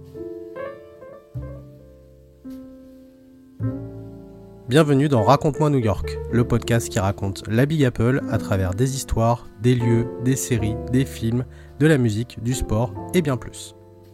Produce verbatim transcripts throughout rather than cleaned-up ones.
Bienvenue dans Raconte-moi New York, le podcast qui raconte la Big Apple à travers des histoires, des lieux, des séries, des films, de la musique, du sport et bien plus.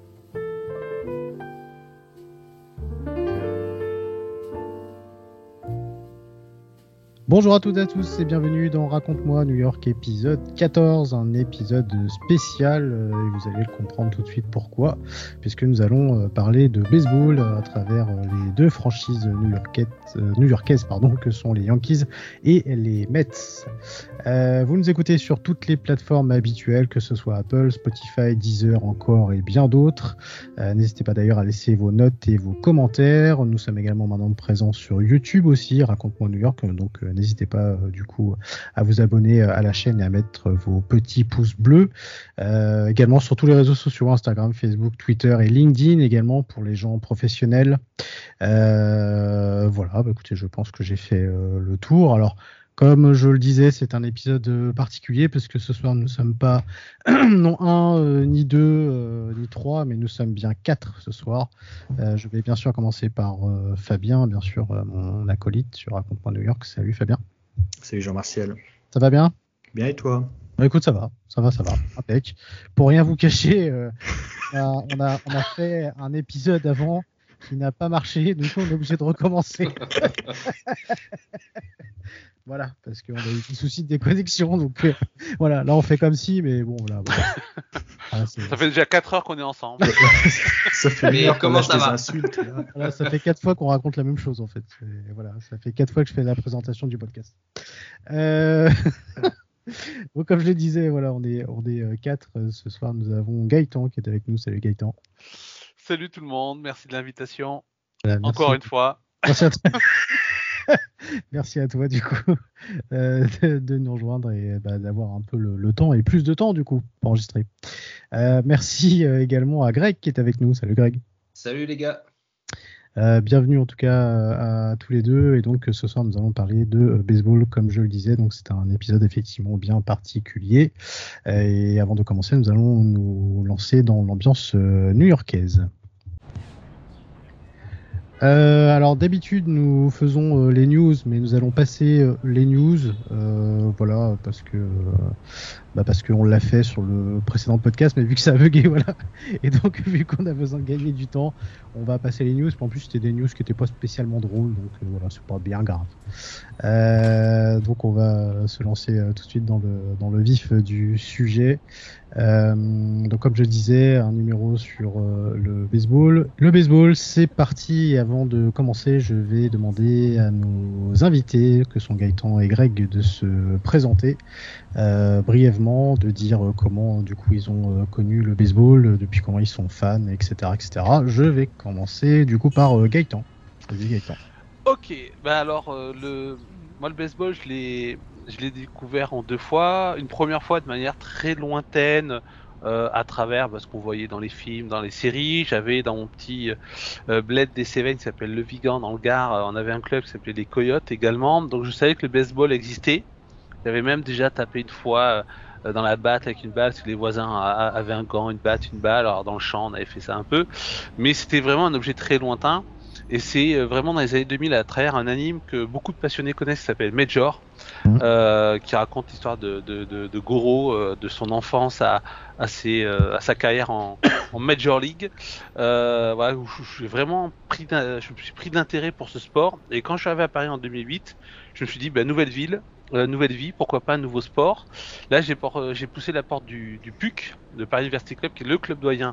Bonjour à toutes et à tous et bienvenue dans Raconte-moi New York épisode quatorze, un épisode spécial euh, et vous allez le comprendre tout de suite pourquoi, puisque nous allons euh, parler de baseball à travers euh, les deux franchises new-yorkaises, euh, new-yorkaises pardon, que sont les Yankees et les Mets. Euh, vous nous écoutez sur toutes les plateformes habituelles, que ce soit Apple, Spotify, Deezer encore et bien d'autres. Euh, n'hésitez pas d'ailleurs à laisser vos notes et vos commentaires. Nous sommes également maintenant présents sur YouTube aussi, Raconte-moi New York, donc euh, n'hésitez pas euh, du coup à vous abonner à la chaîne et à mettre vos petits pouces bleus. Euh, également sur tous les réseaux sociaux, Instagram, Facebook, Twitter et LinkedIn également pour les gens professionnels. Euh, voilà, bah, écoutez, je pense que j'ai fait euh, le tour. Alors, comme je le disais, c'est un épisode particulier parce que ce soir nous ne sommes pas non un, euh, ni deux, euh, ni trois, mais nous sommes bien quatre ce soir. Euh, je vais bien sûr commencer par euh, Fabien, bien sûr euh, mon acolyte sur Raconte-moi New York. Salut Fabien. Salut Jean-Martial. Ça va bien ? Bien et toi ? Bah, écoute, ça va, ça va, ça va. Impec. Pour rien vous cacher, euh, on, a, on, a, on a fait un épisode avant qui n'a pas marché, donc on est obligé de recommencer. Voilà, parce qu'on a eu des soucis de déconnexion, donc euh, voilà, là on fait comme si, mais bon, voilà. voilà. Ah, ça fait déjà quatre heures qu'on est ensemble. Ça fait une heure qu'on lâche des insultes. Là. Voilà, ça fait quatre fois qu'on raconte la même chose en fait. Et voilà, ça fait quatre fois que je fais la présentation du podcast. Euh... bon, comme je le disais, voilà, on est, on est euh, quatre. Ce soir, nous avons Gaëtan qui est avec nous. Salut Gaëtan. Salut tout le monde, merci de l'invitation. Voilà, encore une fois. Merci à toi. Merci à toi du coup euh, de, de nous rejoindre et bah, d'avoir un peu le, le temps et plus de temps du coup pour enregistrer. Euh, merci euh, également à Greg qui est avec nous. Salut Greg. Salut les gars. Euh, bienvenue en tout cas à, à tous les deux et donc ce soir nous allons parler de euh, baseball comme je le disais, donc c'est un épisode effectivement bien particulier euh, et avant de commencer nous allons nous lancer dans l'ambiance euh, new-yorkaise. Euh, alors d'habitude nous faisons euh, les news, mais nous allons passer euh, les news, euh, voilà, parce que euh, bah parce qu'on l'a fait sur le précédent podcast, mais vu que ça a bugué, voilà, et donc vu qu'on a besoin de gagner du temps, on va passer les news. Puis en plus c'était des news qui n'étaient pas spécialement drôles, donc euh, voilà, c'est pas bien grave. Euh, donc on va se lancer euh, tout de suite dans le dans le vif du sujet. Euh, donc comme je disais, un numéro sur euh, le baseball. Le baseball, c'est parti. Et avant de commencer, je vais demander à nos invités, que sont Gaëtan et Greg, de se présenter euh, brièvement, de dire euh, comment du coup ils ont euh, connu le baseball, euh, depuis comment ils sont fans, et cetera, et cetera. Je vais commencer du coup par euh, Gaëtan. Salut Gaëtan. Ok, bah alors euh, le, moi le baseball, je l'ai Je l'ai découvert en deux fois. Une première fois de manière très lointaine, euh, à travers bah, ce qu'on voyait dans les films, dans les séries. J'avais dans mon petit euh, bled des Cévennes qui s'appelle Le Vigan dans le Gard, euh, on avait un club qui s'appelait les Coyotes également. Donc je savais que le baseball existait. J'avais même déjà tapé une fois euh, dans la batte avec une balle, parce que les voisins a, avaient un gant, une batte, une balle. Alors dans le champ, on avait fait ça un peu. Mais c'était vraiment un objet très lointain. Et c'est vraiment dans les années deux mille à travers un anime que beaucoup de passionnés connaissent qui s'appelle Major, mmh. euh, qui raconte l'histoire de, de, de, de Goro, euh, de son enfance à, à, ses, euh, à sa carrière en, en Major League. Euh, voilà, où j'ai vraiment pris, je me suis pris d'intérêt pour ce sport. Et quand je suis arrivé à Paris en deux mille huit, je me suis dit, bah, nouvelle ville, euh, nouvelle vie, pourquoi pas un nouveau sport. Là, j'ai, pour, j'ai poussé la porte du, du P U C, de Paris University Club, qui est le club doyen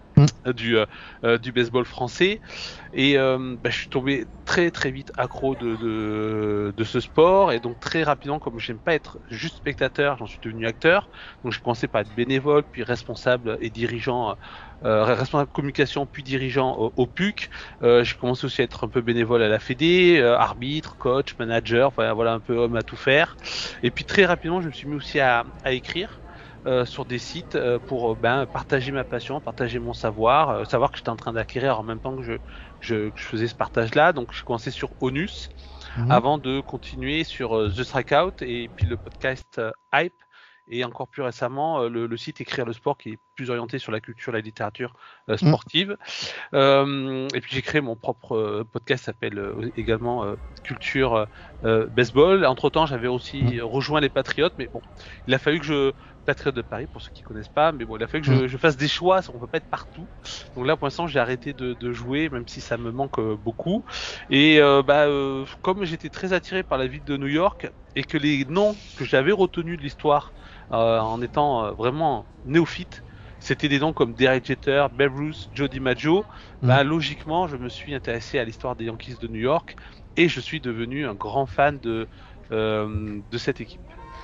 du euh, du baseball français, et euh, bah, je suis tombé très très vite accro de, de de ce sport, et donc très rapidement, comme j'aime pas être juste spectateur, j'en suis devenu acteur. Donc j'ai commencé par être bénévole, puis responsable et dirigeant, euh, responsable de communication, puis dirigeant au, au P U C. Euh, j'ai commencé aussi à être un peu bénévole à la Fédé, euh, arbitre, coach, manager, enfin voilà, un peu homme à tout faire. Et puis très rapidement, je me suis mis aussi à, à écrire. Euh, sur des sites euh, pour ben, partager ma passion, partager mon savoir, euh, savoir que j'étais en train d'acquérir en même temps que je, je, que je faisais ce partage-là. Donc je commençais sur Onus, mmh. avant de continuer sur euh, The Strikeout et puis le podcast euh, Hype et encore plus récemment euh, le, le site Écrire le sport qui est plus orienté sur la culture, la littérature euh, sportive. Mmh. Euh, et puis j'ai créé mon propre euh, podcast qui s'appelle euh, également euh, Culture euh, Baseball. Entre temps, j'avais aussi mmh. rejoint les Patriotes, mais bon, il a fallu que je Patriotes de Paris pour ceux qui connaissent pas, mais bon, il a fallu que je, je fasse des choix, on peut pas être partout. Donc là, pour l'instant, j'ai arrêté de, de jouer, même si ça me manque euh, beaucoup. Et euh, bah, euh, comme j'étais très attiré par la ville de New York et que les noms que j'avais retenus de l'histoire euh, en étant euh, vraiment néophyte, c'était des noms comme Derek Jeter, Babe Ruth, Joe DiMaggio. Mmh. Bah, logiquement, je me suis intéressé à l'histoire des Yankees de New York et je suis devenu un grand fan de euh, de cette équipe.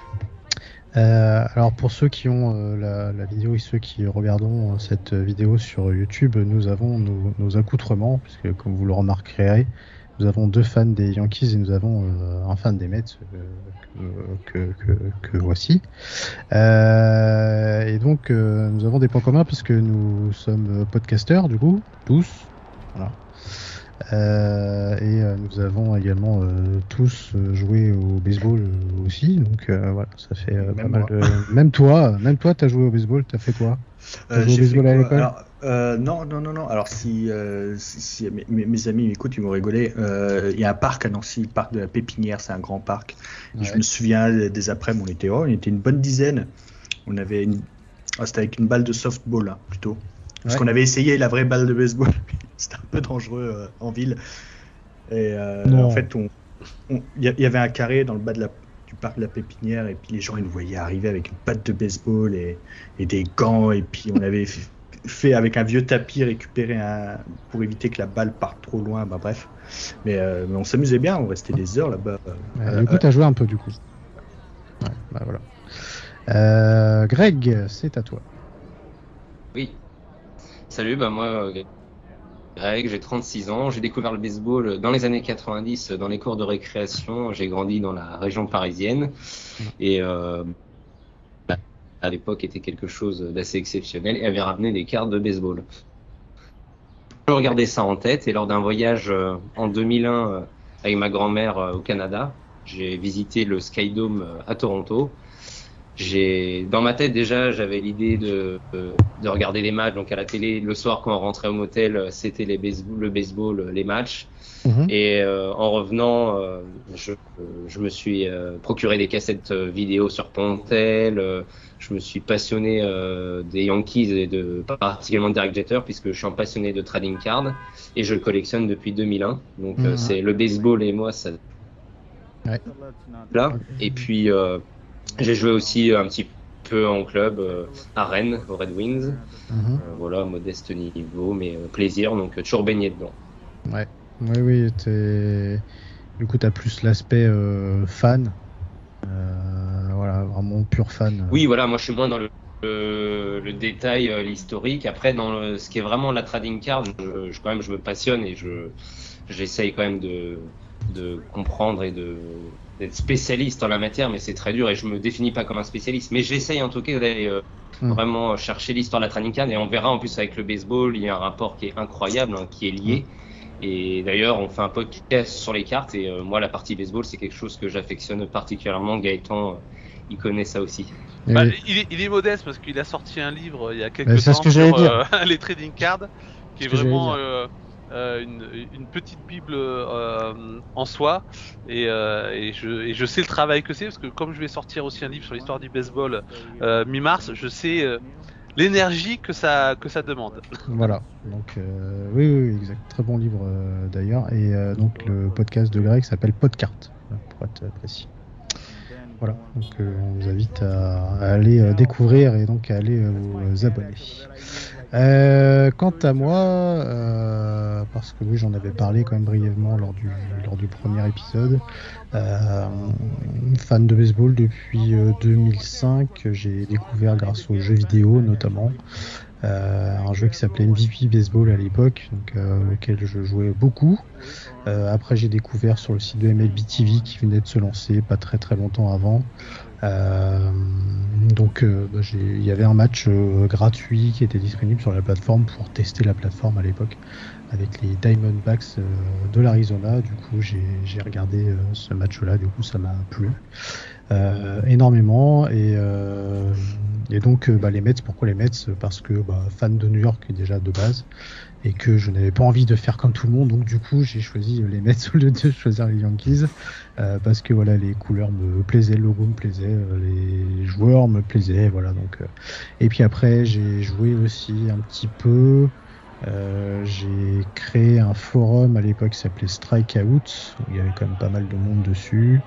Euh, alors pour ceux qui ont euh, la, la vidéo et ceux qui regardons euh, cette vidéo sur YouTube, nous avons nos, nos accoutrements, puisque comme vous le remarquerez, nous avons deux fans des Yankees et nous avons euh, un fan des Mets euh, que, que, que, que voici. Euh, et donc euh, nous avons des points communs puisque nous sommes podcasteurs du coup, tous. Voilà. Euh, et euh, nous avons également euh, tous euh, joué au baseball euh, aussi, donc euh, voilà, ça fait euh, pas mal de... Même toi, même toi, t'as joué au baseball, t'as fait quoi? T'as euh, joué au baseball à l'école? Alors, euh, Non, non, non, non. Alors si, euh, si, si mes, mes amis m'écoutent, ils vont rigoler. Il euh, y a un parc à Nancy, le parc de la Pépinière, c'est un grand parc. Ouais. Je me souviens des après-midi, on était, oh, on était une bonne dizaine. On avait une, oh, c'était avec une balle de softball hein, plutôt. Parce ouais. qu'on avait essayé la vraie balle de baseball, c'était un peu dangereux euh, en ville. Et euh, en fait, il on, y, y avait un carré dans le bas de la, du parc de la Pépinière, et puis les gens ils nous voyaient arriver avec une batte de baseball et, et des gants, et puis on avait fait, fait avec un vieux tapis récupérer un pour éviter que la balle parte trop loin. Bah bref, mais, euh, mais on s'amusait bien, on restait des heures là-bas. Ouais, euh, du coup, euh, t'as joué un peu du coup. Ouais, bah voilà. Euh, Greg, c'est à toi. Oui. Salut, bah moi, Greg, j'ai trente-six ans. J'ai découvert le baseball dans les années quatre-vingt-dix dans les cours de récréation. J'ai grandi dans la région parisienne et euh, à l'époque était quelque chose d'assez exceptionnel et avait ramené des cartes de baseball. Je regardais ça en tête et lors d'un voyage en deux mille un avec ma grand-mère au Canada, j'ai visité le Sky Dome à Toronto. J'ai, dans ma tête déjà, j'avais l'idée de, de, de regarder les matchs. Donc à la télé, le soir quand on rentrait au motel, c'était les baseball, le baseball, les matchs. Mmh. Et euh, en revenant, euh, je, je me suis euh, procuré des cassettes vidéo sur Pontel. Euh, je me suis passionné euh, des Yankees et de particulièrement de Derek Jeter puisque je suis un passionné de trading card et je le collectionne depuis deux mille un. Donc mmh. euh, c'est le baseball et moi ça. Ouais. Là. Et puis. Euh, J'ai joué aussi un petit peu en club euh, à Rennes, aux Red Wings. Mm-hmm. Euh, voilà, modeste niveau, mais euh, plaisir, donc euh, toujours baigné dedans. Ouais, oui, oui. T'es... Du coup, t'as plus l'aspect euh, fan. Euh, voilà, vraiment pur fan. Oui, voilà, moi je suis moins dans le, le, le détail, euh, l'historique. Après, dans le, ce qui est vraiment la trading card, je, je, quand même, je me passionne et je, j'essaye quand même de, de comprendre et de. d'être spécialiste en la matière, mais c'est très dur et je me définis pas comme un spécialiste. Mais j'essaye en tout cas d'aller euh, mmh. vraiment chercher l'histoire de la trading card et on verra en plus avec le baseball, il y a un rapport qui est incroyable, hein, qui est lié. Mmh. Et d'ailleurs, on fait un podcast sur les cartes et euh, moi, la partie baseball, c'est quelque chose que j'affectionne particulièrement. Gaëtan, euh, il connaît ça aussi. Bah, il, est, il est modeste parce qu'il a sorti un livre il y a quelques temps sur euh, les trading cards, qui est, est vraiment Euh, une, une petite bible euh, en soi et, euh, et, je, et je sais le travail que c'est parce que comme je vais sortir aussi un livre sur l'histoire du baseball euh, mi-mars, je sais euh, l'énergie que ça, que ça demande. Voilà, donc euh, oui, oui, exact, très bon livre euh, d'ailleurs et euh, donc le podcast de Greg s'appelle Podcart pour être précis. Voilà, donc euh, on vous invite à, à aller euh, découvrir et donc à aller euh, vous abonner. Euh, quant à moi, euh, parce que oui, j'en avais parlé quand même brièvement lors du lors du premier épisode. Euh, fan de baseball depuis euh, deux mille cinq, j'ai découvert grâce aux jeux vidéo notamment euh, un jeu qui s'appelait M V P Baseball à l'époque, donc euh, auquel je jouais beaucoup. Euh, après, j'ai découvert sur le site de M L B T V qui venait de se lancer pas très très longtemps avant. Euh, donc euh, bah, j'ai, il y avait un match euh, gratuit qui était disponible sur la plateforme pour tester la plateforme à l'époque avec les Diamondbacks euh, de l'Arizona. Du coup j'ai, j'ai regardé euh, ce match là, du coup ça m'a plu. euh, énormément et euh, et donc bah, les Mets, pourquoi les Mets? Parce que bah, fan de New York déjà de base et que je n'avais pas envie de faire comme tout le monde, donc du coup j'ai choisi les Mets au lieu de choisir les Yankees euh, parce que voilà, les couleurs me plaisaient, le logo me plaisait, euh, les joueurs me plaisaient, voilà donc euh, et puis après j'ai joué aussi un petit peu. Euh, j'ai créé un forum à l'époque qui s'appelait Strikeout, où il y avait quand même pas mal de monde dessus.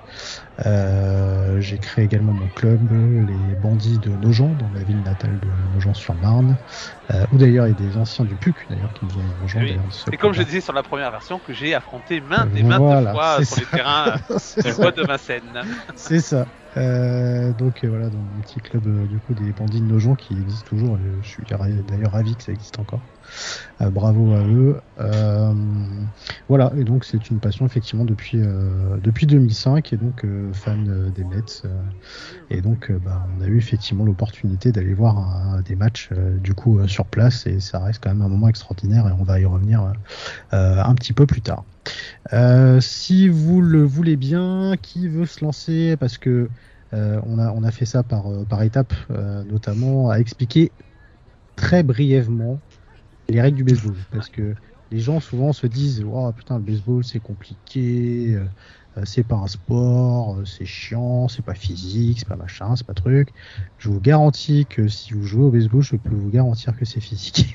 Euh, j'ai créé également mon club, les Bandits de Nogent, dans la ville natale de Nogent-sur-Marne, euh, où d'ailleurs il y a des anciens du P U C d'ailleurs qui nous ont rejoints. Oui. Et comme je disais sur la première version, que j'ai affronté maintes et maintes voilà, fois sur ça. les terrains du bois de Vincennes. C'est ça. Euh, donc euh, voilà, dans mon petit club euh, du coup des Bandits de Nogent qui existe toujours. Euh, je suis d'ailleurs ravi que ça existe encore. Euh, bravo à eux. Euh, voilà, et donc c'est une passion effectivement depuis euh, depuis deux mille cinq et donc euh, fan euh, des Mets. Euh, et donc euh, bah, on a eu effectivement l'opportunité d'aller voir un, des matchs euh, du coup euh, sur place et ça reste quand même un moment extraordinaire et on va y revenir euh, un petit peu plus tard. Euh, si vous le voulez bien, qui veut se lancer? Parce que euh, on a on a fait ça par par étapes, euh, notamment à expliquer très brièvement les règles du baseball, parce que les gens souvent se disent oh putain le baseball c'est compliqué, euh, c'est pas un sport, euh, c'est chiant, c'est pas physique, c'est pas machin, c'est pas truc. Je vous garantis que si vous jouez au baseball, je peux vous garantir que c'est physique.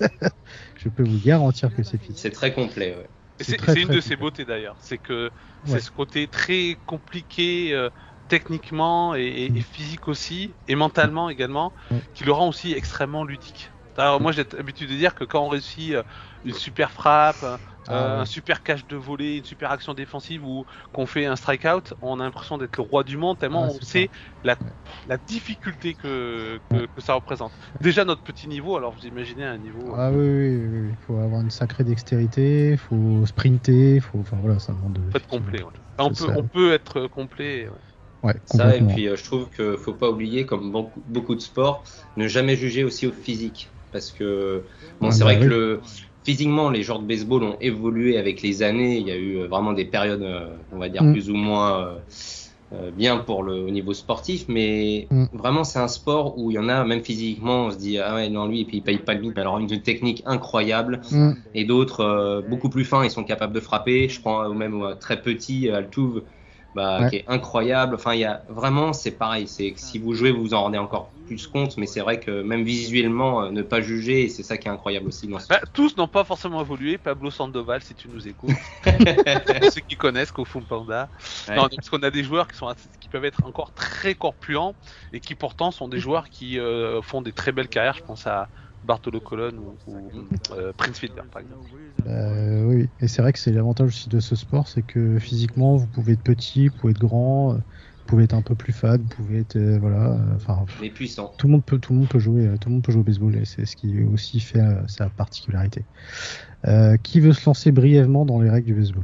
Je peux vous garantir que c'est physique. C'est très complet, ouais. C'est, c'est, très, c'est une très de ses beautés d'ailleurs, c'est que ouais. C'est ce côté très compliqué euh, techniquement et, et, et physique aussi, et mentalement également, ouais. Qui le rend aussi extrêmement ludique. Alors moi j'ai l'habitude de dire que quand on réussit une super frappe, ah, euh, ouais. un super catch de volée, une super action défensive ou qu'on fait un strikeout, on a l'impression d'être le roi du monde tellement ah, on sait la, la difficulté que, que, que ça représente. Déjà notre petit niveau, alors vous imaginez un niveau... Ah oui, oui, oui, il faut avoir une sacrée dextérité, il faut sprinter, il faut... Enfin voilà, ça demande... Faut être complet, ouais. on, peut, on peut être complet... Ouais. Ouais, ça et puis euh, je trouve qu'il faut pas oublier, comme beaucoup, beaucoup de sports, ne jamais juger aussi au physique. Parce que bon, ah c'est bah vrai oui. que le, physiquement, les joueurs de baseball ont évolué avec les années. Il y a eu vraiment des périodes, euh, on va dire, mm. plus ou moins euh, euh, bien pour le au niveau sportif. Mais mm. vraiment, c'est un sport où il y en a, même physiquement, on se dit ah ouais, non, lui, et puis il paye pas le bide. Alors, une technique incroyable. Mm. Et d'autres, euh, beaucoup plus fins, ils sont capables de frapper. Je prends même euh, très petit, Altuve, bah, ouais. qui est incroyable. Enfin, il y a vraiment, c'est pareil. C'est que si vous jouez, vous vous en rendez encore plus compte, mais c'est vrai que même visuellement, euh, ne pas juger, et c'est ça qui est incroyable aussi. Dans ce bah, tous n'ont pas forcément évolué. Pablo Sandoval, si tu nous écoutes, ceux qui connaissent Kung-Fu Panda. Ouais. Non, parce qu'on a des joueurs qui sont qui peuvent être encore très corpulents et qui pourtant sont des joueurs qui euh, font des très belles carrières. Je pense à Bartolo Colon ou, ou euh, Prince Fielder par exemple. Euh, oui, et c'est vrai que c'est l'avantage aussi de ce sport, c'est que physiquement vous pouvez être petit, vous pouvez être grand, vous pouvez être un peu plus fade, vous pouvez être euh, voilà, enfin. Mais puissant. Tout le monde peut, tout le monde peut jouer, tout le monde peut jouer au baseball et c'est ce qui aussi fait euh, sa particularité. Euh, qui veut se lancer brièvement dans les règles du baseball?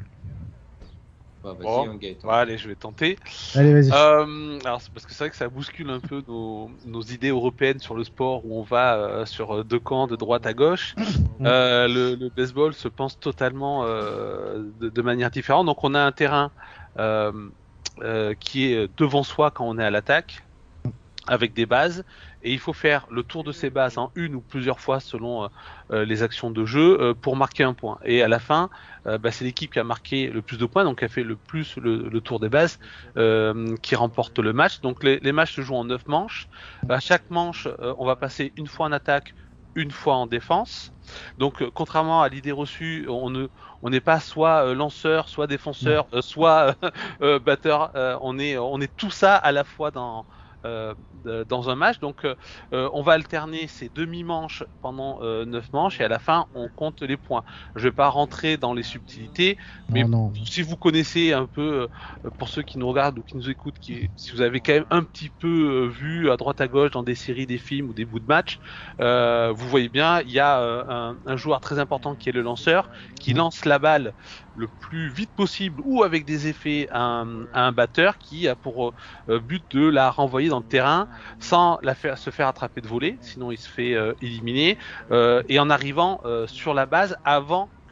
Bah, vas-y, bon, hein, Gaëtan. bah, allez, je vais tenter. Allez, vas-y. Euh, alors, c'est parce que c'est vrai que ça bouscule un peu nos, nos idées européennes sur le sport où on va euh, sur deux camps de droite à gauche. euh, le, le baseball se pense totalement euh, de, de manière différente. Donc, on a un terrain euh, euh, qui est devant soi quand on est à l'attaque, avec des bases. Et il faut faire le tour de ces bases en une ou plusieurs fois selon euh, les actions de jeu euh, pour marquer un point. Et à la fin, euh, bah, c'est l'équipe qui a marqué le plus de points, donc qui a fait le plus le, le tour des bases, euh, qui remporte le match. Donc les, les matchs se jouent en neuf manches. À chaque manche, euh, on va passer une fois en attaque, une fois en défense. Donc euh, contrairement à l'idée reçue, on ne on n'est pas soit euh, lanceur, soit défenseur, euh, soit euh, batteur. Euh, on est on est tout ça à la fois dans Euh, dans un match, donc euh, on va alterner ces demi-manches pendant euh, neuf manches et à la fin on compte les points. Je vais pas rentrer dans les subtilités, mais non, non. si vous connaissez un peu, euh, pour ceux qui nous regardent ou qui nous écoutent, qui, si vous avez quand même un petit peu euh, vu à droite à gauche dans des séries, des films ou des bouts de match, euh, vous voyez bien, il y a euh, un, un joueur très important qui est le lanceur, qui lance la balle le plus vite possible ou avec des effets à un, à un batteur qui a pour euh, but de la renvoyer dans le terrain sans la faire, se faire attraper de volée, sinon il se fait euh, éliminer, euh, et en arrivant euh, sur la base avant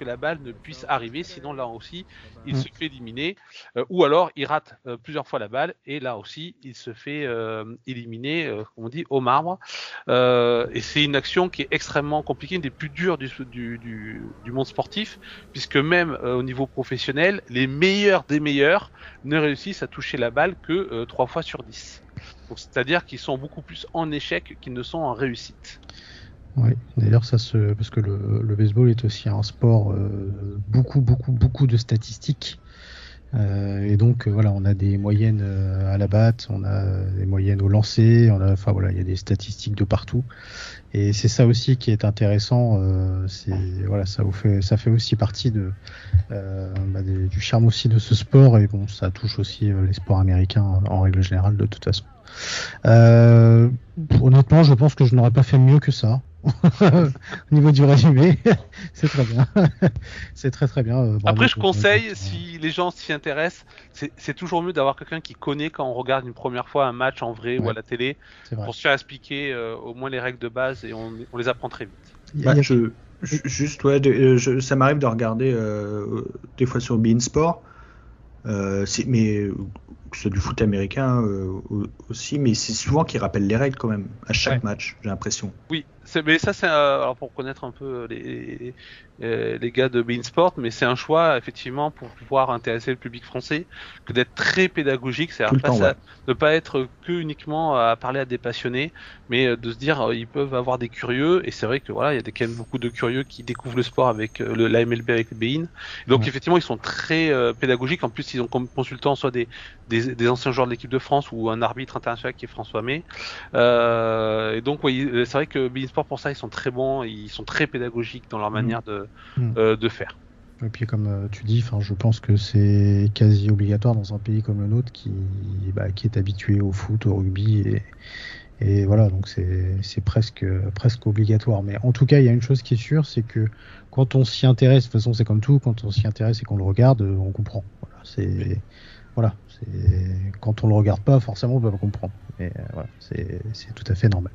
que la balle ne puisse arriver, sinon là aussi il Mm. se fait éliminer, euh, ou alors il rate euh, plusieurs fois la balle et là aussi il se fait euh, éliminer, euh, comme on dit, au marbre. Euh, et c'est une action qui est extrêmement compliquée, une des plus dures du, du, du, du monde sportif, puisque même euh, au niveau professionnel, les meilleurs des meilleurs ne réussissent à toucher la balle que euh, trois fois sur dix. Donc, c'est-à-dire qu'ils sont beaucoup plus en échec qu'ils ne sont en réussite. Oui, d'ailleurs, ça se. Parce que le, le baseball est aussi un sport, euh, beaucoup, beaucoup, beaucoup de statistiques. Euh, et donc, euh, voilà, on a des moyennes euh, à la batte, on a des moyennes au lancer, on a, enfin, voilà, il y a des statistiques de partout. Et c'est ça aussi qui est intéressant. Euh, c'est, voilà, ça, vous fait, ça fait aussi partie de, euh, bah, des- du charme aussi de ce sport. Et bon, ça touche aussi euh, les sports américains en règle générale, de toute façon. Euh, honnêtement, je pense que je n'aurais pas fait mieux que ça. Au niveau du résumé, c'est très bien. C'est très très bien. Euh, bravo Après, je pour- conseille, pour- si les gens s'y intéressent, c'est, c'est toujours mieux d'avoir quelqu'un qui connaît quand on regarde une première fois un match en vrai ou Ouais. à la télé, C'est vrai. pour se faire expliquer euh, au moins les règles de base et on, on les apprend très vite. Il y a- Bah, il y a- je, ju- juste, ouais, de- euh, je- ça m'arrive de regarder euh, des fois sur beIN Sport, euh, c'est- mais euh, que ce soit du foot américain euh, au- aussi, mais c'est souvent qu'ils rappellent les règles quand même à chaque Ouais. match, j'ai l'impression. Oui, c'est, mais ça c'est euh, alors pour connaître un peu les euh, les gars de beIN Sport, mais c'est un choix effectivement pour pouvoir intéresser le public français que d'être très pédagogique, Tout c'est-à-dire le pas temps, ça- ouais. ne pas être que uniquement à parler à des passionnés, mais euh, de se dire euh, ils peuvent avoir des curieux et c'est vrai que voilà il y a des, quand même beaucoup de curieux qui découvrent le sport avec euh, le, la M L B avec le beIN. Donc Ouais. effectivement ils sont très euh, pédagogiques. En plus ils ont comme consultants soit des, des des anciens joueurs de l'équipe de France ou un arbitre international qui est François May. Euh, et donc oui c'est vrai que beIN Sport pour ça ils sont très bons, ils sont très pédagogiques dans leur Mhm. manière de Mhm. euh, de faire. Et puis comme euh, tu dis, enfin, je pense que c'est quasi obligatoire dans un pays comme le nôtre qui, bah, qui est habitué au foot, au rugby et, et voilà, donc c'est, c'est presque, presque obligatoire. Mais en tout cas, il y a une chose qui est sûre, c'est que quand on s'y intéresse, de toute façon c'est comme tout, quand on s'y intéresse et qu'on le regarde, euh, on comprend. Voilà, c'est, voilà, c'est, quand on le regarde pas, forcément on peut pas comprendre. Mais euh, voilà, c'est, c'est tout à fait normal.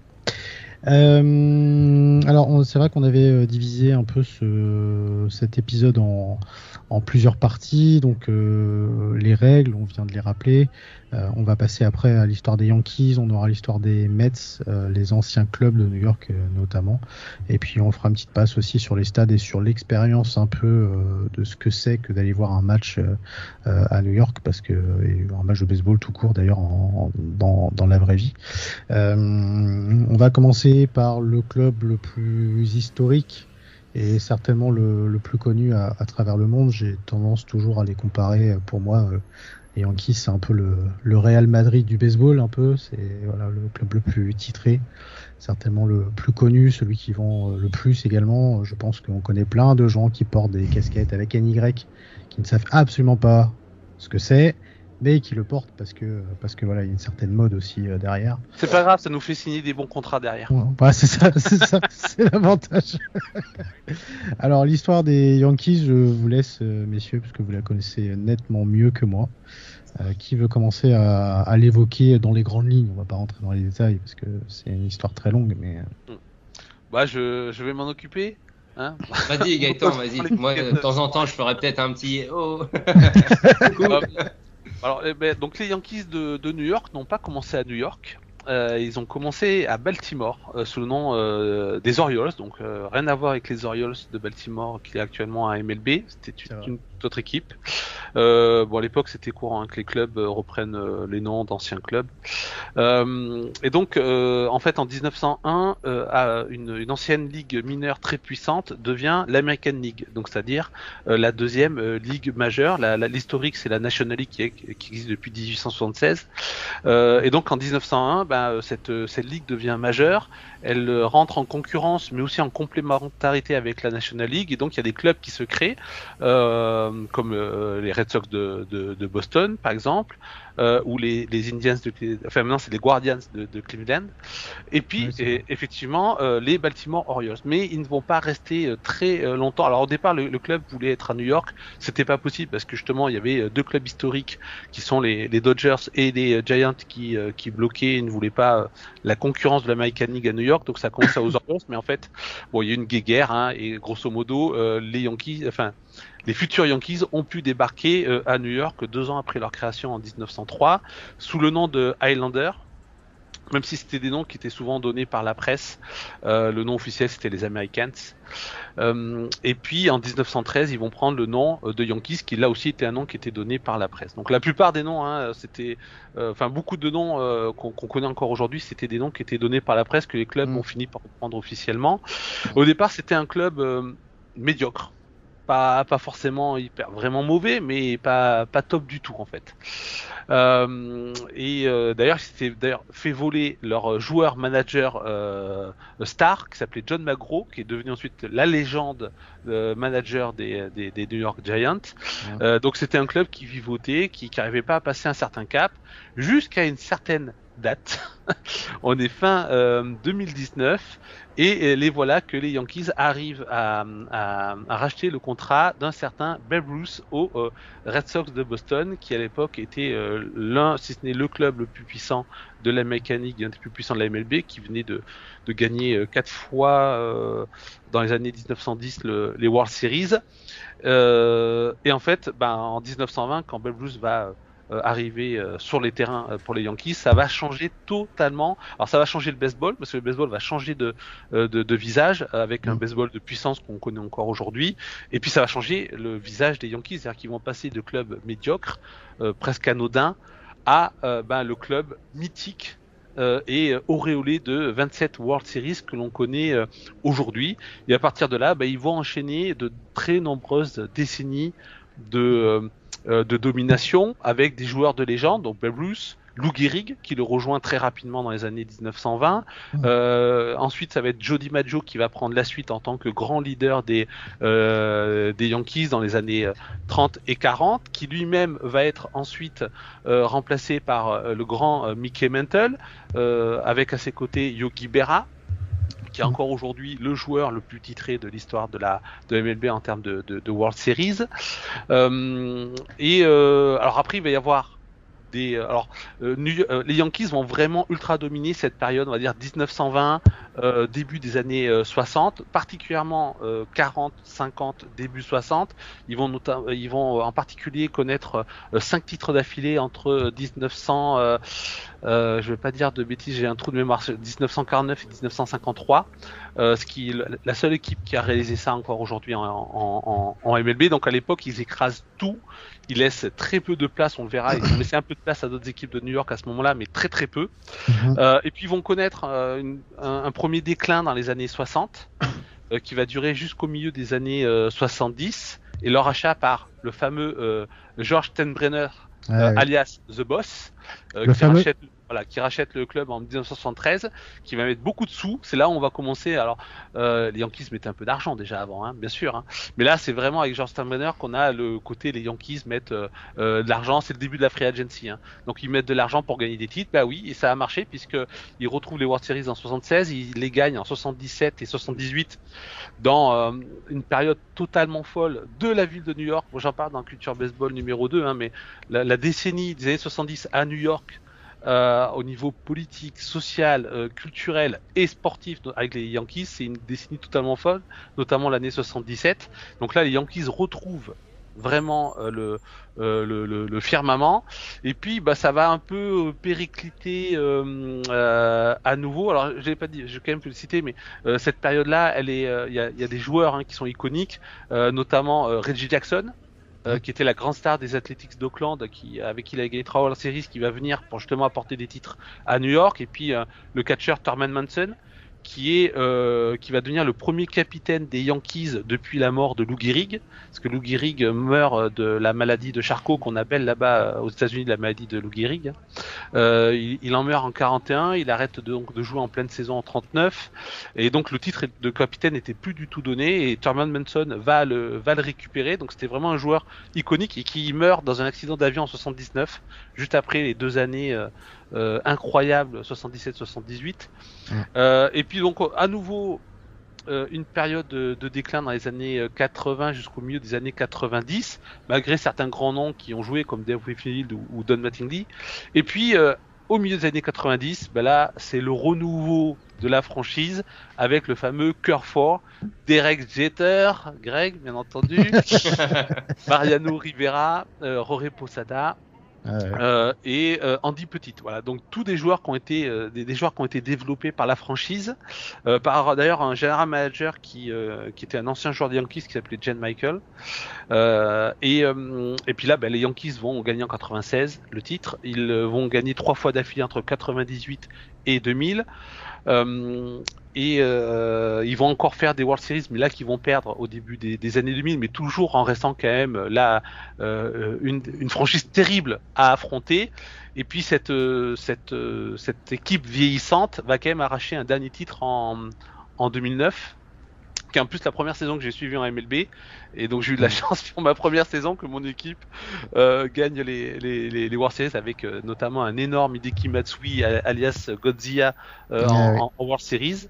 Euh, alors, on- c'est vrai qu'on avait euh, divisé un peu ce, cet épisode en, en plusieurs parties. Donc, euh, les règles, on vient de les rappeler. Euh, on va passer après à l'histoire des Yankees. On aura l'histoire des Mets, euh, les anciens clubs de New York euh, notamment. Et puis, on fera une petite passe aussi sur les stades et sur l'expérience un peu euh, de ce que c'est que d'aller voir un match euh, euh, à New York, parce que et un match de baseball tout court d'ailleurs en, en- dans, dans la vraie vie. Euh, on va commencer par le club le plus historique et certainement le, le plus connu à, à travers le monde. J'ai tendance toujours à les comparer. euh, Pour moi, euh, les Yankees, c'est un peu le, le Real Madrid du baseball, un peu. C'est voilà, le club le plus titré, certainement le plus connu, celui qui vend euh, le plus également. Je pense qu'on connaît plein de gens qui portent des casquettes avec un Y, qui ne savent absolument pas ce que c'est, mais qui le portent parce que parce que voilà, il y a une certaine mode aussi euh, derrière. C'est pas grave, ça nous fait signer des bons contrats derrière. Ouais, bah, c'est ça, c'est ça, c'est l'avantage. Alors l'histoire des Yankees, je vous laisse, euh, messieurs, parce que vous la connaissez nettement mieux que moi. Euh, qui veut commencer à, à l'évoquer dans les grandes lignes? On va pas rentrer dans les détails parce que c'est une histoire très longue, mais Bah je, je vais m'en occuper. Hein. Vas-y Gaëtan, vas-y. Moi, de temps en temps, je ferai peut-être un petit oh. Euh, Alors, eh ben, donc les Yankees de, de New York n'ont pas commencé à New York. Euh, ils ont commencé à Baltimore euh, sous le nom euh, des Orioles, donc euh, rien à voir avec les Orioles de Baltimore qui est actuellement à M L B. C'était une, une autre équipe. Euh, bon, à l'époque, c'était courant hein, que les clubs euh, reprennent euh, les noms d'anciens clubs. Euh, et donc, euh, en fait, en dix-neuf cent un, euh, une, une ancienne ligue mineure très puissante devient l'American League, donc c'est-à-dire euh, la deuxième euh, ligue majeure. La, la, l'historique, c'est la National League qui, est, qui existe depuis dix-huit cent soixante-seize. Euh, et donc, en dix-neuf cent un, ben, cette, cette ligue devient majeure. Elle rentre en concurrence, mais aussi en complémentarité avec la National League. Et donc, il y a des clubs qui se créent, euh, comme euh, les Red Sox de, de, de Boston, par exemple. euh, ou les, les Indians de Cleveland, enfin maintenant c'est les Guardians de, de Cleveland, et puis Ouais, et, effectivement euh, les Baltimore Orioles. Mais ils ne vont pas rester euh, très euh, longtemps. Alors au départ le, le club voulait être à New York, c'était pas possible parce que justement il y avait euh, deux clubs historiques qui sont les, les Dodgers et les euh, Giants qui, euh, qui bloquaient, ne voulaient pas euh, la concurrence de l'American League à New York, donc ça commençait aux Orioles, mais en fait bon il y a eu une guéguerre hein, et grosso modo euh, les Yankees, enfin les futurs Yankees ont pu débarquer euh, à New York deux ans après leur création en dix-neuf cent trois sous le nom de Highlander, même si c'était des noms qui étaient souvent donnés par la presse. Euh, le nom officiel c'était les Americans. Euh, et puis en dix-neuf cent treize ils vont prendre le nom de Yankees, qui là aussi était un nom qui était donné par la presse. Donc la plupart des noms, hein, c'était, enfin euh, beaucoup de noms euh, qu'on, qu'on connaît encore aujourd'hui, c'était des noms qui étaient donnés par la presse que les clubs mmh. ont fini par prendre officiellement. Au départ c'était un club euh, médiocre. Pas, pas forcément hyper vraiment mauvais, mais pas, pas top du tout en fait. Euh, et euh, d'ailleurs, ils s'étaient d'ailleurs fait voler leur joueur manager euh, star qui s'appelait John McGraw, qui est devenu ensuite la légende euh, manager des, des, des New York Giants. Ouais. Euh, donc c'était un club qui vivotait, qui n'arrivait pas à passer un certain cap, jusqu'à une certaine date. On est fin euh, deux mille dix-neuf et les voilà que les Yankees arrivent à, à, à racheter le contrat d'un certain Babe Ruth aux euh, Red Sox de Boston, qui à l'époque était euh, l'un, si ce n'est le club le plus puissant de l'American League, un des plus puissants de la M L B, qui venait de, de gagner euh, quatre fois euh, dans les années dix-neuf cent dix le, les World Series. Euh, et en fait, ben, en dix-neuf cent vingt, quand Babe Ruth va Euh, arriver euh, sur les terrains euh, pour les Yankees, ça va changer totalement. Alors ça va changer le baseball, parce que le baseball va changer de, euh, de, de visage, avec mmh. un baseball de puissance qu'on connaît encore aujourd'hui, et puis ça va changer le visage des Yankees, c'est-à-dire qu'ils vont passer de club médiocre, euh, presque anodin, à euh, ben, le club mythique euh, et euh, auréolé de vingt-sept World Series que l'on connaît euh, aujourd'hui. Et à partir de là, ben, ils vont enchaîner de très nombreuses décennies de... Euh, de domination avec des joueurs de légende, donc Babe Ruth, Lou Gehrig qui le rejoint très rapidement dans les années dix-neuf cent vingt. Mmh. Euh, ensuite, ça va être Joe DiMaggio qui va prendre la suite en tant que grand leader des, euh, des Yankees dans les années trente et quarante, qui lui-même va être ensuite euh, remplacé par euh, le grand euh, Mickey Mantle, euh, avec à ses côtés Yogi Berra, qui est encore aujourd'hui le joueur le plus titré de l'histoire de la de M L B en termes de, de, de World Series. Euh, et euh, alors après il va y avoir des alors euh, New, euh, les Yankees vont vraiment ultra dominer cette période, on va dire dix-neuf cent vingt, euh, début des années euh, soixante, particulièrement euh, quarante, cinquante, début soixante. Ils vont notamment, ils vont en particulier connaître euh, cinq titres d'affilée entre dix-neuf cents, euh, euh, je vais pas dire de bêtises, j'ai un trou de mémoire, dix-neuf cent quarante-neuf et dix-neuf cent cinquante-trois, euh, ce qui la seule équipe qui a réalisé ça encore aujourd'hui en, en, en, en M L B. Donc à l'époque ils écrasent tout. Ils laissent très peu de place, on le verra. Ils ont laissé un peu de place à d'autres équipes de New York à ce moment-là, mais très très peu. Mm-hmm. Euh, et puis ils vont connaître euh, une, un, un premier déclin dans les années soixante, euh, qui va durer jusqu'au milieu des années euh, soixante-dix. Et leur achat par le fameux euh, George Steinbrenner, ah, euh, oui. alias The Boss, euh, qui fameux... rachète voilà, qui rachète le club en dix-neuf cent soixante-treize, qui va mettre beaucoup de sous. C'est là où on va commencer. Alors, euh, les Yankees mettaient un peu d'argent déjà avant, hein, bien sûr. Hein. Mais là, c'est vraiment avec George Steinbrenner qu'on a le côté les Yankees mettent euh, euh, de l'argent. C'est le début de la free agency. Hein. Donc, ils mettent de l'argent pour gagner des titres. Bah oui, et ça a marché puisque ils retrouvent les World Series en soixante-seize, ils les gagnent en soixante-dix-sept et soixante-dix-huit dans euh, une période totalement folle de la ville de New York. Bon, j'en parle dans Culture Baseball numéro deux, hein, mais la, la décennie des années soixante-dix à New York, Euh, au niveau politique, social, euh, culturel et sportif avec les Yankees, c'est une décennie totalement folle, notamment l'année soixante-dix-sept. Donc là, les Yankees retrouvent vraiment euh, le, euh, le, le, le firmament, et puis bah ça va un peu péricliter euh, euh, à nouveau. Alors je l'ai pas dit, je vais quand même le citer, mais euh, cette période-là, elle est, il euh, y, a, y a des joueurs hein, qui sont iconiques, euh, notamment euh, Reggie Jackson. Euh, qui était la grande star des Athletics d'Oakland, qui, avec qui il a gagné trois World Series, qui va venir pour justement apporter des titres à New York, et puis euh, le catcheur Thurman Munson, qui est euh, qui va devenir le premier capitaine des Yankees depuis la mort de Lou Gehrig, parce que Lou Gehrig meurt de la maladie de Charcot qu'on appelle là-bas aux États-Unis la maladie de Lou Gehrig. Euh, il, il en meurt en quarante et un, il arrête de, donc de jouer en pleine saison en trente-neuf, et donc le titre de capitaine n'était plus du tout donné, et Thurman Munson va le va le récupérer. Donc c'était vraiment un joueur iconique et qui meurt dans un accident d'avion en soixante-dix-neuf, juste après les deux années euh, euh, incroyables soixante-dix-sept soixante-dix-huit. Mmh. Euh, et puis donc à nouveau euh, une période de, de déclin dans les années quatre-vingts jusqu'au milieu des années quatre-vingt-dix, malgré certains grands noms qui ont joué comme Dave Winfield ou, ou Don Mattingly. Et puis euh, au milieu des années quatre-vingt-dix, ben là c'est le renouveau de la franchise avec le fameux Cœur Fort, Derek Jeter, Greg bien entendu, Mariano Rivera, euh, Jorge Posada. Ah ouais. euh, et euh, Andy Pettitte, voilà, donc tous des joueurs qui ont été euh, des, des joueurs qui ont été développés par la franchise, euh, par d'ailleurs un general manager qui euh, qui était un ancien joueur des Yankees qui s'appelait Jen Michael, euh, et euh, et puis là ben, les Yankees vont gagner en quatre-vingt-seize le titre, ils vont gagner trois fois d'affilée entre quatre-vingt-dix-huit et deux mille. Euh, et euh, ils vont encore faire des World Series, mais là qu'ils vont perdre au début des, des années deux mille, mais toujours en restant quand même là euh, une, une franchise terrible à affronter. Et puis cette cette cette équipe vieillissante va quand même arracher un dernier titre en en deux mille neuf, qui est en plus la première saison que j'ai suivie en M L B, et donc j'ai eu de la chance pour ma première saison que mon équipe euh, gagne les, les, les, les World Series avec euh, notamment un énorme Hideki Matsui alias Godzilla euh, ah, en, oui. en, en World Series.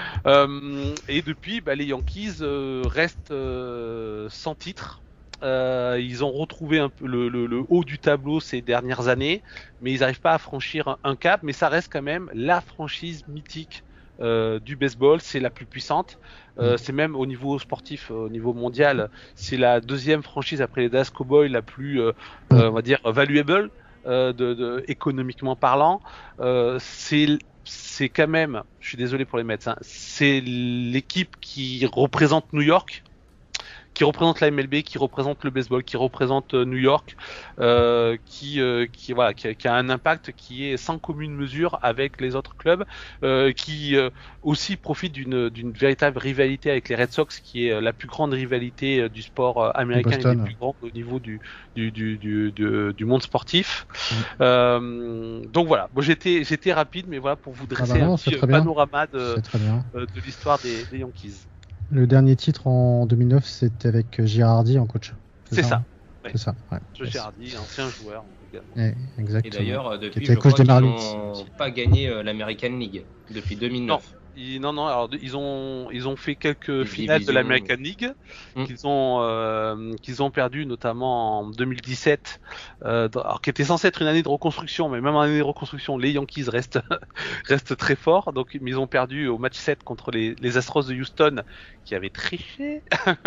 Euh, et depuis, bah, les Yankees euh, restent euh, sans titre. Euh, ils ont retrouvé un peu le, le, le haut du tableau ces dernières années, mais ils n'arrivent pas à franchir un, un cap. Mais ça reste quand même la franchise mythique Euh, du baseball, c'est la plus puissante. Euh, c'est même au niveau sportif, au niveau mondial, c'est la deuxième franchise après les Dallas Cowboys la plus, euh, euh, on va dire, valuable, euh, de, de, économiquement parlant. Euh, c'est c'est quand même, je suis désolé pour les Mets, hein, c'est l'équipe qui représente New York, qui représente la M L B, qui représente le baseball, qui représente New York, euh, qui, euh, qui, voilà, qui a, qui a un impact qui est sans commune mesure avec les autres clubs, euh, qui euh, aussi profite d'une, d'une véritable rivalité avec les Red Sox, qui est la plus grande rivalité du sport américain et la plus grande au niveau du, du, du, du, du, du monde sportif. Mmh. Euh, donc voilà, bon, j'étais, j'étais rapide, mais voilà pour vous dresser ah bah non, un petit panorama de, de l'histoire des, des Yankees. Le dernier titre en deux mille neuf, c'était avec Girardi en coach. C'est, c'est ça. ça. Ouais. C'est ça. Ouais. Joe Girardi, ancien joueur également. Et, exactement. Et d'ailleurs, depuis, je crois qu'ils n'ont pas gagné euh, l'American League depuis deux mille neuf. Non. Ils, non, non, alors ils ont, ils ont fait quelques Les finales divisions. de l'American League mmh. qu'ils ont, euh, qu'ils ont perdu notamment en deux mille dix-sept, euh, alors qui était censé être une année de reconstruction, mais même en année de reconstruction, les Yankees restent, restent très forts, donc ils ont perdu au match sept contre les, les Astros de Houston, qui avaient triché.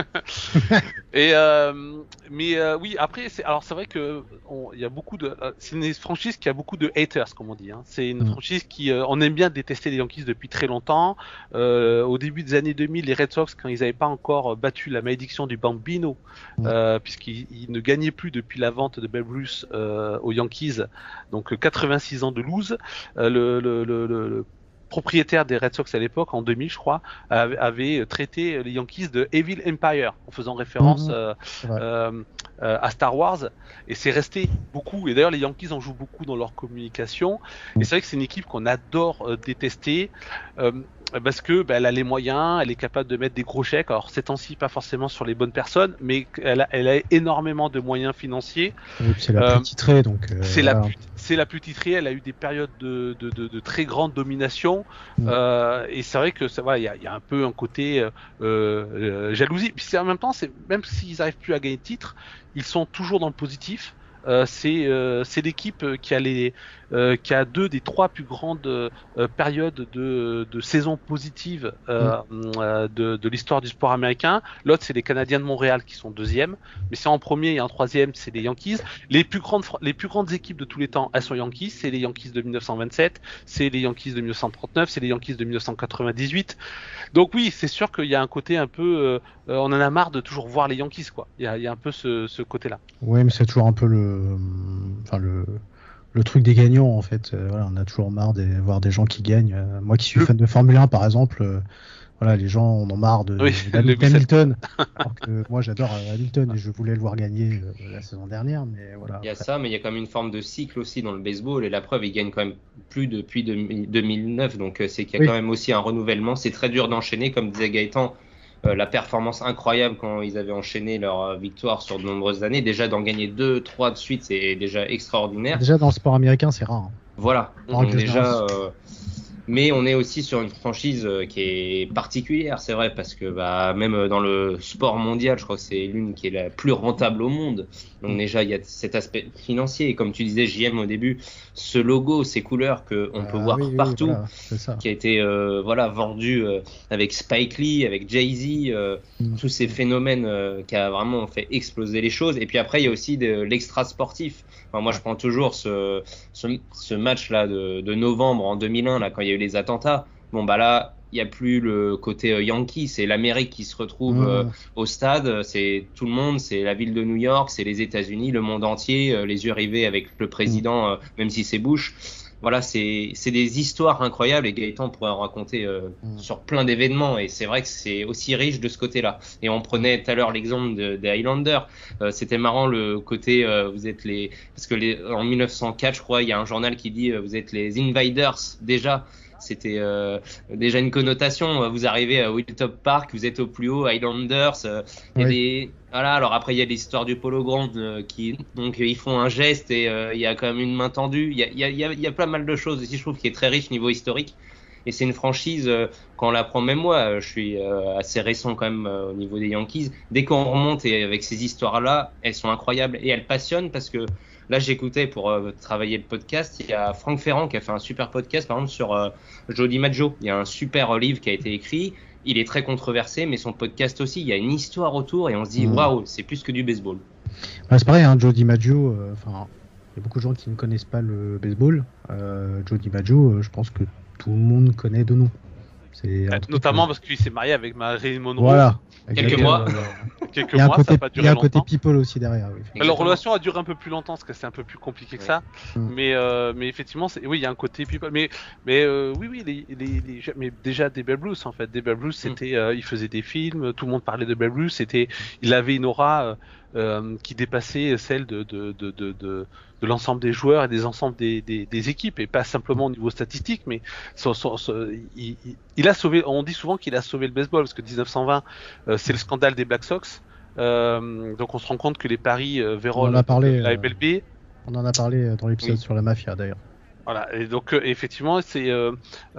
Et euh, mais euh, oui, après, c'est, alors c'est vrai que il y a beaucoup de, c'est une franchise qui a beaucoup de haters, comme on dit. Hein. C'est une mmh. franchise qui, euh, on aime bien détester les Yankees depuis très longtemps. Euh, au début des années deux mille, les Red Sox, quand ils n'avaient pas encore battu la malédiction du Bambino, mmh. euh, puisqu'ils ils ne gagnaient plus depuis la vente de Babe Ruth euh, aux Yankees, donc quatre-vingt-six ans de lose, euh, le, le, le, le propriétaire des Red Sox à l'époque, en deux mille je crois, avait traité les Yankees de Evil Empire, en faisant référence mmh. euh, euh, euh, à Star Wars, et c'est resté beaucoup, et d'ailleurs les Yankees en jouent beaucoup dans leur communication, et c'est vrai que c'est une équipe qu'on adore euh, détester, euh, parce que bah, elle a les moyens, elle est capable de mettre des gros chèques, alors ces temps-ci pas forcément sur les bonnes personnes, mais elle a, elle a énormément de moyens financiers. Et puis c'est la euh, plus titrée, donc... Euh, c'est, voilà. la plus, c'est la plus titrée, elle a eu des périodes de, de, de, de très grande domination, mmh. euh, et c'est vrai que ça, voilà, y a, y a un peu un côté euh, euh, jalousie, puis c'est, en même temps, c'est, même s'ils n'arrivent plus à gagner de titres, ils sont toujours dans le positif. Euh, c'est, euh, c'est l'équipe qui a les, euh, qui a deux des trois plus grandes euh, périodes de, de saison positive euh, mmh. euh, de, de l'histoire du sport américain. L'autre, c'est les Canadiens de Montréal qui sont deuxième, mais c'est en premier et en troisième, c'est les Yankees. Les plus grandes, les plus grandes équipes de tous les temps, elles sont Yankees. C'est les Yankees de dix-neuf cent vingt-sept, c'est les Yankees de dix-neuf cent trente-neuf, c'est les Yankees de dix-neuf cent quatre-vingt-dix-huit. Donc oui, c'est sûr qu'il y a un côté un peu, euh, on en a marre de toujours voir les Yankees, quoi. Il y a, il y a un peu ce, ce côté-là. Oui, mais c'est toujours un peu le, enfin le, le truc des gagnants en fait. Euh, voilà, on a toujours marre de voir des gens qui gagnent. Euh, moi qui suis Le- fan de Formule un par exemple, euh, voilà, les gens en ont marre de Oui, d'Hamil- Lewis d'Hamilton. Alors que moi j'adore euh, Hamilton et je voulais le voir gagner euh, la saison dernière, mais voilà. Il y a après- ça, mais il y a quand même une forme de cycle aussi dans le baseball. Et la preuve, il gagne quand même plus depuis deux mille deux mille neuf. Donc, euh, c'est qu'il y a Oui. quand même aussi un renouvellement. C'est très dur d'enchaîner, comme disait Gaëtan. Euh, la performance incroyable quand ils avaient enchaîné leur euh, victoire sur de nombreuses années. Déjà, d'en gagner deux, trois de suite, c'est déjà extraordinaire. Déjà dans le sport américain, c'est rare. hein. Voilà. En Donc, règle déjà, générale. euh, mais on est aussi sur une franchise euh, qui est particulière, c'est vrai, parce que bah, même euh, dans le sport mondial, je crois que c'est l'une qui est la plus rentable au monde. Donc déjà, il y a cet aspect financier. Et comme tu disais, J M au début, ce logo, ces couleurs qu'on Ah, peut voir oui, oui, partout, voilà, c'est ça. qui a été euh, voilà vendu euh, avec Spike Lee, avec Jay-Z, euh, Mm. tous ces phénomènes euh, qui a vraiment fait exploser les choses. Et puis après, il y a aussi de l'extra sportif. Enfin, moi, je prends toujours ce, ce, ce match-là de, de novembre en deux mille un, là, quand il y a eu les attentats. Bon, bah là, il n'y a plus le côté euh, Yankee, c'est l'Amérique qui se retrouve Mm. euh, au stade, c'est tout le monde, c'est la ville de New York, c'est les États-Unis, le monde entier, euh, les yeux rivés avec le président, euh, même si c'est Bush. Voilà, c'est c'est des histoires incroyables et Gaëtan pourrait en raconter euh, Mm. sur plein d'événements et c'est vrai que c'est aussi riche de ce côté-là. Et on prenait tout à l'heure l'exemple de, des Highlanders. Euh, c'était marrant le côté euh, vous êtes les parce que les en mille neuf cent quatre, je crois, il y a un journal qui dit euh, vous êtes les Invaders déjà. C'était euh, déjà une connotation. Vous arrivez à Hilltop Park, vous êtes au plus haut, Highlanders. Euh, il y a Oui. des voilà. Alors après, il y a l'histoire du Polo Ground euh, qui donc ils font un geste et euh, il y a quand même une main tendue. Il y a il y a il y a, il y a pas mal de choses aussi. Je trouve qui est très riche niveau historique. Et c'est une franchise euh, quand on la prend. Même moi, euh, je suis euh, assez récent quand même euh, au niveau des Yankees. Dès qu'on remonte et avec ces histoires-là, elles sont incroyables et elles passionnent parce que là, j'écoutais pour euh, travailler le podcast. Il y a Franck Ferrand qui a fait un super podcast, par exemple, sur euh, Joe DiMaggio. Il y a un super livre qui a été écrit. Il est très controversé, mais son podcast aussi. Il y a une histoire autour et on se dit, Mm. waouh, c'est plus que du baseball. Ouais, c'est pareil, hein, Joe DiMaggio, euh, enfin, il y a beaucoup de gens qui ne connaissent pas le baseball. Euh, Joe DiMaggio, euh, je pense que tout le monde connaît de nom. C'est un truc, Notamment euh, parce qu'il s'est marié avec Marilyn Monroe. voilà. Quelques Exactement. mois. Quelques Il y a un mois, côté, ça n'a pas il duré y a un côté longtemps. people aussi derrière. Oui. Leur Exactement. relation a duré un peu plus longtemps parce que c'est un peu plus compliqué que Oui. ça. Mm. Mais, euh, mais effectivement, c'est, oui, il y a un côté people. Mais, mais euh, oui, oui, les, les, les, mais déjà des Babe Ruth en fait. Des Babe Ruth, c'était, euh, il faisait des films, tout le monde parlait de Babe Ruth. C'était, il avait une aura euh, euh, qui dépassait celle de de de de, de, de l'ensemble des joueurs et des ensembles des, des, des équipes et pas simplement au niveau statistique, mais son, son, son, il, il, il a sauvé. On dit souvent qu'il a sauvé le baseball parce que dix-neuf cent vingt, euh, c'est le scandale des Black Sox. Euh, donc on se rend compte que les paris euh, On vérolent en a parlé, la euh, M L B. On en a parlé euh, dans l'épisode Oui. sur la mafia d'ailleurs. Voilà, et donc euh, effectivement, c'est euh,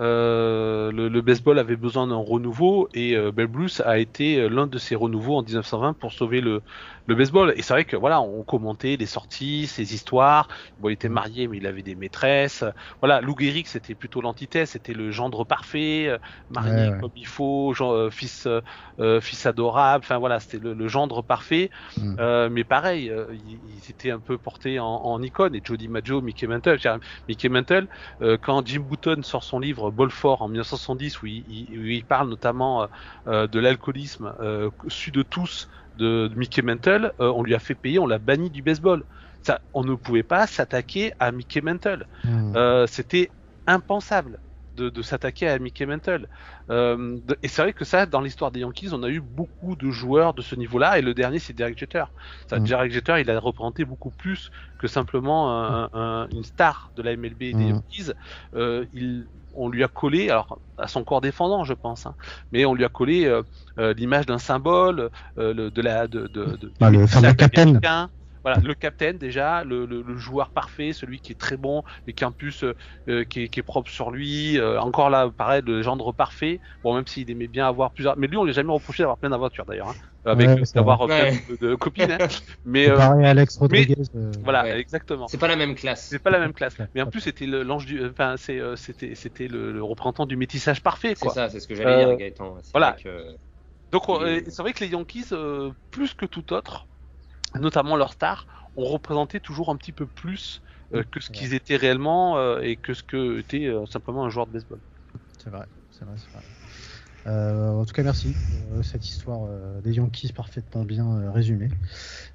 euh, le, le baseball avait besoin d'un renouveau et euh, Babe Ruth a été euh, l'un de ces renouveaux en dix-neuf cent vingt pour sauver le, le baseball. Et c'est vrai que voilà, on commentait les sorties, ses histoires. Bon, il était Mm. marié, mais il avait des maîtresses. Voilà, Lou Gehrig, c'était plutôt l'antithèse, c'était le gendre parfait, euh, marié Ouais, ouais. comme il faut, genre, euh, fils, euh, euh, fils adorable. Enfin voilà, c'était le, le gendre parfait. Mm. Euh, mais pareil, euh, ils, ils étaient un peu portés en, en icône. Et Joe DiMaggio, Mickey Mantle, je veux dire, Mickey Mantle, euh, quand Jim Button sort son livre Ball Four en mille neuf cent soixante-dix, où il, il, où il parle notamment euh, de l'alcoolisme euh, su de tous de, de Mickey Mantle, euh, on lui a fait payer, on l'a banni du baseball. Ça, on ne pouvait pas s'attaquer à Mickey Mantle. Mm. Euh, c'était impensable de, de s'attaquer à Mickey Mantle. Euh, de, et c'est vrai que ça, dans l'histoire des Yankees, on a eu beaucoup de joueurs de ce niveau-là. Et le dernier, c'est Derek Jeter. Ça, Mm. Derek Jeter, il a représenté beaucoup plus que simplement un, un, une star de la M L B et des Mm. Yankees. Euh, il, on lui a collé, alors à son corps défendant, je pense, hein, mais on lui a collé euh, euh, l'image d'un symbole, euh, le, de la, de, de, de, Bah, du le fameux métissage captain. américain. Voilà, le captain déjà, le, le, le joueur parfait, celui qui est très bon, mais qui en plus euh, qui, est, qui est propre sur lui. Euh, encore là, pareil, le gendre parfait. Bon, même s'il aimait bien avoir plusieurs, mais lui, on lui a jamais reproché d'avoir plein d'aventures d'ailleurs, hein, avec Ouais, euh, c'est d'avoir vrai. plein de, de copines. Hein. Mais C'est euh, pareil, Alex Rodriguez. euh, voilà, Ouais. exactement. C'est pas la même classe. C'est pas la même classe. Ouais. Mais en plus, c'était le- l'ange du, enfin, c'est, euh, c'était, c'était le, le représentant du métissage parfait, C'est quoi. ça, c'est ce que j'allais Euh, dire, Gaëtan. C'est voilà. vrai que- Donc, on- Et- euh, c'est vrai que les Yankees, euh, plus que tout autre, notamment leurs stars, ont représenté toujours un petit peu plus euh, que ce c'est qu'ils étaient réellement euh, et que ce que était euh, simplement un joueur de baseball. C'est vrai, c'est vrai, c'est vrai. Euh, en tout cas, merci pour euh, cette histoire euh, des Yankees parfaitement bien euh, résumée.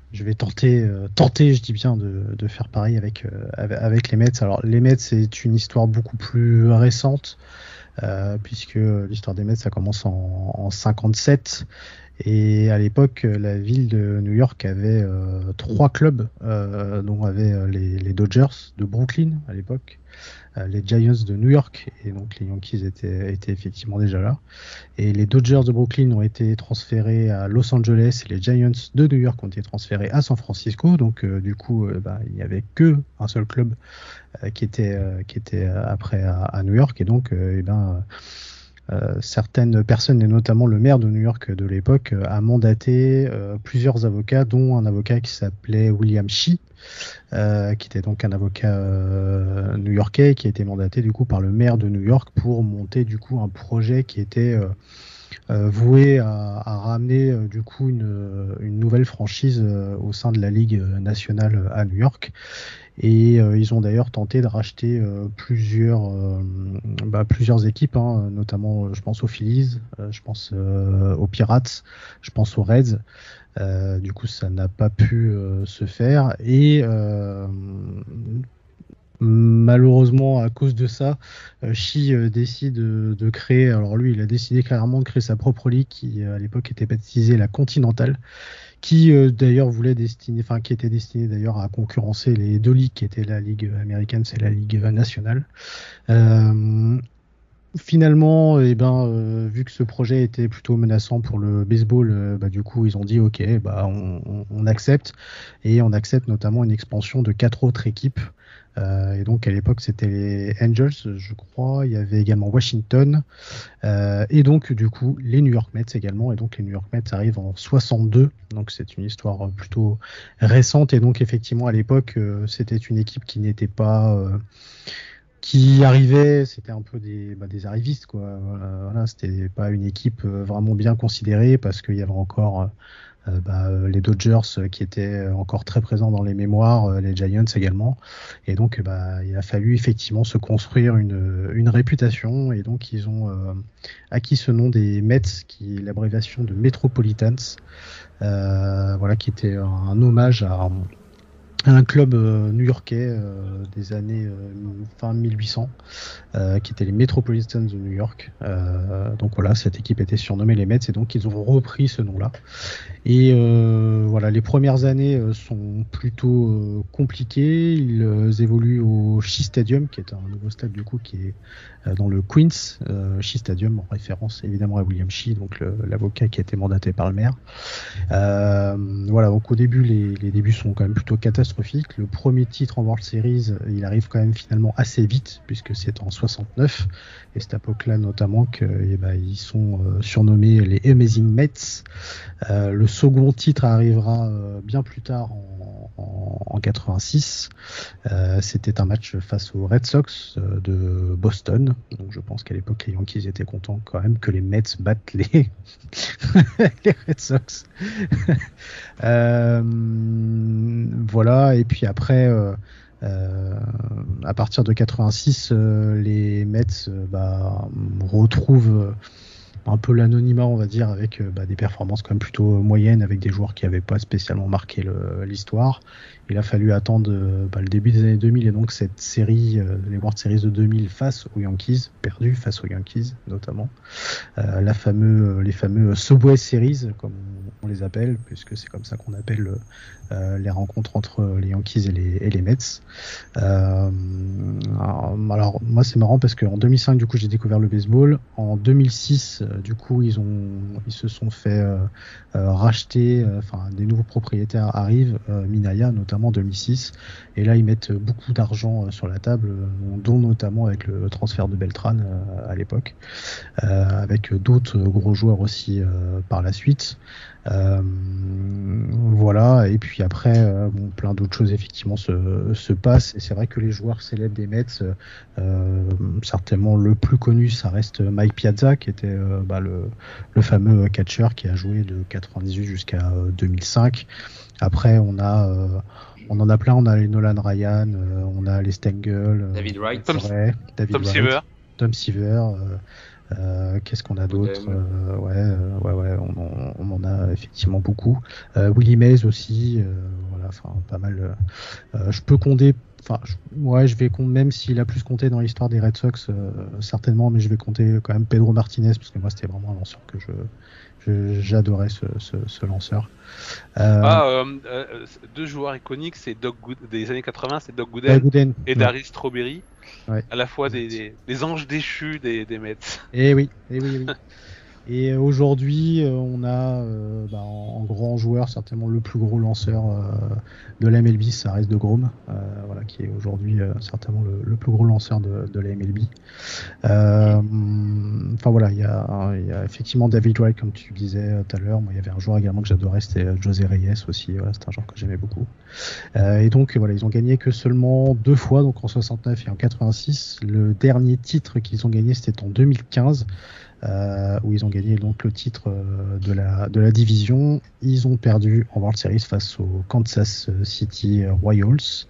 je vais tenter, euh, tenter, je dis bien, de, de faire pareil avec, euh, avec les Mets. Alors, les Mets, c'est une histoire beaucoup plus récente, euh, puisque l'histoire des Mets, ça commence en, en cinquante-sept. Et à l'époque, la ville de New York avait euh, trois clubs, euh, dont avait euh, les, les Dodgers de Brooklyn à l'époque, euh, les Giants de New York, et donc les Yankees étaient, étaient effectivement déjà là. Et les Dodgers de Brooklyn ont été transférés à Los Angeles, et les Giants de New York ont été transférés à San Francisco. Donc euh, du coup, euh, bah, il n'y avait que un seul club euh, qui était, euh, qui était euh, après à, à New York, et donc, euh, et ben. Euh, certaines personnes, et notamment le maire de New York de l'époque, euh, a mandaté euh, plusieurs avocats, dont un avocat qui s'appelait William Shea, euh, qui était donc un avocat euh, new-yorkais, qui a été mandaté du coup par le maire de New York pour monter du coup un projet qui était euh, euh, voué à, à ramener euh, du coup une, une nouvelle franchise euh, au sein de la Ligue nationale à New York. Et euh, ils ont d'ailleurs tenté de racheter euh, plusieurs, euh, bah, plusieurs équipes, hein, notamment je pense aux Phillies, euh, je pense euh, aux Pirates, je pense aux Reds. Euh, du coup, ça n'a pas pu euh, se faire. Et euh, malheureusement, à cause de ça, euh, Shea euh, décide de, de créer. Alors lui, il a décidé clairement de créer sa propre ligue qui, à l'époque, était baptisée la Continental, qui euh, d'ailleurs voulait destiner, enfin qui était destinée d'ailleurs à concurrencer les deux ligues qui étaient la Ligue américaine, c'est la Ligue nationale. Euh, finalement, eh ben, euh, vu que ce projet était plutôt menaçant pour le baseball, euh, bah, du coup ils ont dit ok, bah on, on, on accepte, et on accepte notamment une expansion de quatre autres équipes. Euh, et donc à l'époque c'était les Angels, je crois. Il y avait également Washington, euh, et donc du coup les New York Mets également. Et donc les New York Mets arrivent en soixante-deux, donc c'est une histoire plutôt récente. Et donc effectivement à l'époque euh, c'était une équipe qui n'était pas euh, qui arrivait, c'était un peu des, bah, des arrivistes, quoi. Voilà, voilà, c'était pas une équipe euh, vraiment bien considérée, parce qu'il y avait encore euh, bah, les Dodgers euh, qui étaient encore très présents dans les mémoires, euh, les Giants également. Et donc bah, il a fallu effectivement se construire une, une réputation, et donc ils ont euh, acquis ce nom des Mets, qui est l'abréviation de Metropolitans, euh, voilà, qui était un, un hommage à un club euh, new-yorkais euh, des années euh, fin mille huit cents, euh, qui était les Metropolitans de New York. Euh, donc voilà, cette équipe était surnommée les Mets, et donc ils ont repris ce nom-là. Et euh, voilà, les premières années euh, sont plutôt euh, compliquées. Ils euh, évoluent au Shea Stadium, qui est un nouveau stade du coup qui est euh, dans le Queens. Euh, Shea Stadium, en référence évidemment à William Shea, donc le, l'avocat qui a été mandaté par le maire. Euh, voilà, donc au début, les, les débuts sont quand même plutôt catastrophiques. Le premier titre en World Series, il arrive quand même finalement assez vite, puisque c'est en soixante-neuf, et c'est à époque-là notamment que eh ben, ils sont euh, surnommés les Amazing Mets. Euh, le second titre arrivera euh, bien plus tard en, en, en quatre-vingt-six. Euh, c'était un match face aux Red Sox euh, de Boston. Donc je pense qu'à l'époque les Yankees étaient contents quand même que les Mets battent les, les Red Sox. euh, voilà, et puis après euh, euh, à partir de quatre-vingt-six, euh, les Mets euh, bah, retrouvent un peu l'anonymat, on va dire, avec euh, bah, des performances quand même plutôt moyennes, avec des joueurs qui n'avaient pas spécialement marqué le, l'histoire. Il a fallu attendre euh, bah, le début des années deux mille, et donc cette série, euh, les World Series de deux mille face aux Yankees, perdu face aux Yankees notamment, euh, la fameux, les fameux Subway Series, comme on, on les appelle, puisque c'est comme ça qu'on appelle euh, les rencontres entre les Yankees et les, et les Mets. Euh, alors moi c'est marrant parce qu'en deux mille cinq, du coup, j'ai découvert le baseball. En deux mille six, euh, du coup, ils ont, ils se sont fait euh, euh, racheter, enfin euh, des nouveaux propriétaires arrivent, euh, Minaya notamment en deux mille six, et là ils mettent beaucoup d'argent euh, sur la table, euh, dont notamment avec le transfert de Beltran euh, à l'époque, euh, avec d'autres gros joueurs aussi euh, par la suite. Euh, voilà, et puis après euh, bon, plein d'autres choses effectivement se, se passent, et c'est vrai que les joueurs célèbres des Mets, euh, certainement le plus connu, ça reste Mike Piazza, qui était euh, bah, le, le fameux catcheur qui a joué de quatre-vingt-dix-huit jusqu'à euh, deux mille cinq. Après on a euh, on en a plein, on a les Nolan Ryan, euh, on a les Stengel, David Wright, Tom, vrai, David Tom Wright, Seaver, Tom Seaver, euh, Euh, qu'est-ce qu'on a d'autre euh, Ouais, euh, ouais, ouais, on, on, on en a effectivement beaucoup. Euh, Willie Mays aussi, euh, voilà, enfin pas mal. Euh, je peux compter, enfin, je, ouais, je vais compter, même s'il a plus compté dans l'histoire des Red Sox, euh, certainement, mais je vais compter quand même Pedro Martinez parce que moi c'était vraiment un lanceur que je, je j'adorais ce, ce, ce lanceur. Euh... Ah, euh, euh, deux joueurs iconiques, c'est Doug Good... des années quatre-vingts, c'est Doug Gooden, Gooden, et Darryl Strawberry. Ouais. À la fois des, des, des anges déchus des, des Mets. Et oui, et oui, oui. Et aujourd'hui, euh, on a euh, bah, en, en grand joueur, certainement le plus gros lanceur euh, de la M L B, ça reste DeGrom, euh, voilà, qui est aujourd'hui euh, certainement le, le plus gros lanceur de, de la M L B. Euh, enfin voilà, il y a, y a effectivement David Wright, comme tu disais tout à l'heure. Moi, il y avait un joueur également que j'adorais, c'était José Reyes aussi. Voilà, c'est un joueur que j'aimais beaucoup. Euh, et donc voilà, ils ont gagné que seulement deux fois, donc en soixante-neuf et en quatre-vingt-six. Le dernier titre qu'ils ont gagné, c'était en deux mille quinze. Euh, où ils ont gagné donc le titre euh, de la de la division. Ils ont perdu en World Series face aux Kansas City Royals.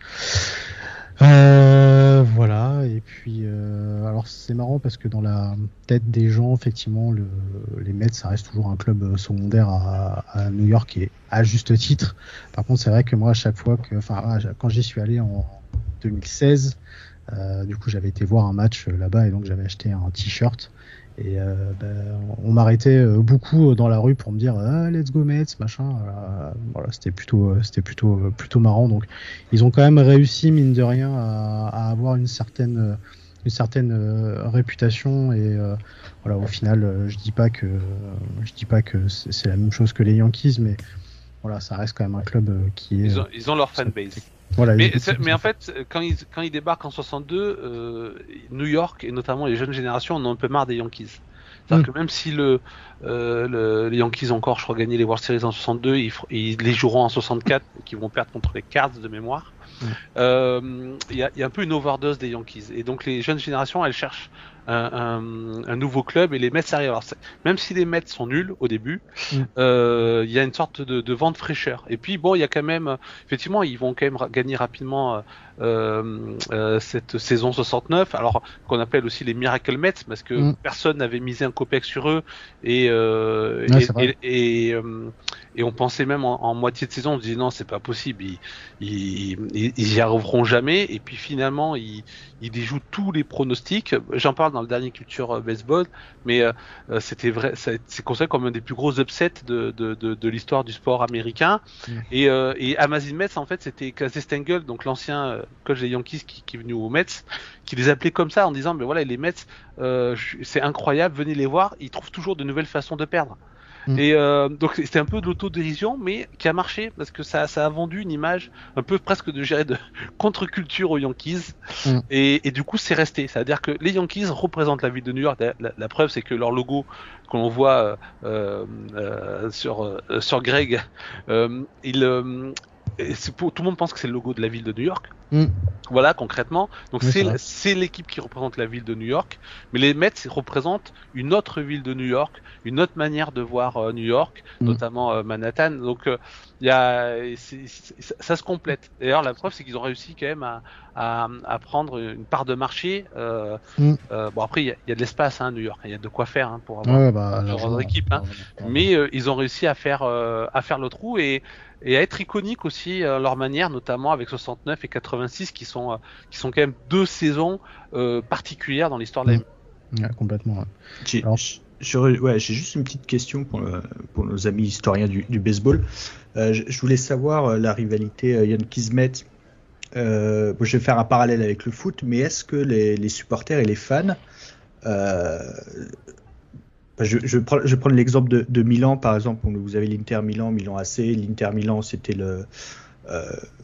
Euh, voilà, et puis euh, alors c'est marrant parce que dans la tête des gens, effectivement, le, les Mets, ça reste toujours un club secondaire à, à New York et à juste titre. Par contre, c'est vrai que moi, à chaque fois que, enfin, quand j'y suis allé en deux mille seize, euh, du coup, j'avais été voir un match là-bas et donc j'avais acheté un t-shirt. Et euh, bah, on m'arrêtait beaucoup dans la rue pour me dire ah, let's go Mets, machin. Voilà, voilà, c'était plutôt, c'était plutôt, plutôt marrant. Donc, ils ont quand même réussi mine de rien à, à avoir une certaine, une certaine euh, réputation. Et euh, voilà, au final, euh, je dis pas que, je dis pas que c'est, c'est la même chose que les Yankees, mais voilà, ça reste quand même un club qui est. Ils ont, ils ont leur fanbase. Voilà, mais, mais en fait, quand ils, quand ils débarquent en soixante-deux, euh, New York et notamment les jeunes générations en ont un peu marre des Yankees. C'est-à-dire mmh. que même si le, euh, le, les Yankees ont encore, je crois, gagné les World Series en soixante-deux, ils, ils les joueront en soixante-quatre, qui vont perdre contre les Cards de mémoire. Il mmh. euh, y, a, y a un peu une overdose des Yankees. Et donc les jeunes générations, elles cherchent un, un, un nouveau club et les Mets arrivent. Alors, même si les Mets sont nuls au début, il mmh. euh, y a une sorte de, de vent de fraîcheur. Et puis bon, il y a quand même, effectivement, ils vont quand même gagner rapidement euh, euh, cette saison soixante-neuf. Alors qu'on appelle aussi les Miracle Mets parce que mmh. personne n'avait misé un copec sur eux et euh, ouais, et, et, et, euh, et on pensait même en, en moitié de saison, on se disait non, c'est pas possible, ils, ils, ils, ils y arriveront jamais. Et puis finalement, ils, ils déjouent tous les pronostics. J'en parle dans le dernier Culture Baseball, mais euh, c'était vrai, c'est considéré comme un des plus gros upsets de, de, de, de l'histoire du sport américain. Mmh. Et, euh, et Amazing Mets, en fait, c'était Casey Stengel, donc l'ancien coach des Yankees qui, qui est venu aux Mets, qui les appelait comme ça en disant, mais voilà, les Mets, euh, c'est incroyable, venez les voir, ils trouvent toujours de nouvelles façons de perdre. Mmh. Et euh, donc c'était un peu de l'autodérision, mais qui a marché parce que ça, ça a vendu une image un peu presque de gérer de contre-culture aux Yankees. Mmh. Et, et du coup, c'est resté. C'est-à-dire que les Yankees représentent la ville de New York. La, la, la preuve, c'est que leur logo que l'on voit euh, euh, sur euh, sur Greg, euh, il euh, pour, tout le monde pense que c'est le logo de la ville de New York. Mmh. Voilà, concrètement. Donc oui, c'est, c'est l'équipe qui représente la ville de New York, mais les Mets représentent une autre ville de New York, une autre manière de voir euh, New York, mmh. notamment euh, Manhattan. Donc il euh, y a, c'est, c'est, ça se complète. D'ailleurs, la preuve, c'est qu'ils ont réussi quand même à, à, à prendre une part de marché. Euh, mmh. euh, bon, après, il y, y a de l'espace, hein, New York. Il y a de quoi faire hein, pour avoir ouais, bah, leur équipe. Hein. Mais euh, ils ont réussi à faire euh, à faire le trou et et à être iconique aussi euh, leur manière, notamment avec soixante-neuf et quatre-vingt-six qui sont euh, qui sont quand même deux saisons euh, particulières dans l'histoire de la M L B. Ouais, complètement. Ouais. J'ai, Alors, je, ouais, j'ai juste une petite question pour, le, pour nos amis historiens du, du baseball. Euh, je, je voulais savoir euh, la rivalité euh, Yankees-Mets. Euh, bon, je vais faire un parallèle avec le foot, mais est-ce que les, les supporters et les fans euh, Je, je, prends, je prends l'exemple de, de Milan, par exemple. Vous avez l'Inter Milan, Milan A C. L'Inter Milan, c'était le. Euh,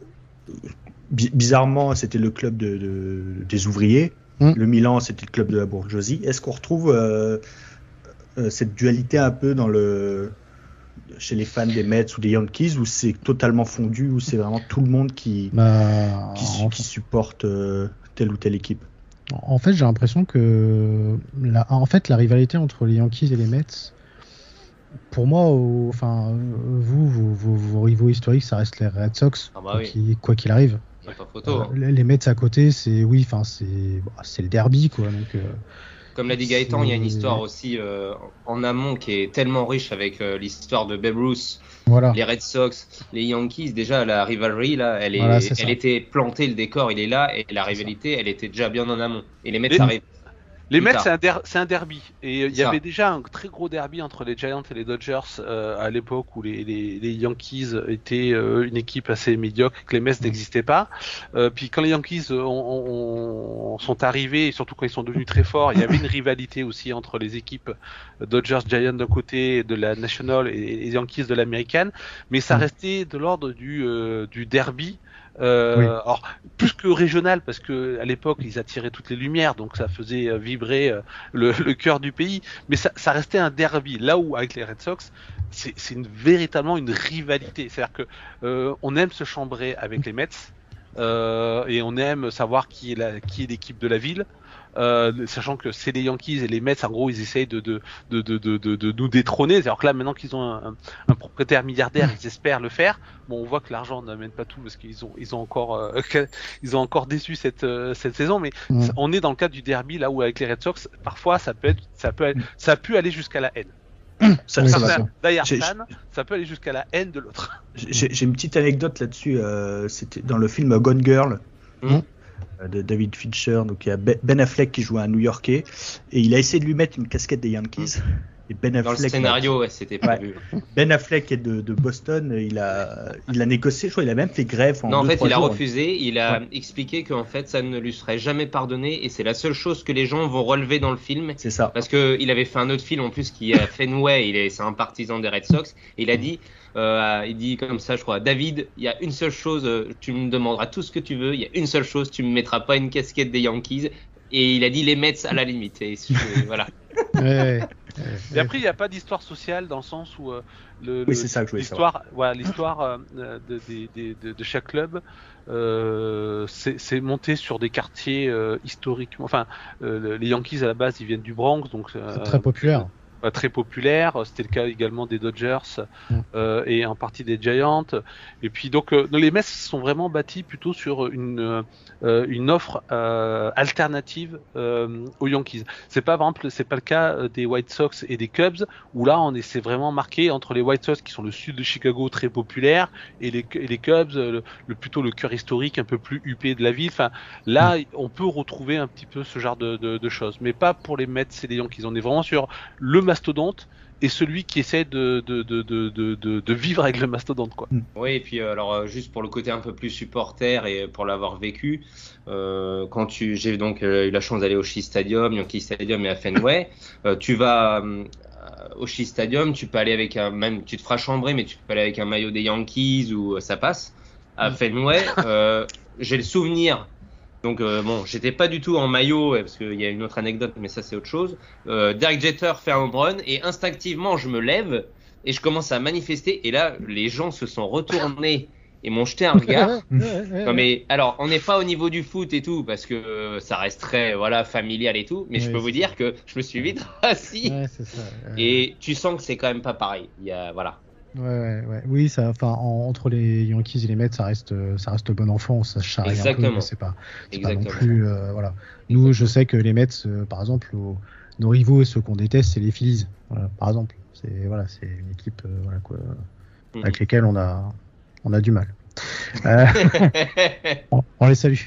bizarrement, c'était le club de, de, des ouvriers. Mmh. Le Milan, c'était le club de la bourgeoisie. Est-ce qu'on retrouve euh, euh, cette dualité un peu dans le, chez les fans des Mets ou des Yankees, où c'est totalement fondu, où c'est vraiment tout le monde qui, bah, qui, en... qui supporte euh, telle ou telle équipe? En fait, j'ai l'impression que la, en fait, la rivalité entre les Yankees et les Mets, pour moi, au, enfin, vous, vos, vos, vos rivaux historiques, ça reste les Red Sox, ah bah quoi, oui. qu'il, quoi qu'il arrive. Pas photo, hein. euh, les Mets à côté, c'est oui, enfin, c'est, bah, c'est le derby, quoi. Donc, euh, Comme l'a dit Gaëtan, il y a une histoire aussi euh, en amont qui est tellement riche avec euh, l'histoire de Babe Ruth, voilà. Les Red Sox, les Yankees. Déjà, la rivalry, là, elle, est, voilà, elle était plantée, le décor, il est là, et la rivalité, elle était déjà bien en amont. Et les Mets arrivent. Les Mets, c'est un, der- c'est un derby. Et il y ça. avait déjà un très gros derby entre les Giants et les Dodgers euh, à l'époque où les, les, les Yankees étaient euh, une équipe assez médiocre, que les Mets mmh. n'existaient pas. Euh, puis quand les Yankees ont, ont, sont arrivés, et surtout quand ils sont devenus très forts, il y avait une rivalité aussi entre les équipes Dodgers, Giants d'un côté de la National et les Yankees de l'américaine. Mais ça mmh. restait de l'ordre du, euh, du derby. Euh, oui. Alors plus que régional parce que à l'époque ils attiraient toutes les lumières donc ça faisait euh, vibrer euh, le, le cœur du pays, mais ça, ça restait un derby. Là où avec les Red Sox c'est, c'est une, véritablement une rivalité, c'est-à-dire que euh, on aime se chambrer avec les Mets euh, et on aime savoir qui est, la, qui est l'équipe de la ville. Euh, sachant que c'est les Yankees et les Mets, en gros, ils essayent de, de, de, de, de, de, de nous détrôner. Alors que là, maintenant qu'ils ont un, un, un propriétaire milliardaire, ils espèrent le faire. Bon, on voit que l'argent n'amène pas tout parce qu'ils ont, ils ont encore, euh, ils ont encore déçu cette, euh, cette saison. Mais mmh. on est dans le cadre du derby, là où avec les Red Sox, parfois, ça peut être, ça peut, être, ça a pu aller jusqu'à la haine. Ça, oui, ça, ça, d'ailleurs, fan, ça peut aller jusqu'à la haine de l'autre. J'ai, j'ai une petite anecdote là-dessus. Euh, c'était dans le film Gone Girl. Mmh. De David Fincher, donc il y a Ben Affleck qui joue un New-Yorkais et il a essayé de lui mettre une casquette des Yankees. Et Ben Affleck, dans le scénario, ouais, c'était prévu. Ouais. Ben Affleck est de, de Boston, il a, il a négocié, je crois, il a même fait grève. En non, en deux, fait, il a jours. refusé. Il a ouais. expliqué qu'en fait, ça ne lui serait jamais pardonné et c'est la seule chose que les gens vont relever dans le film. C'est ça. Parce que il avait fait un autre film en plus qui a Fenway, il est, c'est un partisan des Red Sox. Et il a dit, euh, il dit comme ça, je crois, David, il y a une seule chose, tu me demanderas tout ce que tu veux. Il y a une seule chose, tu me mettras pas une casquette des Yankees. Et il a dit les Mets à la limite. Et voilà. Ouais. Et après, il n'y a pas d'histoire sociale dans le sens où euh, le, oui, le, c'est ça que je voulais l'histoire, savoir. voilà, l'histoire euh, de, de, de, de, de chaque club, euh, c'est, c'est monté sur des quartiers euh, historiquement. Enfin, euh, les Yankees à la base, ils viennent du Bronx, donc euh, c'est très populaire. Euh, très populaire. C'était le cas également des Dodgers mmh. euh, et en partie des Giants. Et puis donc, euh, les Mets sont vraiment bâtis plutôt sur une euh, une offre euh, alternative euh, aux Yankees. C'est pas par exemple, c'est pas le cas des White Sox et des Cubs où là on est c'est vraiment marqué entre les White Sox qui sont le sud de Chicago très populaire et les et les Cubs le, le plutôt le cœur historique un peu plus huppé de la ville. Enfin là mmh. on peut retrouver un petit peu ce genre de, de, de choses, mais pas pour les Mets et les Yankees. On est vraiment sur le mastodonte et celui qui essaie de, de, de, de, de, de vivre avec le mastodonte, quoi. Oui, et puis alors juste pour le côté un peu plus supporter et pour l'avoir vécu, euh, quand tu, j'ai donc euh, eu la chance d'aller au Shea Stadium, Yankee Stadium et à Fenway, euh, tu vas euh, au Shea Stadium, tu peux aller avec un, même tu te feras chambrer, mais tu peux aller avec un maillot des Yankees ou euh, ça passe. À Fenway, euh, j'ai le souvenir. Donc euh, bon, j'étais pas du tout en maillot parce qu'il y a une autre anecdote, mais ça c'est autre chose. Euh, Derek Jeter fait un home run et instinctivement je me lève et je commence à manifester et là les gens se sont retournés et m'ont jeté un regard. Non mais alors on n'est pas au niveau du foot et tout parce que euh, ça reste très voilà familial et tout, mais oui, je peux vous dire que je me suis vite assis ouais, c'est ça, ouais. Et tu sens que c'est quand même pas pareil. Il y a voilà. Ouais, ouais, ouais. Oui, ça, enfin, entre les Yankees et les Mets, ça reste, ça reste bon enfant, ça charrie Exactement. un peu, mais c'est pas, c'est pas non plus, euh, voilà. Nous, Exactement. Je sais que les Mets, euh, par exemple, aux, nos rivaux, ceux qu'on déteste, c'est les Phillies, voilà, par exemple. C'est, voilà, c'est une équipe, euh, voilà, quoi, mm-hmm. avec lesquelles on a, on a du mal. Euh, on, on les salue.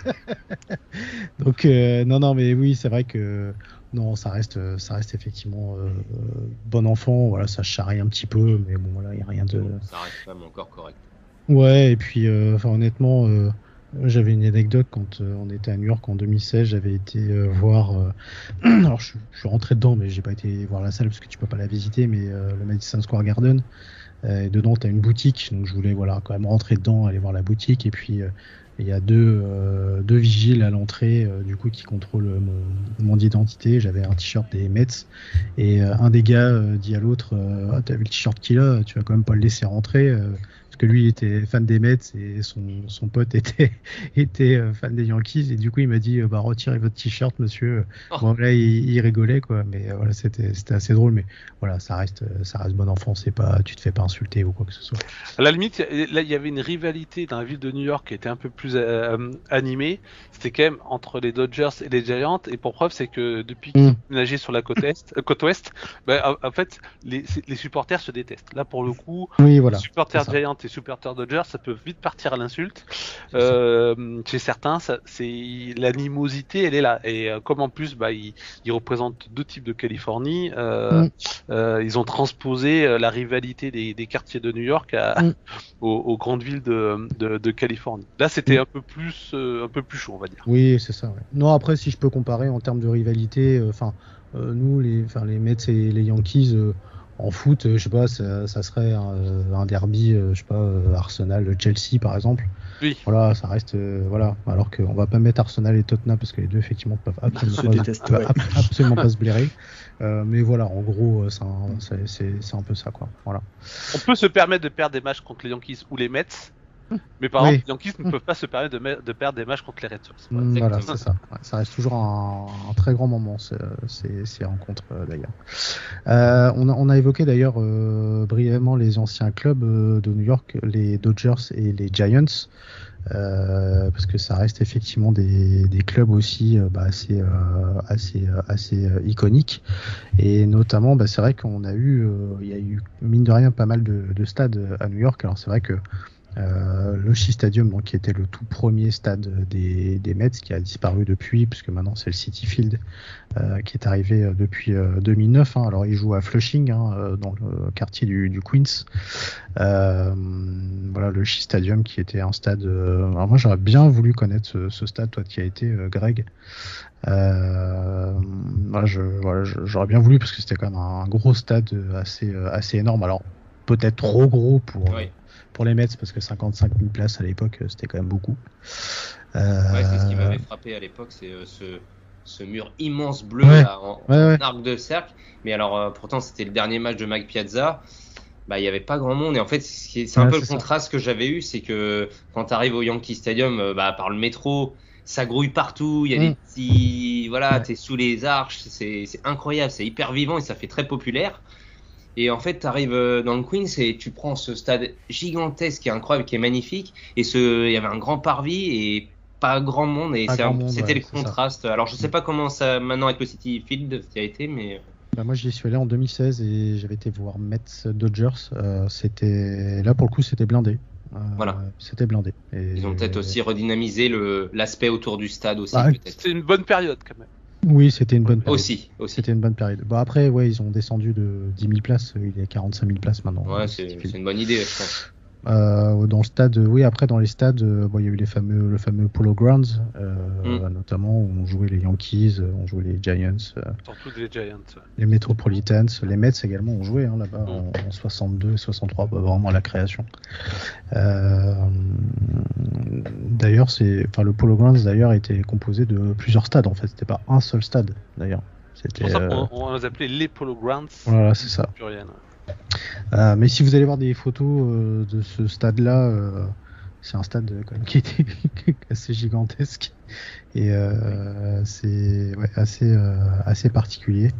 Donc, euh, non, non, mais oui, c'est vrai que. Non, ça reste, ça reste effectivement euh, bon enfant. Voilà, ça charrie un petit peu, mais bon, voilà, il y a rien de. Ça reste quand même encore correct. Ouais, et puis, euh, enfin, honnêtement, euh, j'avais une anecdote quand euh, on était à New York en deux mille seize. J'avais été euh, voir. Euh... Alors, je, je suis rentré dedans, mais j'ai pas été voir la salle parce que tu peux pas la visiter. Mais euh, le Madison Square Garden. Euh, et dedans, t'as une boutique, donc je voulais, voilà, quand même rentrer dedans, aller voir la boutique, et puis. Euh, Il y a deux, euh, deux vigiles à l'entrée euh, du coup qui contrôlent mon, mon identité. J'avais un t-shirt des Mets et euh, un des gars euh, dit à l'autre euh, ah, t'as vu le t-shirt qu'il a, tu vas quand même pas le laisser rentrer euh, parce que lui il était fan des Mets et son, son pote était, était euh, fan des Yankees et du coup il m'a dit euh, bah retirez votre t-shirt monsieur. Oh. Bon là il, il rigolait quoi, mais euh, voilà c'était c'était assez drôle, mais voilà ça reste ça reste bon enfant, c'est pas tu te fais pas insulter ou quoi que ce soit. À la limite là il y avait une rivalité dans la ville de New York qui était un peu plus euh, animée, c'était quand même entre les Dodgers et les Giants, et pour preuve c'est que depuis qu'ils mm. nageaient sur la côte est, euh, côte ouest, bah, en, en fait les, les supporters se détestent. Là pour le coup, oui, voilà, les supporters Giants et supporters Dodgers, ça peut vite partir à l'insulte. Euh, chez certains, ça, c'est l'animosité, elle est là. Et euh, comme en plus, bah, ils, ils représentent deux types de Californie, euh, mm. euh, ils ont transposé euh, la rivalité des, des quartiers de New York à, mm. aux, aux grandes villes de, de, de Californie. Là, c'était mm. un peu plus, euh, un peu plus chaud, on va dire. Oui, c'est ça. Ouais. Non, après, si je peux comparer en termes de rivalité, enfin, euh, euh, nous, les, enfin, les Mets et les Yankees. Euh, En foot, je sais pas, ça, ça serait un, un derby, je sais pas, Arsenal-Chelsea par exemple. Oui. Voilà, ça reste, euh, voilà. Alors qu'on va pas mettre Arsenal et Tottenham parce que les deux effectivement peuvent absolument, pas, détestent, ouais. absolument pas se blairer. Euh, mais voilà, en gros, c'est un, c'est, c'est, c'est un peu ça, quoi. Voilà. On peut se permettre de perdre des matchs contre les Yankees ou les Mets. Mais par oui. exemple, les Yankees ne peuvent pas se permettre de, me- de perdre des matchs contre les Red Sox. Mmh, voilà, c'est ça. Ouais, ça reste toujours un, un très grand moment, ces, ces, ces rencontres, euh, d'ailleurs. Euh, on, a, on a évoqué d'ailleurs euh, brièvement les anciens clubs euh, de New York, les Dodgers et les Giants, euh, parce que ça reste effectivement des, des clubs aussi euh, bah, assez, euh, assez, euh, assez euh, iconiques. Et notamment, bah, c'est vrai qu'on a eu, il euh, y a eu mine de rien pas mal de, de stades à New York. Alors c'est vrai que Euh, le Shea Stadium, donc, qui était le tout premier stade des, des Mets, qui a disparu depuis, puisque maintenant c'est le Citi Field, euh, qui est arrivé euh, depuis euh, deux mille neuf. Hein. Alors il joue à Flushing, hein, euh, dans le quartier du, du Queens. Euh, voilà, le Shea Stadium, qui était un stade. Euh, alors moi j'aurais bien voulu connaître ce, ce stade, toi qui as été, euh, Greg. Euh, voilà, je, voilà, je, j'aurais bien voulu parce que c'était quand même un gros stade assez, assez énorme. Alors peut-être trop gros pour. Oui. Pour les Mets, parce que cinquante-cinq mille places à l'époque, c'était quand même beaucoup. Euh... Ouais, c'est ce qui m'avait frappé à l'époque, c'est euh, ce, ce mur immense bleu ouais. là, en, ouais, en ouais. arc de cercle. Mais alors, euh, pourtant, c'était le dernier match de Mike Piazza. Bah, il n'y avait pas grand monde. Et en fait, c'est, c'est un ouais, peu c'est le contraste ça. que j'avais eu, c'est que quand tu arrives au Yankee Stadium, euh, bah, par le métro, ça grouille partout. Il y a mmh. des petits, voilà, ouais. t'es sous les arches. C'est, c'est incroyable, c'est hyper vivant et ça fait très populaire. Et en fait, tu arrives dans le Queens et tu prends ce stade gigantesque qui est incroyable, qui est magnifique. Et ce, il y avait un grand parvis et pas grand monde. Et c'est un, monde, c'était ouais, le contraste. Ça. Alors, je sais pas comment ça maintenant avec le Citi Field qui a été, mais. Bah moi, j'y suis allé en deux mille seize et j'avais été voir Mets Dodgers. Euh, c'était là pour le coup, c'était blindé. Euh, voilà. C'était blindé. Et... Ils ont peut-être aussi redynamisé le l'aspect autour du stade aussi. Ah, peut-être. C'était une bonne période quand même. Oui, c'était une bonne période. Aussi, aussi. C'était une bonne période. Bon, après, ouais, ils ont descendu de dix mille places. Il y a quarante-cinq mille places maintenant. Ouais, c'est, c'est une bonne idée, je pense. Euh, dans le stade, oui, après, dans les stades, bon, il y a eu les fameux, le fameux Polo Grounds, euh, mm. notamment, où on jouait les Yankees, on jouait les Giants. Surtout les Giants. Ouais. Les Metropolitans, les Mets également ont joué, hein, là-bas, mm. en, en soixante-deux, soixante-trois, bah, vraiment à la création. Euh, d'ailleurs, c'est, enfin, le Polo Grounds, d'ailleurs, était composé de plusieurs stades, en fait. C'était pas un seul stade, d'ailleurs. C'était, c'est pour ça euh... qu'on on les appelait les Polo Grounds. Voilà, c'est ça. Pluriel. Euh, mais si vous allez voir des photos euh, de ce stade-là, euh, c'est un stade quand même qui était assez gigantesque et euh, c'est ouais, assez euh, assez particulier.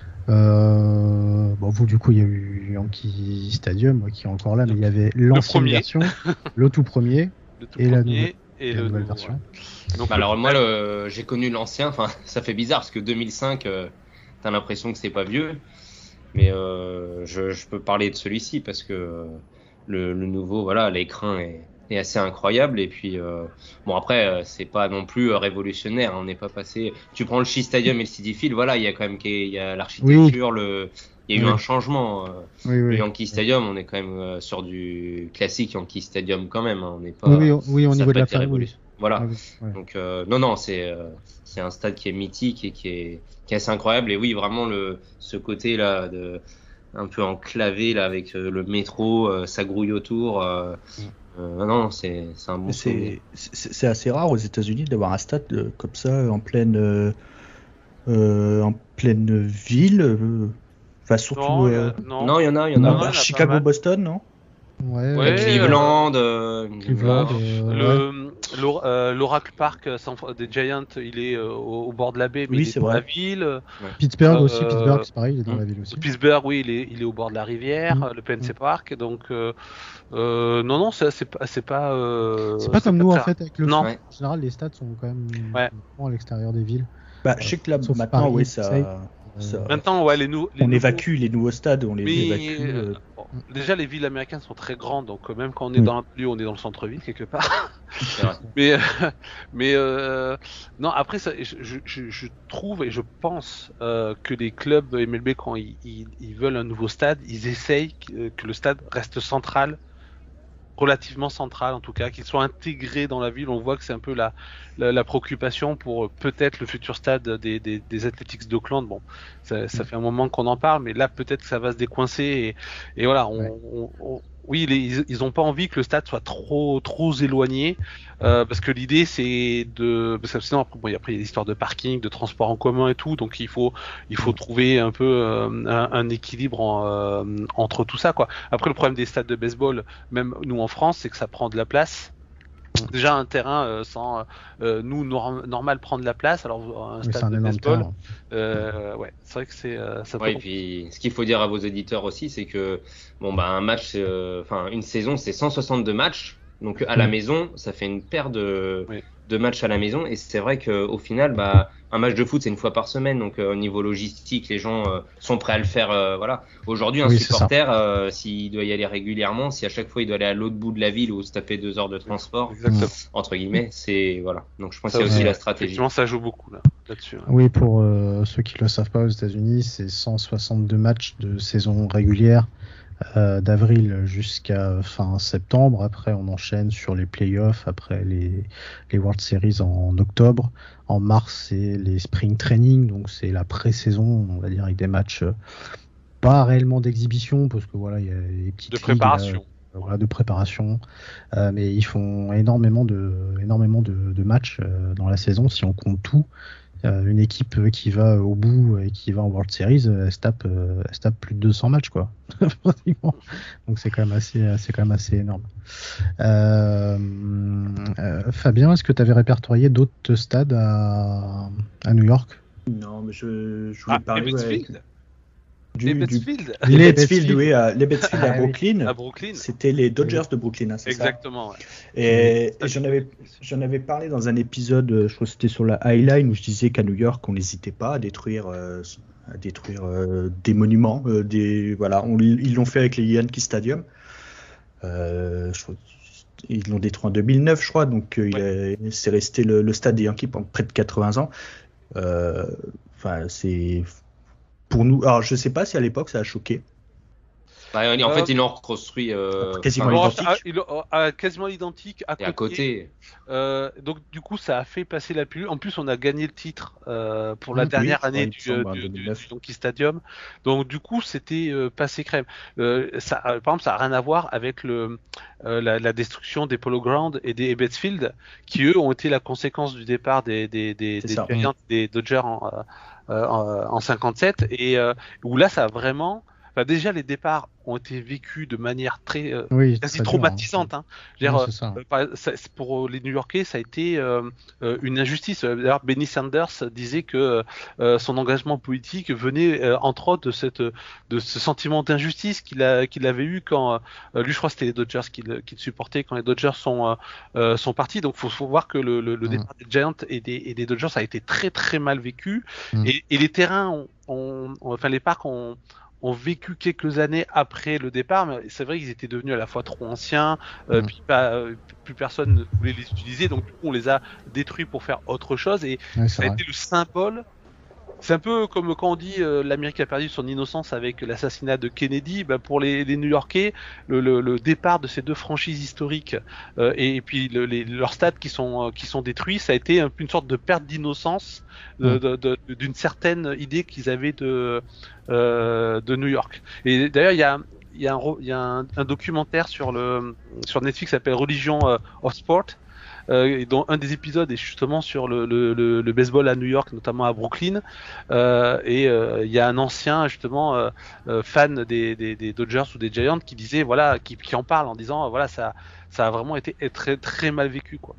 Euh, bon, vous du coup il y a eu Yankee Stadium qui est encore là, mais il y avait l'ancienne version, le tout premier, le tout et premier la nouvelle, et et la le nouvelle nouveau, version. Ouais. Donc bah alors moi le, j'ai connu l'ancien, enfin ça fait bizarre parce que deux mille cinq, euh, t'as l'impression que c'est pas vieux. Mais euh, je, je peux parler de celui-ci parce que le, le nouveau, voilà, l'écran est, est assez incroyable. Et puis, euh, bon, après, c'est pas non plus révolutionnaire. On n'est pas passé. Tu prends le Shea Stadium et le Citi Field, voilà, il y a quand même il y a l'architecture, oui. le, il y a eu oui. un changement. Oui, oui. Le Yankee Stadium, on est quand même sur du classique Yankee Stadium quand même. Hein. On n'est pas. Oui, oui, oui au niveau de la révolution. Voilà. Ah, oui, ouais. Donc, euh, non, non, c'est, euh, c'est un stade qui est mythique et qui est, qui est assez incroyable. Et oui, vraiment, le, ce côté-là, de, un peu enclavé, là, avec euh, le métro, euh, ça grouille autour. Euh, mm. euh, non, c'est, c'est un bon c'est, c'est, c'est assez rare aux États-Unis d'avoir un stade euh, comme ça, en pleine, euh, euh, en pleine ville. Enfin, surtout. Non, euh, non. non, il y en a, il y en a. Non, Chicago, Boston, non? Ouais, Ouais, Cleveland, euh, Cleveland, Euh, euh, le, l'Or- euh, l'Oracle Park euh, San- des Giants, il est euh, au, au bord de la baie, mais Oui, il est c'est dans vrai. la ville. Pittsburgh aussi, Euh, Pittsburgh, c'est pareil, il est dans hmm. la ville aussi. Pittsburgh, oui, il est, il est au bord de la rivière, Mm. euh, le P N C Mm. Park. Donc, euh, euh, non, non, c'est c'est pas, c'est pas. euh, C'est pas comme nous en fait, avec le Non. foot. Ouais. En général, les stades sont quand même Ouais. à l'extérieur des villes. Bah, je sais que là, Sauf maintenant, Paris, oui, Marseille, ça, euh, ça- Maintenant, ouais, les, nou- les on nouveaux- évacue les nouveaux stades, on les Mais évacue. euh, euh, bon, déjà, les villes américaines sont très grandes, donc euh, même quand on est Oui. dans un lieu, on est dans le centre-ville quelque part. C'est vrai. Mais, euh, mais euh, non, après, ça, je, je- je, je trouve et je pense euh, que les clubs M L B, quand ils, ils, ils veulent un nouveau stade, ils essayent que, que le stade reste central, relativement central en tout cas, qu'il soit intégré dans la ville. On voit que c'est un peu la, la, la préoccupation pour euh, peut-être le futur stade des, des, des Athletics d'Oakland. Bon, ça, ça fait un moment qu'on en parle, mais là peut-être que ça va se décoincer et, et voilà. On, Ouais. on, on- oui, les, ils, ils ont pas envie que le stade soit trop trop éloigné euh, parce que l'idée c'est de parce que sinon après, bon, il y a après il y a l'histoire de parking, de transport en commun et tout, donc il faut il faut trouver un peu euh, un, un équilibre en, euh, entre tout ça quoi. Après le problème des stades de baseball, même nous en France, c'est que ça prend de la place. Déjà un terrain euh, sans euh, nous norm- normal prend de la place, alors un Oui, c'est stade un de énorme baseball, terrain. euh, ouais, c'est vrai que c'est euh, ça peut Ouais, et puis ce qu'il faut dire à vos éditeurs aussi, c'est que bon bah un match, euh, enfin une saison, c'est cent soixante-deux matchs. Donc à la Mm. maison, ça fait une paire de, Oui. de matchs à la maison. Et c'est vrai qu'au final, bah un match de foot, c'est une fois par semaine. Donc euh, au niveau logistique, les gens euh, sont prêts à le faire. euh, voilà. Aujourd'hui, un Oui, c'est ça. supporter, euh, s'il doit y aller régulièrement, si à chaque fois il doit aller à l'autre bout de la ville ou se taper deux heures de transport, exactement. entre guillemets, c'est voilà. Donc je pense Ça qu'il y a aussi aussi, la ouais. stratégie. Effectivement, ça joue beaucoup là, là-dessus. Ouais. Oui, pour euh, ceux qui ne le savent pas aux États-Unis, c'est cent soixante-deux matchs de saison régulière euh, d'avril jusqu'à fin septembre. Après, on enchaîne sur les playoffs, après les, les World Series en octobre. En mars, c'est les spring training, donc c'est la pré-saison, on va dire, avec des matchs euh, pas réellement d'exhibition, parce que voilà, il y a les petites De ligues, préparation. euh, voilà, de préparation, euh, mais ils font énormément de, énormément de, de matchs euh, dans la saison, si on compte tout. Euh, une équipe qui va au bout et qui va en World Series, euh, elle se tape, euh, elle se tape plus de deux cents matchs, quoi. Pratiquement. Donc c'est quand même assez, c'est quand même assez énorme. Euh, euh, Fabien, est-ce que tu avais répertorié d'autres stades à, à New York? Non, mais je, je voulais Ah, parler les ouais, Bettsfield, du, les du- Bettsfield les Les Bettsfield, Bettsfield. oui, à, les Bettsfield Ah, à oui. Brooklyn. à Brooklyn. C'était les Dodgers de Brooklyn, hein, c'est ça. Exactement. Ouais. Et, Oui. et j'en avais, j'en avais parlé dans un épisode, euh, je crois que c'était sur la Highline, où je disais qu'à New York, on n'hésitait pas à détruire, euh, à détruire euh, des monuments. Euh, des, voilà, on- ils l'ont fait avec les Yankee Stadium. Euh, je crois ils l'ont détruit en deux mille neuf, je crois, donc euh, il a- c'est resté le, le stade des Yankees pendant près de quatre-vingts ans. Euh, Enfin, c'est pour nous. Alors, je sais pas si à l'époque ça a choqué. Bah, en Euh, fait, ils l'ont reconstruit euh, Quasiment enfin, Bon, identique. à- il- à- à quasiment identique à et à côté. Euh, donc du coup, ça a fait passer la pilule. En plus, on a gagné le titre euh, pour la Mmh, dernière oui, année il me du, semble, en du, deux mille neuf. du Yankee Stadium. Donc du coup, c'était euh, passé crème. Euh, ça, euh, par exemple, ça a rien à voir avec le euh, la, la destruction des Polo Grounds et des Bettsfield, qui eux ont été la conséquence du départ des des des, C'est des, ça. Giants, des Dodgers en, euh, euh, en, en cinquante-sept et euh, où là, ça a vraiment. Enfin, déjà, les départs ont été vécus de manière très euh, Oui, quasi très dur, traumatisante. Hein. Je veux hein. dire, Oui, c'est ça. euh, par- ça- c'est- pour les New-Yorkais, ça a été euh, euh, une injustice. Euh, D'ailleurs, Benny Sanders disait que euh, son engagement politique venait euh, entre autres de cette de ce sentiment d'injustice qu'il a qu'il avait eu quand euh, lui, je crois, que c'était les Dodgers qu'il qu'il supportait quand les Dodgers sont euh, euh, sont partis. Donc, faut, faut voir que le, le, le Mm. départ des Giants et des, et des Dodgers a été très très mal vécu. Mm. Et, et les terrains, ont, ont- ont- enfin les parcs ont ont vécu quelques années après le départ, mais c'est vrai qu'ils étaient devenus à la fois trop anciens, euh, Mm. puis pas, euh, plus personne ne voulait les utiliser, donc du coup on les a détruits pour faire autre chose, et Ouais, ça c'est a vrai. été le symbole. C'est un peu comme quand on dit euh, l'Amérique a perdu son innocence avec l'assassinat de Kennedy. Ben, pour les, les New-Yorkais, le, le, le départ de ces deux franchises historiques euh, et, et puis le, les, leurs stades qui sont euh, qui sont détruits, ça a été un, une sorte de perte d'innocence de, Mm. de, de, d'une certaine idée qu'ils avaient de euh, de New York. Et d'ailleurs, il y a il y a un, il y a un, un documentaire sur le sur Netflix qui s'appelle Religion euh, of Sport. euh, dont un des épisodes est justement sur le, le, le, le baseball à New York, notamment à Brooklyn, euh, et il euh, y a un ancien justement euh, euh, fan des, des, des Dodgers ou des Giants qui disait voilà, qui, qui en parle en disant voilà ça, ça a vraiment été très très mal vécu quoi.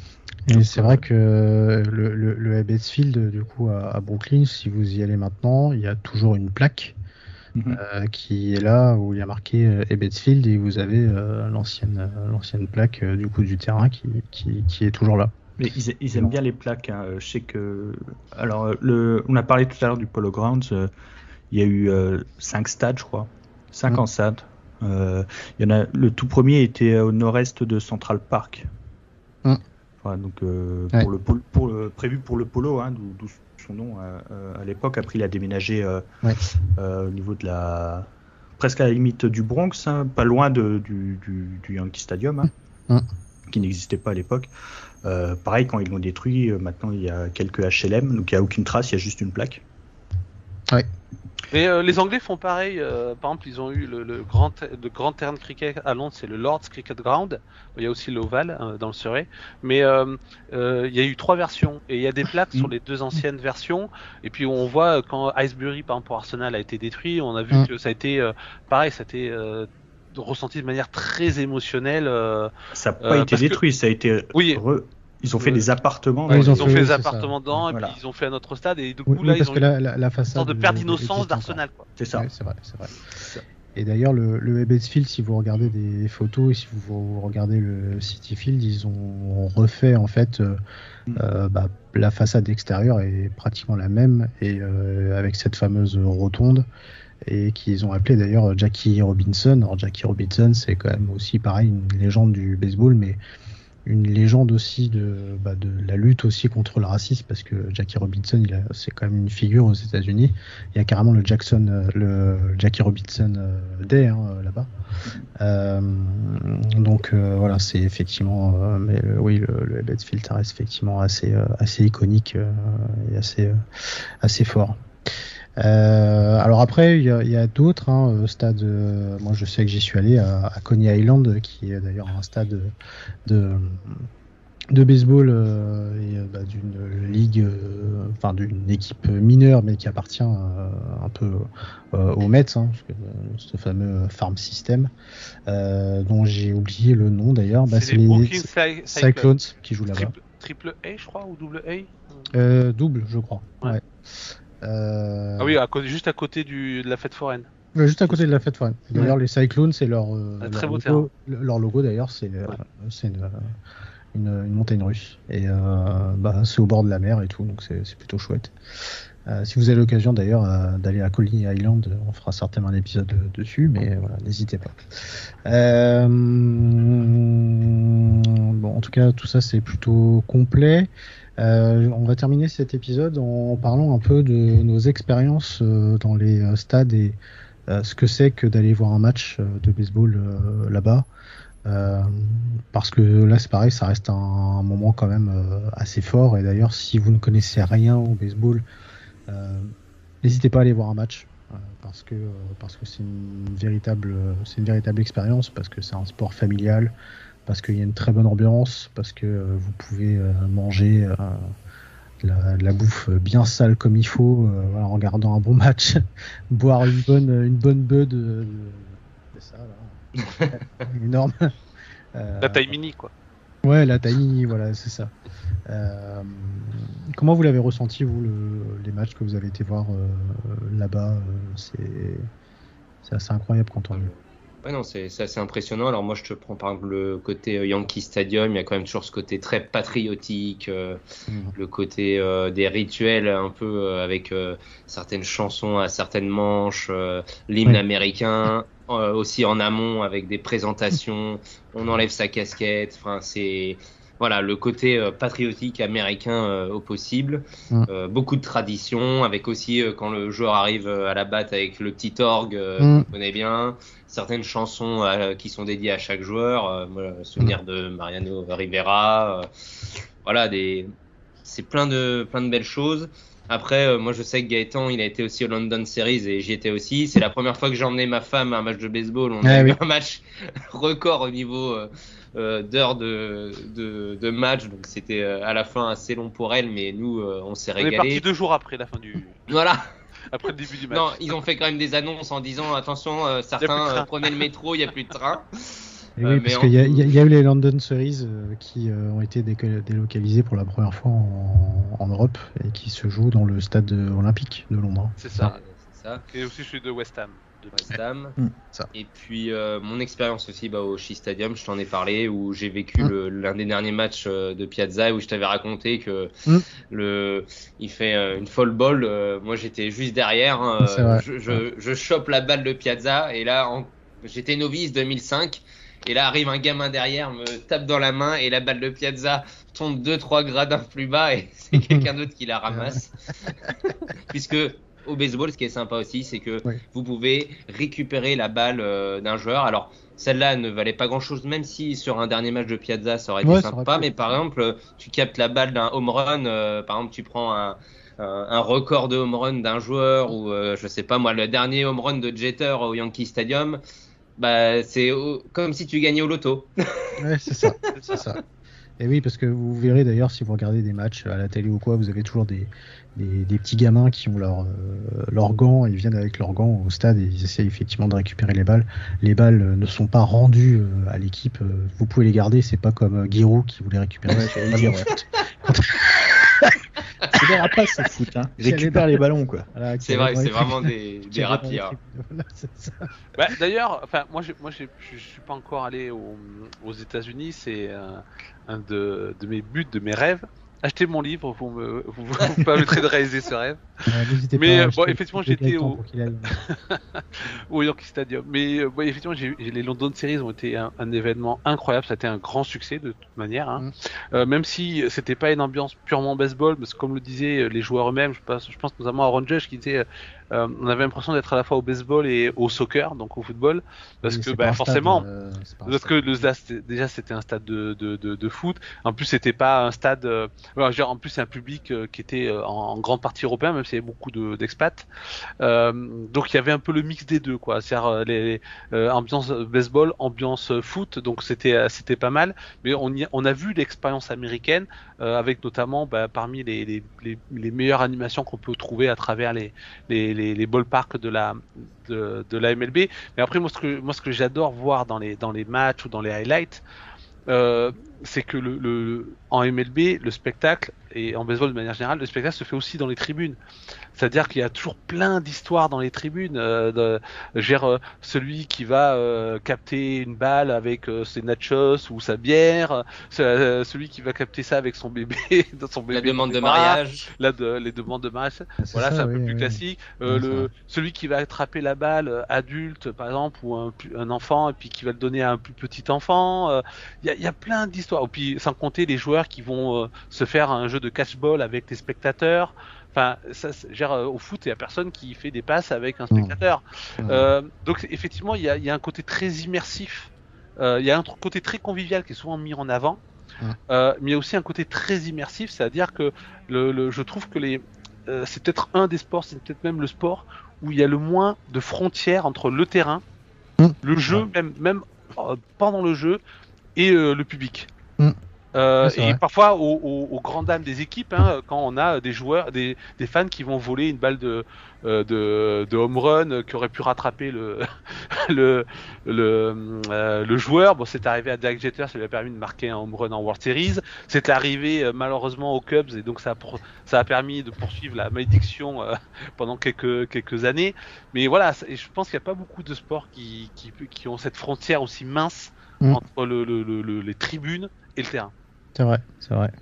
Et c'est vrai que le, le, le Ebbets Field, du coup, à, à Brooklyn, si vous y allez maintenant, il y a toujours une plaque mm-hmm. euh, qui est là où il y a marqué euh, Ebbets Field et vous avez euh, l'ancienne, euh, l'ancienne plaque euh, du coup du terrain qui, qui, qui est toujours là. Mais ils, ils aiment bien les plaques. Hein. Je sais que. Alors, le, on a parlé tout à l'heure du Polo Grounds. Euh, il y a eu euh, cinq stades, je crois. Cinq mm. en stade. Euh, il y en a. Le tout premier était au nord-est de Central Park. Mm. Voilà, donc euh, ouais. pour le pour le prévu pour le polo, hein, d'où, d'où son nom euh, à l'époque. Après, il a déménagé euh, ouais. euh, au niveau de la presque à la limite du Bronx, hein, pas loin de, du, du, du Yankee Stadium, hein, mmh. qui n'existait pas à l'époque. Euh, pareil, quand ils l'ont détruit, euh, maintenant il y a quelques H L M, donc il n'y a aucune trace, il y a juste une plaque. Ouais. Mais euh, les Anglais font pareil. Euh, par exemple, ils ont eu le, le grand, le grand terrain de cricket à Londres, c'est le Lord's Cricket Ground. Il y a aussi l'Oval euh, dans le Surrey. Mais euh, euh, il y a eu trois versions et il y a des plaques mmh. sur les deux anciennes versions. Et puis on voit quand Icebury, par exemple pour Arsenal, a été détruit, on a vu mmh. que ça a été euh, pareil, ça a été euh, ressenti de manière très émotionnelle. Euh, ça n'a pas euh, été détruit, que... ça a été. Oui. Re... Ils ont fait des appartements. Ouais, ils, ont ils ont fait, fait des appartements dedans, et voilà. Puis ils ont fait un autre stade, et du coup oui, là oui, ils ont la, la, la façade une sorte de perte d'innocence d'Arsenal. Quoi. C'est ça. Ouais, c'est vrai, c'est vrai. C'est et d'ailleurs, le, le Ebbets Field, si vous regardez des photos et si vous, vous regardez le City Field, ils ont refait en fait euh, mm. euh, bah, la façade extérieure est pratiquement la même, et euh, avec cette fameuse rotonde. Et qu'ils ont appelé d'ailleurs Jackie Robinson. Alors Jackie Robinson, c'est quand même aussi pareil une légende du baseball, mais une légende aussi de, bah, de la lutte aussi contre le racisme, parce que Jackie Robinson, il a, c'est quand même une figure aux États-Unis. Il y a carrément le Jackson, le Jackie Robinson Day hein, là-bas. Euh, donc euh, voilà, c'est effectivement, euh, mais euh, oui, le, le Ebbets Field reste effectivement assez, euh, assez iconique euh, et assez, euh, assez fort. Euh, alors après, il y a, y a d'autres hein, stades. Euh, moi, je sais que j'y suis allé à, à Coney Island, qui est d'ailleurs un stade de de baseball euh, et bah, d'une ligue, euh, enfin d'une équipe mineure, mais qui appartient euh, un peu euh, aux Mets, hein, parce que, euh, ce fameux farm system, euh, dont j'ai oublié le nom d'ailleurs. Bah, c'est, c'est les, les Cyclones, Cyclones qui jouent là-bas. Triple, triple A, je crois, ou double A. Euh, double, je crois. Ouais. Ouais. Euh... Ah oui, à côté, juste à côté du, de la fête foraine. Ouais, juste à côté de la fête foraine. D'ailleurs, ouais. Les Cyclones, c'est leur, euh, leur, très beau logo, leur logo. D'ailleurs, c'est, ouais. euh, c'est une, une, une montagne russe. Et euh, bah, c'est au bord de la mer et tout, donc c'est, c'est plutôt chouette. Euh, si vous avez l'occasion d'ailleurs euh, d'aller à Coney Island, on fera certainement un épisode dessus, mais voilà, n'hésitez pas. Euh... Bon, en tout cas, tout ça c'est plutôt complet. Euh, on va terminer cet épisode en parlant un peu de nos expériences euh, dans les euh, stades et euh, ce que c'est que d'aller voir un match euh, de baseball euh, là-bas. Euh, parce que là c'est pareil, ça reste un, un moment quand même euh, assez fort. Et d'ailleurs, si vous ne connaissez rien au baseball, euh, n'hésitez pas à aller voir un match euh, parce que euh, parce que c'est une véritable c'est une véritable expérience, parce que c'est un sport familial, parce qu'il y a une très bonne ambiance, parce que euh, vous pouvez euh, manger euh, de, la, de la bouffe bien sale comme il faut euh, voilà, en regardant un bon match, boire une bonne une bonne bud de, de, de ça là, énorme. Euh, la taille mini quoi. Ouais, la taille mini, voilà, c'est ça. Euh, comment vous l'avez ressenti vous le, les matchs que vous avez été voir euh, là-bas euh, c'est c'est assez incroyable quand on. Ouais, non, c'est, c'est assez impressionnant. Alors moi, je te prends par exemple le côté Yankee Stadium. Il y a quand même toujours ce côté très patriotique, euh, mmh. le côté euh, des rituels un peu euh, avec euh, certaines chansons à certaines manches, euh, l'hymne oui. américain, euh, aussi en amont avec des présentations. On enlève sa casquette. Enfin, c'est voilà le côté euh, patriotique américain euh, au possible. Mmh. Euh, beaucoup de traditions, avec aussi euh, quand le joueur arrive euh, à la batte avec le petit orgue euh, mmh. qu'on connaît bien. Certaines chansons euh, qui sont dédiées à chaque joueur, euh, moi, le souvenir de Mariano Rivera, euh, voilà, des, c'est plein de plein de belles choses. Après, euh, moi, je sais que Gaëtan, il a été aussi au London Series et j'y étais aussi. C'est la première fois que j'ai emmené ma femme à un match de baseball. On a Ah, eu oui. un match record au niveau euh, euh, d'heures de, de, de match. Donc, c'était euh, à la fin assez long pour elle, mais nous, euh, on s'est On est régalé. parti deux jours après la fin du. Voilà. Après le début du match. Non, ils ont fait quand même des annonces en disant attention, euh, certains euh, prenaient le métro, il n'y a plus de train. Et Euh, oui, mais parce en- qu'il y, a- il y a- il y a eu les London Series euh, qui euh, ont été déco- délocalisés pour la première fois en, en Europe et qui se jouent dans le stade euh, olympique de Londres. C'est ça. Ouais, c'est ça. Et aussi celui de West Ham. De- West Ham. Mmh, ça. Et puis euh, mon expérience aussi bah, au Shea Stadium, je t'en ai parlé, où j'ai vécu Mmh. le- l'un des derniers matchs euh, de Piazza, où je t'avais raconté que Mmh. le, il fait euh, une folle ball. euh, moi j'étais juste derrière, hein, C'est vrai. je, je, je chope la balle de Piazza et là en- j'étais novice deux mille cinq. Et là arrive un gamin derrière, me tape dans la main et la balle de Piazza tombe deux trois gradins plus bas et c'est quelqu'un d'autre qui la ramasse. Puisque au baseball, ce qui est sympa aussi, c'est que Oui. vous pouvez récupérer la balle euh, d'un joueur. Alors celle-là ne valait pas grand-chose, même si sur un dernier match de Piazza, ça aurait été Ouais, ça sympa. aurait pu. Mais par exemple, tu captes la balle d'un home run. euh, par exemple, tu prends un, un, un record de home run d'un joueur ou euh, je sais pas moi, le dernier home run de Jeter au Yankee Stadium. Bah, c'est au- comme si tu gagnais au loto. Ouais, c'est ça. c'est ça. Et oui, parce que vous verrez d'ailleurs, si vous regardez des matchs à la télé ou quoi, vous avez toujours des, des, des petits gamins qui ont leurs euh, leurs gants, ils viennent avec leurs gants au stade et ils essaient effectivement de récupérer les balles. Les balles euh, ne sont pas rendues euh, à l'équipe, euh, vous pouvez les garder, c'est pas comme euh, Giroud qui voulait récupérer. Ouais, j'allais le dire, ouais. C'est des rapaces au foot, hein. Ils récupèrent les ballons, quoi. Voilà, qui C'est allaient vrai, dans les c'est vraiment tribunes- des, qui des allaient dans les rapières. tribunes. Voilà, c'est ça. Bah, d'ailleurs, enfin, moi, j'ai- moi, j'ai- je je suis pas encore allé au- aux États-Unis. C'est euh, un de, de mes buts, de mes rêves. Achetez mon livre, vous me, vous, vous me permettrez de réaliser ce rêve. Ouais, n'hésitez Mais, pas à euh, bon, acheter effectivement, le ticket j'étais Gaëtan au- pour qu'il aille. au Yankee Stadium. Mais euh, bon, effectivement, j'ai, j'ai- les London Series ont été un, un événement incroyable. Ça a été un grand succès de toute manière. Hein. Mm. Euh, même si c'était pas une ambiance purement baseball, parce que comme le disaient les joueurs eux-mêmes, je pense, je pense notamment à Ron Judge qui disait, euh, on avait l'impression d'être à la fois au baseball et au soccer, donc au football, parce Oui, que c'est bah, pas un forcément. stade, euh, c'est pas un Parce stade. que le stade, c'était- déjà c'était un stade de, de, de, de foot. En plus, c'était pas un stade. Euh, voilà, je veux dire, en plus, c'est un public euh, qui était euh, en, en grande partie européen, même s'il y avait beaucoup de, d'expats. Euh, donc, il y avait un peu le mix des deux, quoi. C'est-à-dire euh, les euh, ambiance baseball, ambiance euh, foot. Donc, c'était euh, c'était pas mal. Mais on y, on a vu l'expérience américaine euh, avec notamment bah, parmi les, les, les, les meilleures animations qu'on peut trouver à travers les les, les, les ballparks de la de, de la M L B. Mais après, moi, ce que moi, ce que j'adore voir dans les dans les matchs ou dans les highlights, euh, c'est que le, le en M L B, le spectacle et en baseball de manière générale, le spectacle se fait aussi dans les tribunes. C'est-à-dire qu'il y a toujours plein d'histoires dans les tribunes. Euh, de, je veux dire, euh, celui qui va euh, capter une balle avec euh, ses nachos ou sa bière, euh, celui qui va capter ça avec son bébé, dans son bébé La demande dans les de bras, mariage. là, de, les demandes de mariage. C'est Voilà, ça, c'est un oui, peu plus oui. classique. Euh, Ouais, c'est le, vrai. celui qui va attraper la balle euh, adulte, par exemple, ou un, pu- un enfant, et puis qui va le donner à un plus petit enfant. euh, Il y, a, il y a plein d'histoires. Et puis, sans compter les joueurs qui vont euh, se faire un jeu de catch-ball avec les spectateurs. Enfin, ça, c'est- genre, euh, au foot, il y a personne qui fait des passes avec un spectateur. Ouais. Euh, donc, effectivement, il y a, il y a un côté très immersif. Euh, il y a un tr- côté très convivial qui est souvent mis en avant. Ouais. Euh, mais il y a aussi un côté très immersif, c'est-à-dire que le, le, je trouve que les, euh, c'est peut-être un des sports, c'est peut-être même le sport où il y a le moins de frontières entre le terrain, Mmh. le jeu, Ouais. même, même euh, pendant le jeu, et euh, le public. Mmh. Euh, Ouais, c'est et vrai. parfois aux, aux, aux grandes dames des équipes, hein, quand on a des joueurs, des, des fans qui vont voler une balle de, euh, de, de home run euh, qui aurait pu rattraper le, le, le, euh, le joueur. Bon, c'est arrivé à Derek Jeter, ça lui a permis de marquer un home run en World Series. C'est arrivé euh, malheureusement aux Cubs et donc ça a, pour, ça a permis de poursuivre la malédiction euh, pendant quelques, quelques années. Mais voilà, c'est- et je pense qu'il n'y a pas beaucoup de sports qui, qui, qui ont cette frontière aussi mince Mm. entre le, le, le, le- les tribunes et le terrain. C'est vrai, c'est vrai.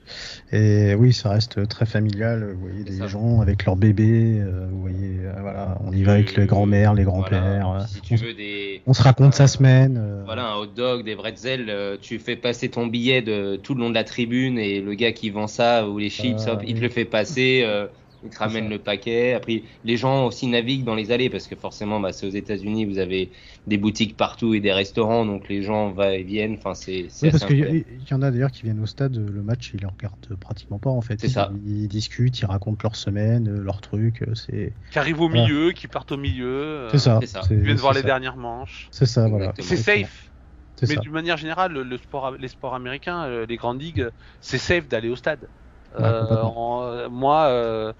Et oui, ça reste très familial. Vous voyez des ça. gens avec leurs bébés. euh, vous voyez, euh, voilà, on y va avec les grands-mères, les grands-pères. Voilà. euh, Si tu on, veux des, on se raconte sa euh, semaine. euh, voilà, un hot dog, des bretzels, euh, tu fais passer ton billet de tout le long de la tribune et le gars qui vend ça ou les chips, Euh, hop, il te oui. le fait passer. euh, Ils te ramènent le paquet. Après, les gens aussi naviguent dans les allées parce que forcément, bah, c'est aux États-Unis, vous avez des boutiques partout et des restaurants, donc les gens vont et viennent. Enfin, c'est, c'est oui, assez parce qu'il incroyable. y, y en a d'ailleurs qui viennent au stade, le match, ils le regardent pratiquement pas en fait. C'est ils, ça. Ils discutent, ils racontent leur semaine, leurs trucs. C'est... Qui arrivent au Voilà. milieu, qui partent au milieu. C'est ça. c'est ça. C'est, Ils viennent c'est voir ça. les dernières manches. C'est ça, voilà. Exactement. C'est safe. C'est Mais ça. d'une manière générale, le, le sport, les sports américains, euh, les grandes ligues, c'est safe d'aller au stade. Ouais, complètement. en- euh, moi, euh,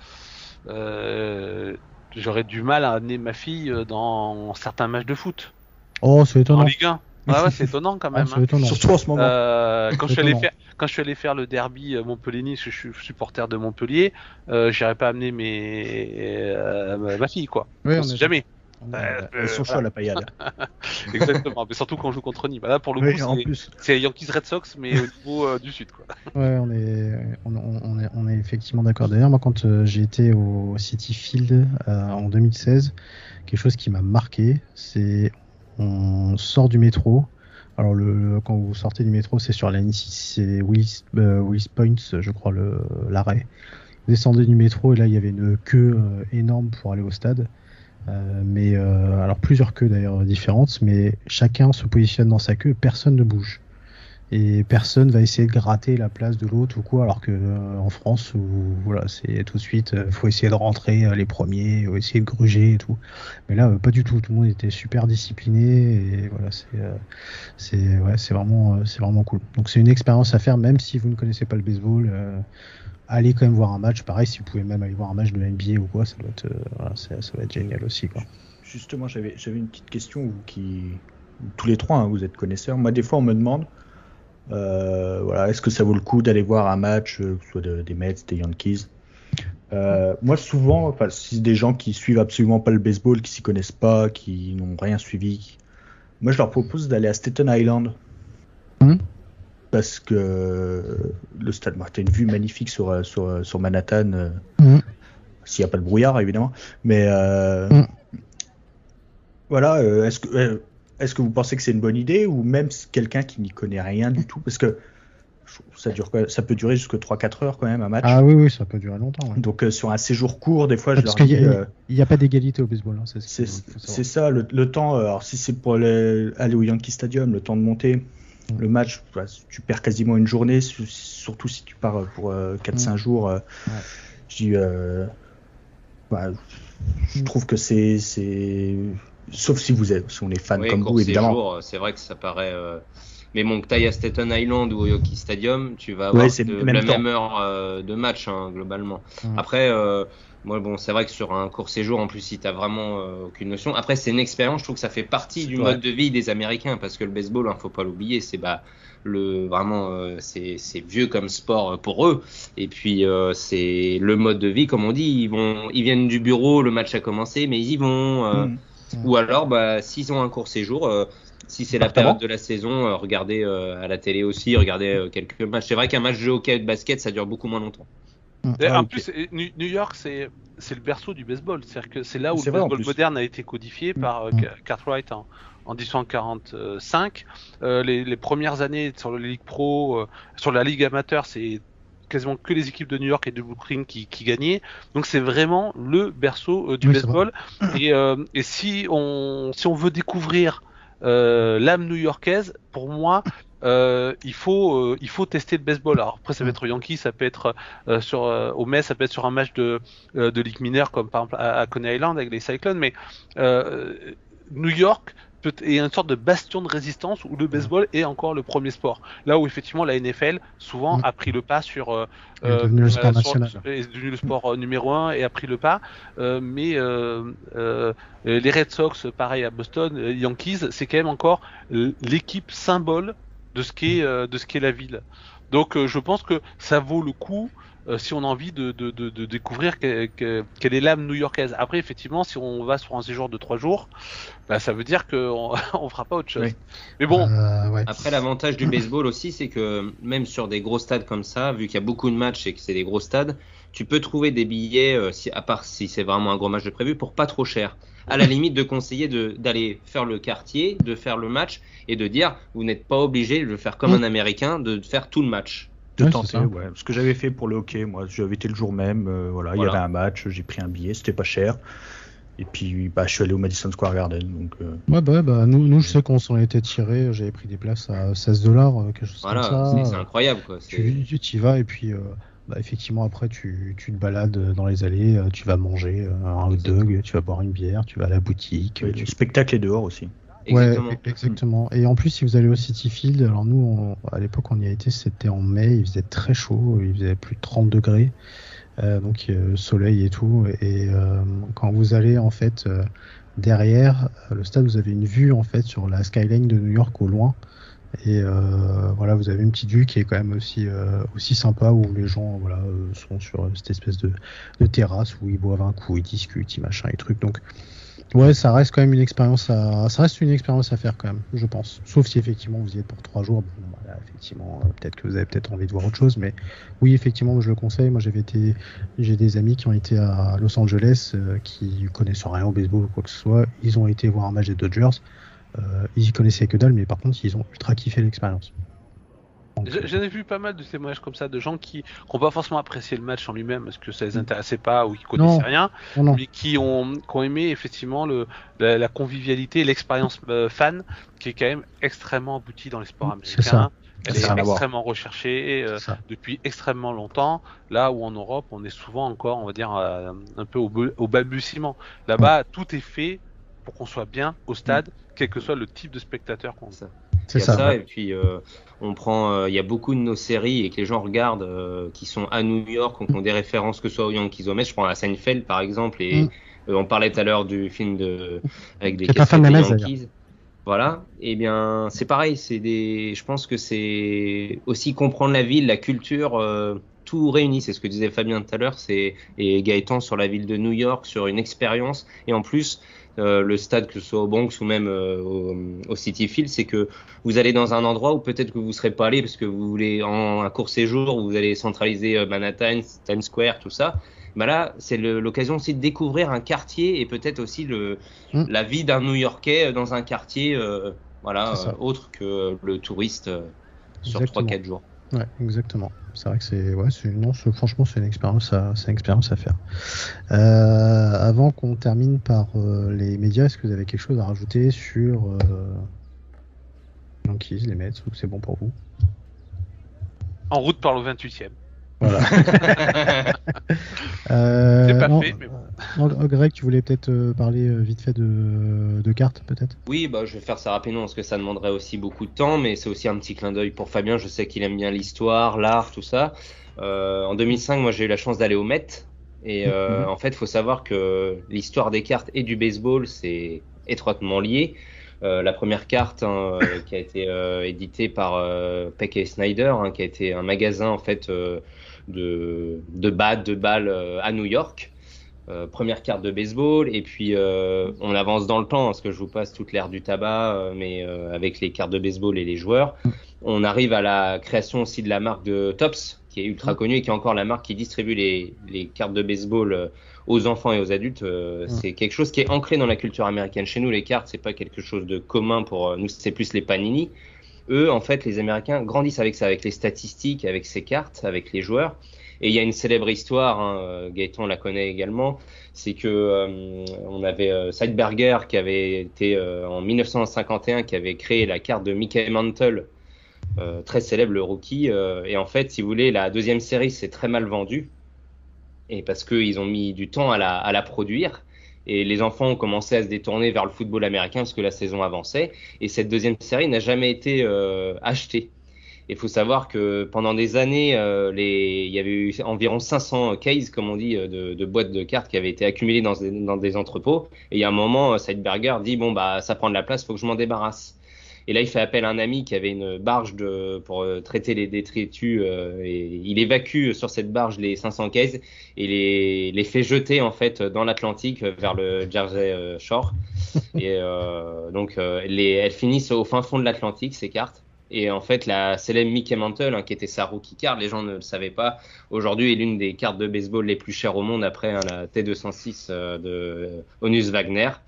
euh, j'aurais du mal à amener ma fille dans certains matchs de foot Oh, c'est en étonnant. Ligue un. Ouais, ouais, c'est étonnant quand Ah, même. c'est hein. étonnant. Surtout en ce moment. Euh, quand je suis allé Étonnant. faire, quand je suis allé faire le derby euh, Montpellier-Nice, je suis supporter de Montpellier, euh, j'irais pas amener mes, euh, ma- ma fille quoi. Oui, On on sait est- jamais. on est- Euh, Elles sont chaudes, la paillade. Exactement. Mais surtout quand on joue contre Nîmes. Là, pour le Oui, coup, en c'est, plus. c'est Yankees Red Sox, mais au niveau euh, du sud quoi. Ouais, on est, on, on- on est, on est effectivement d'accord. D'ailleurs, moi, quand euh, j'ai été au City Field euh, en deux mille seize, quelque chose qui m'a marqué, c'est on sort du métro. Alors, le, quand vous sortez du métro, c'est sur la ligne six, c'est Willis, euh, Willis Point, je crois, le, l'arrêt. Vous descendez du métro et là, il y avait une queue euh, énorme pour aller au stade. Euh, mais euh, alors plusieurs queues d'ailleurs différentes, mais chacun se positionne dans sa queue, personne ne bouge. Et personne va essayer de gratter la place de l'autre ou quoi, alors que euh, en France, où voilà, c'est tout de suite, euh, faut essayer de rentrer euh, les premiers, faut essayer de gruger et tout. Mais là, euh, pas du tout. Tout le monde était super discipliné et voilà, c'est, euh, c'est, ouais, c'est vraiment, euh, c'est vraiment cool. Donc c'est une expérience à faire, même si vous ne connaissez pas le baseball. Euh, allez quand même voir un match. Pareil, si vous pouvez même aller voir un match de N B A ou quoi, ça doit être, euh, voilà, ça, ça va être génial aussi, quoi. Justement, j'avais, j'avais une petite question, vous qui, tous les trois, hein, vous êtes connaisseurs. Moi, des fois, on me demande, euh, voilà, est-ce que ça vaut le coup d'aller voir un match, euh, que ce soit de- des Mets, des Yankees. Euh, moi, souvent, enfin, si c'est des gens qui suivent absolument pas le baseball, qui s'y connaissent pas, qui n'ont rien suivi, moi, je leur propose d'aller à Staten Island. Mhm. Parce que euh, le stade, bah, t'as une vue magnifique sur, euh, sur, euh, sur Manhattan, euh, Mhm. s'il n'y a pas de brouillard, évidemment. Mais euh, Mhm. voilà, euh, est-ce que, euh, est-ce que vous pensez que c'est une bonne idée, ou même si quelqu'un qui n'y connaît rien du tout, parce que ça, dure, quoi- ça peut durer jusqu'à trois quatre heures quand même, un match. Ah oui, oui, ça peut durer longtemps. Ouais. Donc euh, sur un séjour court, des fois, Ouais, je parce leur qu'il dis... n'y a, euh, il y a pas d'égalité au baseball. Hein, c'est ce c'est, qu'il faut savoir. c'est ça, le, le temps, euh, alors si c'est pour aller, aller au Yankee Stadium, le temps de monter, Mm. le match, bah, tu perds quasiment une journée, su- surtout si tu pars pour euh, quatre cinq Mm. jours. euh, Ouais. Je dis, euh, bah, je Mm. trouve que c'est, c'est... Sauf si vous êtes, si on est fan Oui, comme court vous, évidemment. séjour, c'est vrai que ça paraît. euh, Mais bon, que t'ailles à Staten Island ou au Yankee Stadium, tu vas Ouais, avoir c'est de- le même la temps. même heure euh, de match, hein, globalement. Mm. Après, euh, moi, bon, c'est vrai que sur un court séjour, en plus, si t'as vraiment euh, aucune notion. Après, c'est une expérience, je trouve que ça fait partie C'est du vrai. mode de vie des Américains, parce que le baseball, hein, faut pas l'oublier, c'est bah le vraiment, euh, c'est c'est vieux comme sport euh, pour eux. Et puis, euh, c'est le mode de vie, comme on dit. Ils vont, ils viennent du bureau, le match a commencé, mais ils y vont. euh, Mm. Ou alors, bah, s'ils ont un court séjour, euh, si c'est la Partent avant. période de la saison, euh, regardez euh, à la télé aussi, regardez euh, quelques matchs. C'est vrai qu'un match de hockey et de basket, ça dure beaucoup moins longtemps. Et Ah, en ok. plus, euh, New New York, c'est c'est le berceau du baseball. C'est-à-dire que c'est là où C'est le vrai, en baseball plus. moderne a été codifié par euh, Mm. Ca- Cartwright en, en dix-huit cent quarante-cinq. Euh, les, les premières années sur la Ligue Pro, euh, sur la Ligue amateur, c'est quasiment que les équipes de New York et de Brooklyn qui, qui gagnaient. Donc c'est vraiment le berceau euh, du Oui, c'est baseball. Et, euh, et si on si on veut découvrir euh, l'âme new-yorkaise, pour moi, euh, il faut euh, il faut tester le baseball. Alors après, ça peut être au Yankee, ça peut être euh, sur euh, au Mets, ça peut être sur un match de euh, de Ligue mineure comme par exemple à, à Coney Island avec les Cyclones. Mais euh, New York peut est une sorte de bastion de résistance où le baseball est encore le premier sport. Là où effectivement la N F L souvent Mm. a pris le pas sur euh, Il est devenu le sport sur- national. est devenu le sport euh, numéro un et a pris le pas. Euh, mais euh, euh, les Red Sox, pareil à Boston, euh, Yankees, c'est quand même encore l- l'équipe symbole de ce qu'est euh, de ce qu'est la ville. Donc euh, je pense que ça vaut le coup euh, si on a envie de, de, de, de découvrir que, que- quelle est l'âme new-yorkaise. Après effectivement, si on va sur un séjour de trois jours, bah, ça veut dire qu'on on fera pas autre chose. Oui. Mais bon, Euh, ouais. Après, l'avantage du baseball aussi, c'est que même sur des gros stades comme ça, vu qu'il y a beaucoup de matchs et que c'est des gros stades, tu peux trouver des billets, euh, si, à part si c'est vraiment un gros match de prévu, pour pas trop cher. À la limite de conseiller de, d'aller faire le quartier, de faire le match et de dire, vous n'êtes pas obligé de le faire comme un Américain, de faire tout le match. De Ouais, tenter, ouais. Ce que j'avais fait pour le hockey, moi, j'avais été le jour même, euh, voilà, voilà, il y avait un match, j'ai pris un billet, c'était pas cher. Et puis, bah, je suis allé au Madison Square Garden. Donc, euh... Ouais, bah, bah nous, nous, je sais qu'on s'en était tiré. J'avais pris des places à seize dollars, quelque chose voilà, comme ça. C'est, c'est incroyable, quoi. C'est... Tu, tu y vas et puis, euh, bah, effectivement, après, tu, tu te balades dans les allées, tu vas manger un hot dog, tu vas boire une bière, tu vas à la boutique. Oui, tu... Le spectacle est dehors aussi. Exactement. Ouais, exactement. Et en plus, si vous allez au Citi Field, alors nous, on, à l'époque, on y a été, c'était en mai, il faisait très chaud, il faisait plus de trente degrés, euh, donc euh, soleil et tout. Et euh, quand vous allez, en fait, euh, derrière le stade, vous avez une vue, en fait, sur la skyline de New York au loin. Et euh, voilà, vous avez une petite vue qui est quand même aussi, euh, aussi sympa, où les gens voilà, euh, sont sur cette espèce de, de terrasse où ils boivent un coup, ils discutent, ils machin, et trucs. Donc, ouais, ça reste quand même une expérience à, ça reste une expérience à faire quand même, je pense. Sauf si effectivement vous y êtes pour trois jours. Bon, voilà, effectivement, euh, peut-être que vous avez peut-être envie de voir autre chose, mais oui, effectivement, je le conseille. Moi, j'avais été, j'ai des amis qui ont été à Los Angeles, euh, qui connaissent rien au baseball ou quoi que ce soit. Ils ont été voir un match des Dodgers. Euh, ils y connaissaient que dalle, mais par contre, ils ont ultra kiffé l'expérience. Donc, J'en ai vu pas mal de témoignages comme ça, de gens qui n'ont pas forcément apprécié le match en lui-même parce que ça les intéressait pas ou qui connaissaient non, rien, non, non. mais qui ont, qui ont aimé effectivement le, la, la convivialité, l'expérience euh, fan, qui est quand même extrêmement aboutie dans les sports américains. C'est ça. Elle C'est est ça. extrêmement recherchée euh, depuis extrêmement longtemps. Là où en Europe, on est souvent encore, on va dire, euh, un peu au, au balbutiement. Là-bas, ouais. Tout est fait pour qu'on soit bien au stade, mmh. quel que soit le type de spectateur qu'on a. C'est il y a ça, ça ouais. Et puis euh, on prend, euh, il y a beaucoup de nos séries et que les gens regardent euh, qui sont à New York, qui ont des références que ce soit aux Yankees ou aux Mets. Je prends à Seinfeld par exemple et mm. euh, on parlait tout à l'heure du film de avec des casquettes des Yankees. Voilà, et eh bien c'est pareil, c'est des, je pense que c'est aussi comprendre la ville, la culture, euh, tout réuni. C'est ce que disait Fabien tout à l'heure, c'est et Gaëtan sur la ville de New York, sur une expérience et en plus. Euh, le stade, que ce soit au Bronx ou même euh, au, au Citi Field, c'est que vous allez dans un endroit où peut-être que vous ne serez pas allé parce que vous voulez en un court séjour, où vous allez centraliser euh, Manhattan, Times Square, tout ça. Bah là, c'est le, l'occasion aussi de découvrir un quartier et peut-être aussi le, mmh. la vie d'un New-Yorkais dans un quartier euh, voilà, euh, autre que le touriste euh, sur trois quatre jours. Ouais, exactement. C'est vrai que c'est, ouais, c'est, non, c'est, franchement, c'est une expérience à, c'est une expérience à faire. Euh, avant qu'on termine par euh, les médias, est-ce que vous avez quelque chose à rajouter sur euh, Yankees, les Mets, ou c'est bon pour vous? En route par le vingt-huitième. Voilà. euh, c'est pas non, fait, mais bon. Non, Greg, tu voulais peut-être euh, parler euh, vite fait de, de cartes, peut-être? Oui, bah, je vais faire ça rapidement parce que ça demanderait aussi beaucoup de temps, mais c'est aussi un petit clin d'œil pour Fabien. Je sais qu'il aime bien l'histoire, l'art, tout ça. Euh, en deux mille cinq, moi, j'ai eu la chance d'aller au Met. Et euh, mm-hmm. en fait, il faut savoir que l'histoire des cartes et du baseball, c'est étroitement lié. Euh, la première carte hein, euh, qui a été euh, éditée par euh, Peck et Snyder, hein, qui a été un magasin en fait euh, de de bats, de balles euh, à New York. Euh, première carte de baseball et puis euh, on avance dans le temps parce que je vous passe toute l'ère du tabac, euh, mais euh, avec les cartes de baseball et les joueurs, on arrive à la création aussi de la marque de Topps qui est ultra connue et qui est encore la marque qui distribue les les cartes de baseball euh, aux enfants et aux adultes. Euh, ouais. C'est quelque chose qui est ancré dans la culture américaine. Chez nous, les cartes, c'est pas quelque chose de commun pour euh, nous, c'est plus les panini. Eux, en fait, les Américains grandissent avec ça, avec les statistiques, avec ces cartes, avec les joueurs. Et il y a une célèbre histoire, hein, Gaëtan la connaît également, c'est que euh, on avait euh, Seidberger qui avait été euh, en dix-neuf cent cinquante et un, qui avait créé la carte de Mickey Mantle, euh, très célèbre, le rookie. Euh, et en fait, si vous voulez, la deuxième série s'est très mal vendue. Et parce qu'ils ont mis du temps à la, à la produire. Et les enfants ont commencé à se détourner vers le football américain parce que la saison avançait. Et cette deuxième série n'a jamais été euh, achetée. Il faut savoir que pendant des années, euh, les... il y avait eu environ cinq cents cases, comme on dit, de, de boîtes de cartes qui avaient été accumulées dans des, dans des entrepôts. Et il y a un moment, Seidberger dit, bon, bah, ça prend de la place, il faut que je m'en débarrasse. Et là, il fait appel à un ami qui avait une barge de, pour euh, traiter les détritus. Euh, et il évacue sur cette barge les cinq cents cases et les, les fait jeter en fait dans l'Atlantique vers le Jersey euh, Shore. Et euh, donc, euh, les, elles finissent au fin fond de l'Atlantique, ces cartes. Et en fait, la célèbre Mickey Mantle, hein, qui était sa rookie card, les gens ne le savaient pas, aujourd'hui est l'une des cartes de baseball les plus chères au monde après hein, la T deux cent six euh, de Honus Wagner.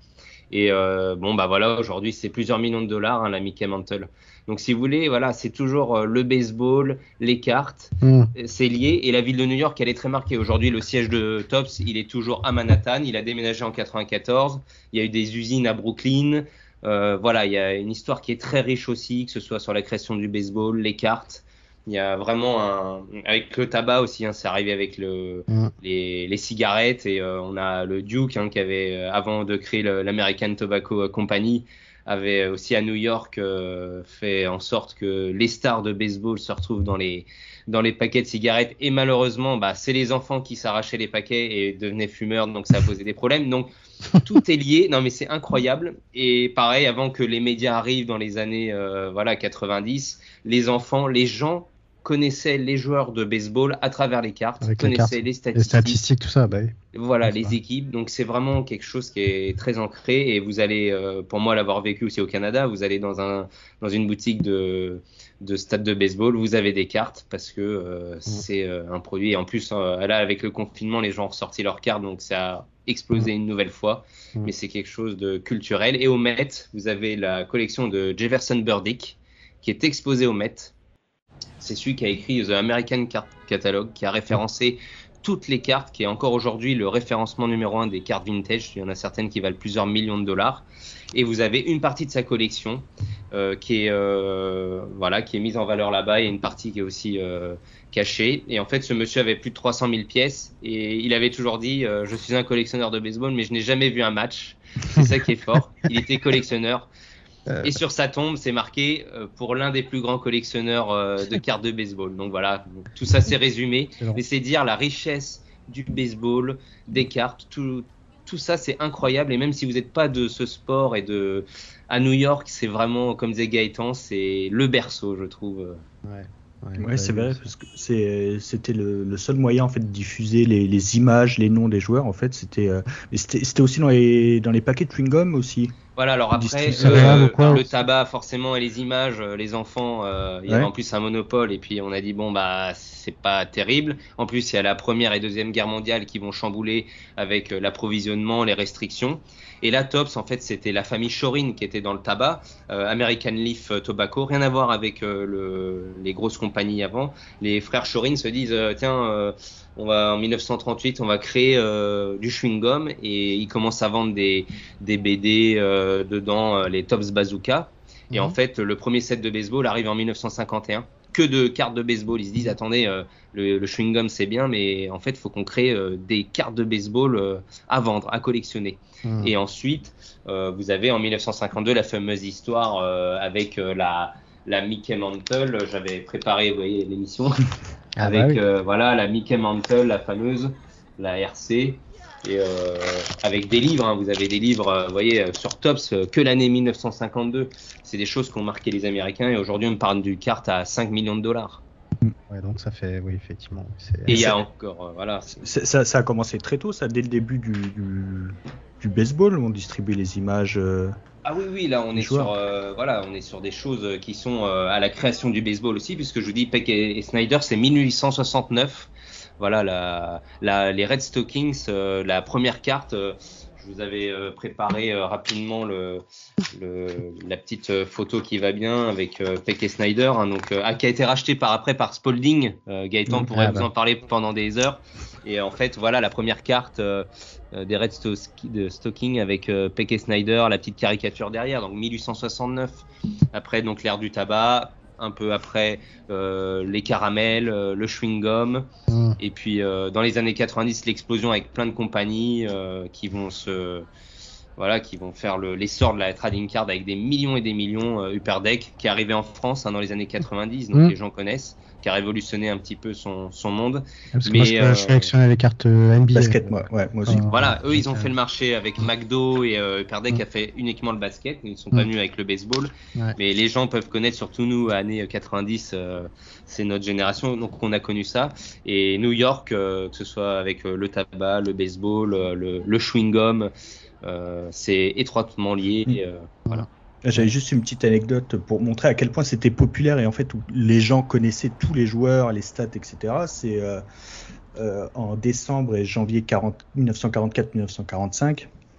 Et euh, bon, bah voilà, aujourd'hui, c'est plusieurs millions de dollars, hein, la Mickey Mantle. Donc, si vous voulez, voilà, c'est toujours euh, le baseball, les cartes, mmh. c'est lié. Et la ville de New York, elle est très marquée. Aujourd'hui, le siège de Topps, il est toujours à Manhattan. Il a déménagé en quatre-vingt-quatorze. Il y a eu des usines à Brooklyn. Euh, voilà, il y a une histoire qui est très riche aussi, que ce soit sur la création du baseball, les cartes. Il y a vraiment un, avec le tabac aussi, hein, c'est arrivé avec le, mmh. les, les cigarettes et euh, on a le Duke hein, qui avait, avant de créer le, l'American Tobacco Company, avait aussi à New York euh, fait en sorte que les stars de baseball se retrouvent dans les, dans les paquets de cigarettes et malheureusement, bah, c'est les enfants qui s'arrachaient les paquets et devenaient fumeurs, donc ça a posé des problèmes. Donc tout est lié, non mais c'est incroyable. Et pareil, avant que les médias arrivent dans les années euh, voilà quatre-vingt-dix, les enfants, les gens connaissaient les joueurs de baseball à travers les cartes, Avec connaissaient les, les statistiques, les statistiques, tout ça, bah oui. Voilà, les ça. équipes. Donc c'est vraiment quelque chose qui est très ancré. Et vous allez, euh, pour moi, l'avoir vécu aussi au Canada, vous allez dans un dans une boutique de de stade de baseball, vous avez des cartes parce que euh, mmh. c'est euh, un produit. Et en plus, euh, là, avec le confinement, les gens ont ressorti leurs cartes, donc ça a explosé mmh. une nouvelle fois. Mmh. Mais c'est quelque chose de culturel. Et au Met, vous avez la collection de Jefferson Burdick qui est exposée au Met. C'est celui qui a écrit The American Card Catalog, qui a référencé toutes les cartes, qui est encore aujourd'hui le référencement numéro un des cartes vintage. Il y en a certaines qui valent plusieurs millions de dollars. Et vous avez une partie de sa collection euh, qui est euh, voilà, qui est mise en valeur là-bas et une partie qui est aussi euh, cachée. Et en fait, ce monsieur avait plus de trois cent mille pièces et il avait toujours dit euh, je suis un collectionneur de baseball, mais je n'ai jamais vu un match. C'est ça qui est fort. Il était collectionneur. Et sur sa tombe, c'est marqué euh, pour l'un des plus grands collectionneurs euh, de cartes de baseball. Donc voilà, tout ça c'est résumé. Mais c'est dire la richesse du baseball, des cartes, tout, tout ça c'est incroyable. Et même si vous n'êtes pas de ce sport et de à New York, c'est vraiment, comme disait Gaëtan, c'est le berceau, je trouve. Ouais. Ouais, ouais c'est vrai parce que c'est, c'était le, le seul moyen en fait de diffuser les, les images, les noms des joueurs. En fait, c'était, euh, mais c'était, c'était aussi dans les dans les paquets de chewing gum aussi. Voilà, alors après, euh, le tabac, forcément, et les images, les enfants, euh, il y ouais. avait en plus un monopole, et puis on a dit, bon, bah, c'est pas terrible. En plus, il y a la première et deuxième guerre mondiale qui vont chambouler avec l'approvisionnement, les restrictions. Et là, Topps, en fait, c'était la famille Shorin qui était dans le tabac, euh, American Leaf Tobacco, rien à voir avec euh, le, les grosses compagnies avant. Les frères Shorin se disent, euh, tiens, euh, on va en dix-neuf cent trente-huit, on va créer euh, du chewing-gum, et ils commencent à vendre des, des B D euh, dedans, euh, les Topps Bazooka. Et mmh. en fait, le premier set de baseball arrive en dix-neuf cent cinquante et un. Que de cartes de baseball. Ils se disent, attendez, euh, le, le chewing-gum c'est bien, mais en fait, il faut qu'on crée euh, des cartes de baseball euh, à vendre, à collectionner. Mmh. Et ensuite, euh, vous avez en dix-neuf cent cinquante-deux la fameuse histoire euh, avec euh, la, la Mickey Mantle. J'avais préparé, vous voyez, l'émission. Ah avec bah oui. euh, voilà la Mickey Mantle, la fameuse, la R C, et euh, avec des livres, hein, vous avez des livres, euh, vous voyez, euh, sur Topps, euh, que l'année dix-neuf cent cinquante-deux, c'est des choses qui ont marqué les Américains, et aujourd'hui on parle d'une carte à cinq millions de dollars. Ouais, donc ça fait, oui, effectivement. C'est... Et il y a encore, euh, voilà. C'est, ça, ça a commencé très tôt, ça, dès le début du, du, du baseball, où on distribuait les images. Euh... Ah oui, oui, là on est sur, euh, voilà, on est sur des choses qui sont euh, à la création du baseball aussi, puisque je vous dis Peck et, et Snyder, c'est dix-huit cent soixante-neuf. Voilà, la, la, les Red Stockings, euh, la première carte. Euh, je vous avais euh, préparé euh, rapidement le, le, la petite euh, photo qui va bien avec euh, Peck et Snyder, hein, donc euh, qui a été racheté par après par Spalding. Euh, Gaëtan mmh, pourrait ah, vous bah. en parler pendant des heures. Et en fait, voilà la première carte euh, des Red Stockings avec euh, Peck et Snyder, la petite caricature derrière. Donc dix-huit cent soixante-neuf. Après, donc l'ère du tabac. Un peu après euh, les caramels, euh, le chewing-gum, mmh. et puis euh, dans les années quatre-vingt-dix, l'explosion avec plein de compagnies euh, qui vont se, voilà, qui vont faire le, l'essor de la trading card avec des millions et des millions. euh, Upper Deck qui est arrivé en France hein, dans les années quatre-vingt-dix, donc mmh. les gens connaissent, qui a révolutionné un petit peu son, son monde. Parce que mais moi, je, euh, je collectionnais les cartes N B A. Basket, moi, ouais, moi aussi. Euh, voilà, eux, ils ont fait le marché avec McDo et euh, Upper Deck mmh. a fait uniquement le basket. Ils ne sont pas mmh. venus avec le baseball. Ouais. Mais les gens peuvent connaître, surtout nous, années quatre-vingt-dix, euh, c'est notre génération, donc on a connu ça. Et New York, euh, que ce soit avec euh, le tabac, le baseball, euh, le, le chewing-gum, euh, c'est étroitement lié. Mmh. Euh, voilà. J'avais juste une petite anecdote pour montrer à quel point c'était populaire et en fait où les gens connaissaient tous les joueurs, les stats, et cetera. C'est euh, euh, en décembre et janvier dix-neuf cent quarante-quatre dix-neuf cent quarante-cinq,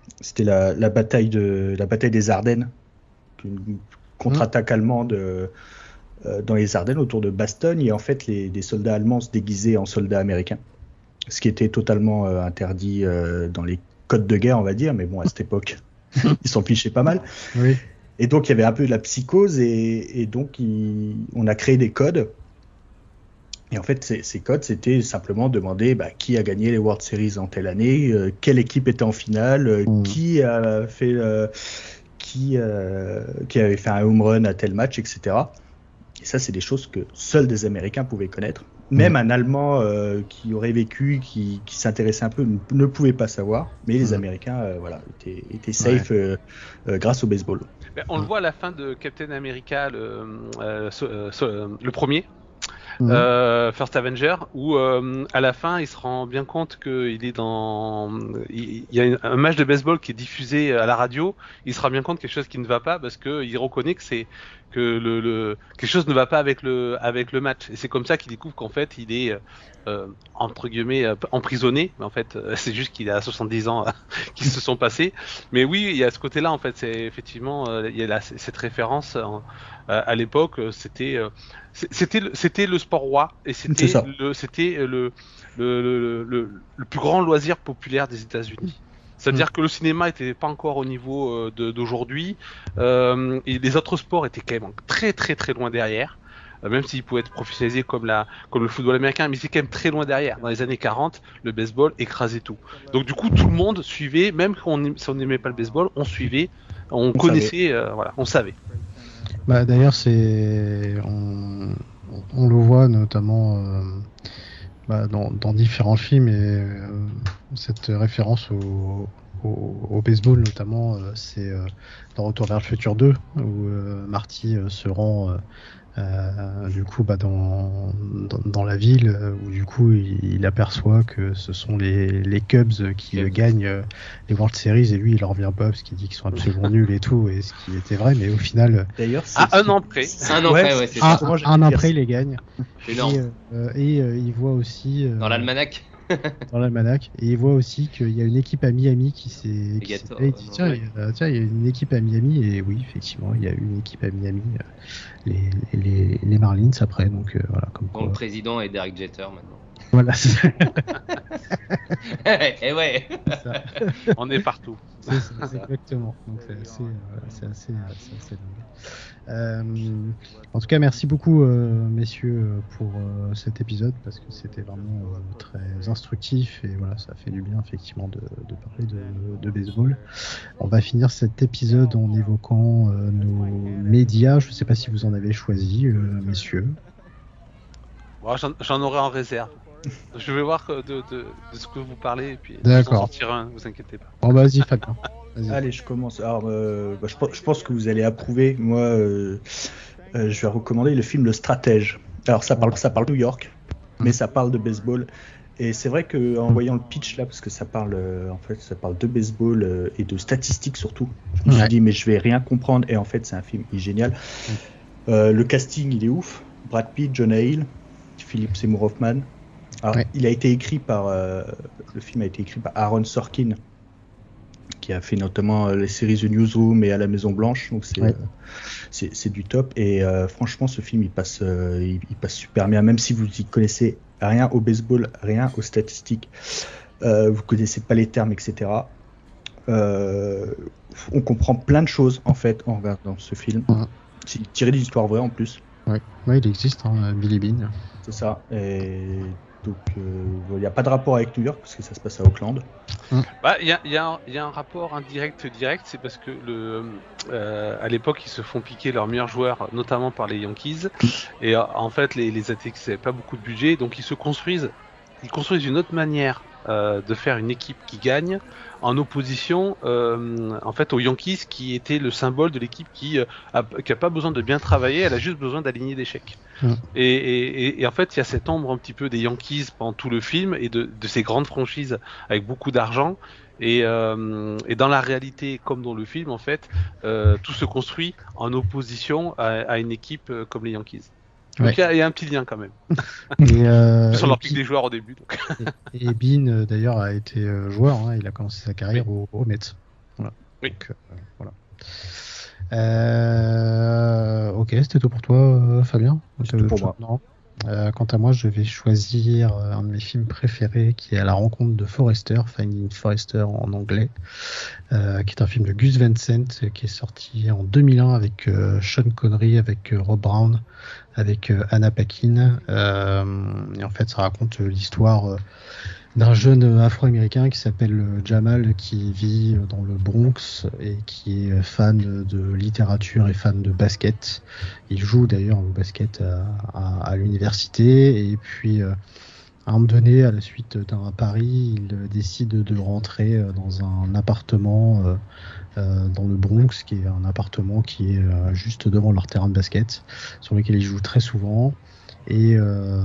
C'était la, la bataille de la bataille des Ardennes, une contre-attaque mmh. allemande euh, dans les Ardennes autour de Bastogne, et en fait les, les soldats allemands se déguisaient en soldats américains, ce qui était totalement euh, interdit euh, dans les codes de guerre, on va dire, mais bon, à cette époque, ils s'en fichaient pas mal. Oui. Et donc il y avait un peu de la psychose, et, et donc il, on a créé des codes. Et en fait, ces, ces codes, c'était simplement demander bah, qui a gagné les World Series en telle année, euh, quelle équipe était en finale, euh, mmh. qui a fait, euh, qui, euh, qui avait fait un home run à tel match, et cetera. Et ça, c'est des choses que seuls des Américains pouvaient connaître. Même mmh. un Allemand euh, qui aurait vécu, qui, qui s'intéressait un peu, ne, ne pouvait pas savoir. Mais les mmh. Américains, euh, voilà, étaient, étaient safe ouais. euh, euh, grâce au baseball. Ben, on mmh. le voit à la fin de Captain America, le, euh, so, euh, so, euh, le premier. Mmh. Euh, First Avenger, où euh, à la fin il se rend bien compte qu'il est dans, il, il y a un match de baseball qui est diffusé à la radio, il se rend bien compte quelque chose qui ne va pas parce que il reconnaît que c'est que le, le quelque chose ne va pas avec le avec le match, et c'est comme ça qu'il découvre qu'en fait il est euh, entre guillemets emprisonné, mais en fait c'est juste qu'il a soixante-dix ans qui se sont passés. Mais oui, il y a ce côté-là en fait, c'est effectivement il y a la, cette référence en, à l'époque, c'était C'était le, c'était le sport roi, et c'était le, c'était le, le, le, le, le plus grand loisir populaire des États-Unis. C'est-à-dire mmh. que le cinéma était pas encore au niveau de, d'aujourd'hui, euh, et les autres sports étaient quand même très très très loin derrière, euh, même s'ils pouvaient être professionnalisés comme, la, comme le football américain, mais c'est quand même très loin derrière. Dans les années quarante, le baseball écrasait tout. Donc du coup, tout le monde suivait, même si on n'aimait pas le baseball, on suivait, on, on connaissait, euh, voilà, on savait. Bah, d'ailleurs, c'est on, on le voit notamment euh, bah, dans, dans différents films, et euh, cette référence au, au, au baseball notamment, euh, c'est euh, dans Retour vers le futur deux, où euh, Marty euh, se rend euh, euh, du coup bah, dans, dans, dans la ville, où du coup il, il aperçoit que ce sont les, les Cubs qui euh, gagnent euh, les World Series, et lui il en revient pas parce qu'il dit qu'ils sont absolument nuls et tout, et ce qui était vrai, mais au final d'ailleurs c'est, ah, un an près c'est un an près ouais, ouais, c'est un, ça. un, un an près il les gagne, et, et, euh, et euh, il voit aussi euh, dans l'almanach dans l'almanach, et il voit aussi qu'il y a une équipe à Miami qui s'est, qui Gator, s'est... Il dit, tiens, ouais. il y a, tiens, il y a une équipe à Miami, et oui, effectivement, il y a une équipe à Miami, euh, les, les, les Marlins après, donc euh, voilà. Comme bon, quoi. Le président est Derek Jeter maintenant. Voilà. Et ouais. C'est ça. On est partout. C'est, c'est, c'est exactement. Donc c'est assez, euh, c'est assez, euh, c'est assez dingue. Euh, en tout cas, merci beaucoup, euh, messieurs, pour euh, cet épisode, parce que c'était vraiment euh, très instructif, et voilà, ça fait du bien effectivement de, de parler de, de baseball. On va finir cet épisode en évoquant euh, nos médias. Je ne sais pas si vous en avez choisi, euh, messieurs. Bon, j'en, j'en aurai en réserve. Je vais voir de, de, de ce que vous parlez, et puis D'accord. vous en sortir un, vous inquiétez pas. Bon, bah, vas-y, Fabien. Vas-y. Allez, je commence. Alors, euh, bah, je, je pense que vous allez approuver. Moi, euh, euh, je vais recommander le film Le Stratège. Alors, ça parle, ça parle de New York, mais ça parle de baseball. Et c'est vrai que en voyant le pitch là, parce que ça parle, euh, en fait, ça parle de baseball euh, et de statistiques surtout. Je me ouais. suis dit, mais je vais rien comprendre. Et en fait, c'est un film qui est génial. Euh, le casting, il est ouf. Brad Pitt, Jonah Hill, Philip Seymour Hoffman. Alors, ouais. il a été écrit par euh, le film a été écrit par Aaron Sorkin, qui a fait notamment euh, les séries The Newsroom et À la Maison Blanche, donc c'est ouais. euh, c'est, c'est du top. Et euh, franchement, ce film il passe euh, il, il passe super bien, même si vous y connaissez rien au baseball, rien aux statistiques, euh, vous connaissez pas les termes, et cetera. Euh, on comprend plein de choses en fait en regardant ce film. Ouais. C'est tiré d'une histoire vraie en plus. Ouais, ouais, il existe, hein, Billy Bean. C'est ça. Et donc, il euh, n'y a pas de rapport avec New York parce que ça se passe à Auckland. Il bah, y, y, y a un rapport indirect direct, c'est parce que le, euh, à l'époque ils se font piquer leurs meilleurs joueurs, notamment par les Yankees, et euh, en fait les, les Athletics n'avaient pas beaucoup de budget, donc ils se construisent, ils construisent une autre manière euh, de faire une équipe qui gagne, en opposition euh, en fait aux Yankees qui était le symbole de l'équipe qui euh, a, qui a pas besoin de bien travailler, elle a juste besoin d'aligner des chèques. Mmh. Et, et, et en fait il y a cette ombre un petit peu des Yankees pendant tout le film et de, de ces grandes franchises avec beaucoup d'argent, et, euh, et dans la réalité comme dans le film en fait euh, tout se construit en opposition à, à une équipe euh, comme les Yankees. Donc il ouais. y, y a un petit lien quand même. Et euh, on leur pique des joueurs au début. Donc. Et, et Bean d'ailleurs a été joueur, hein, il a commencé sa carrière oui. au, au Mets. Voilà. Oui. Donc, euh, voilà. Euh, ok, c'était tout pour toi, euh, Fabien. C'est tout pour moi. Non. Euh, quant à moi, je vais choisir euh, un de mes films préférés qui est À la rencontre de Forrester, Finding Forrester en anglais, euh, qui est un film de Gus Van Sant qui est sorti en deux mille un avec euh, Sean Connery, avec euh, Rob Brown, avec euh, Anna Paquin. Euh, et en fait, ça raconte euh, l'histoire euh, d'un jeune afro-américain qui s'appelle Jamal, qui vit dans le Bronx et qui est fan de littérature et fan de basket. Il joue d'ailleurs au basket à, à, à l'université, et puis euh, à un moment donné, à la suite d'un pari, il décide de rentrer dans un appartement euh, euh, dans le Bronx, qui est un appartement qui est euh, juste devant leur terrain de basket, sur lequel il joue très souvent. Et euh,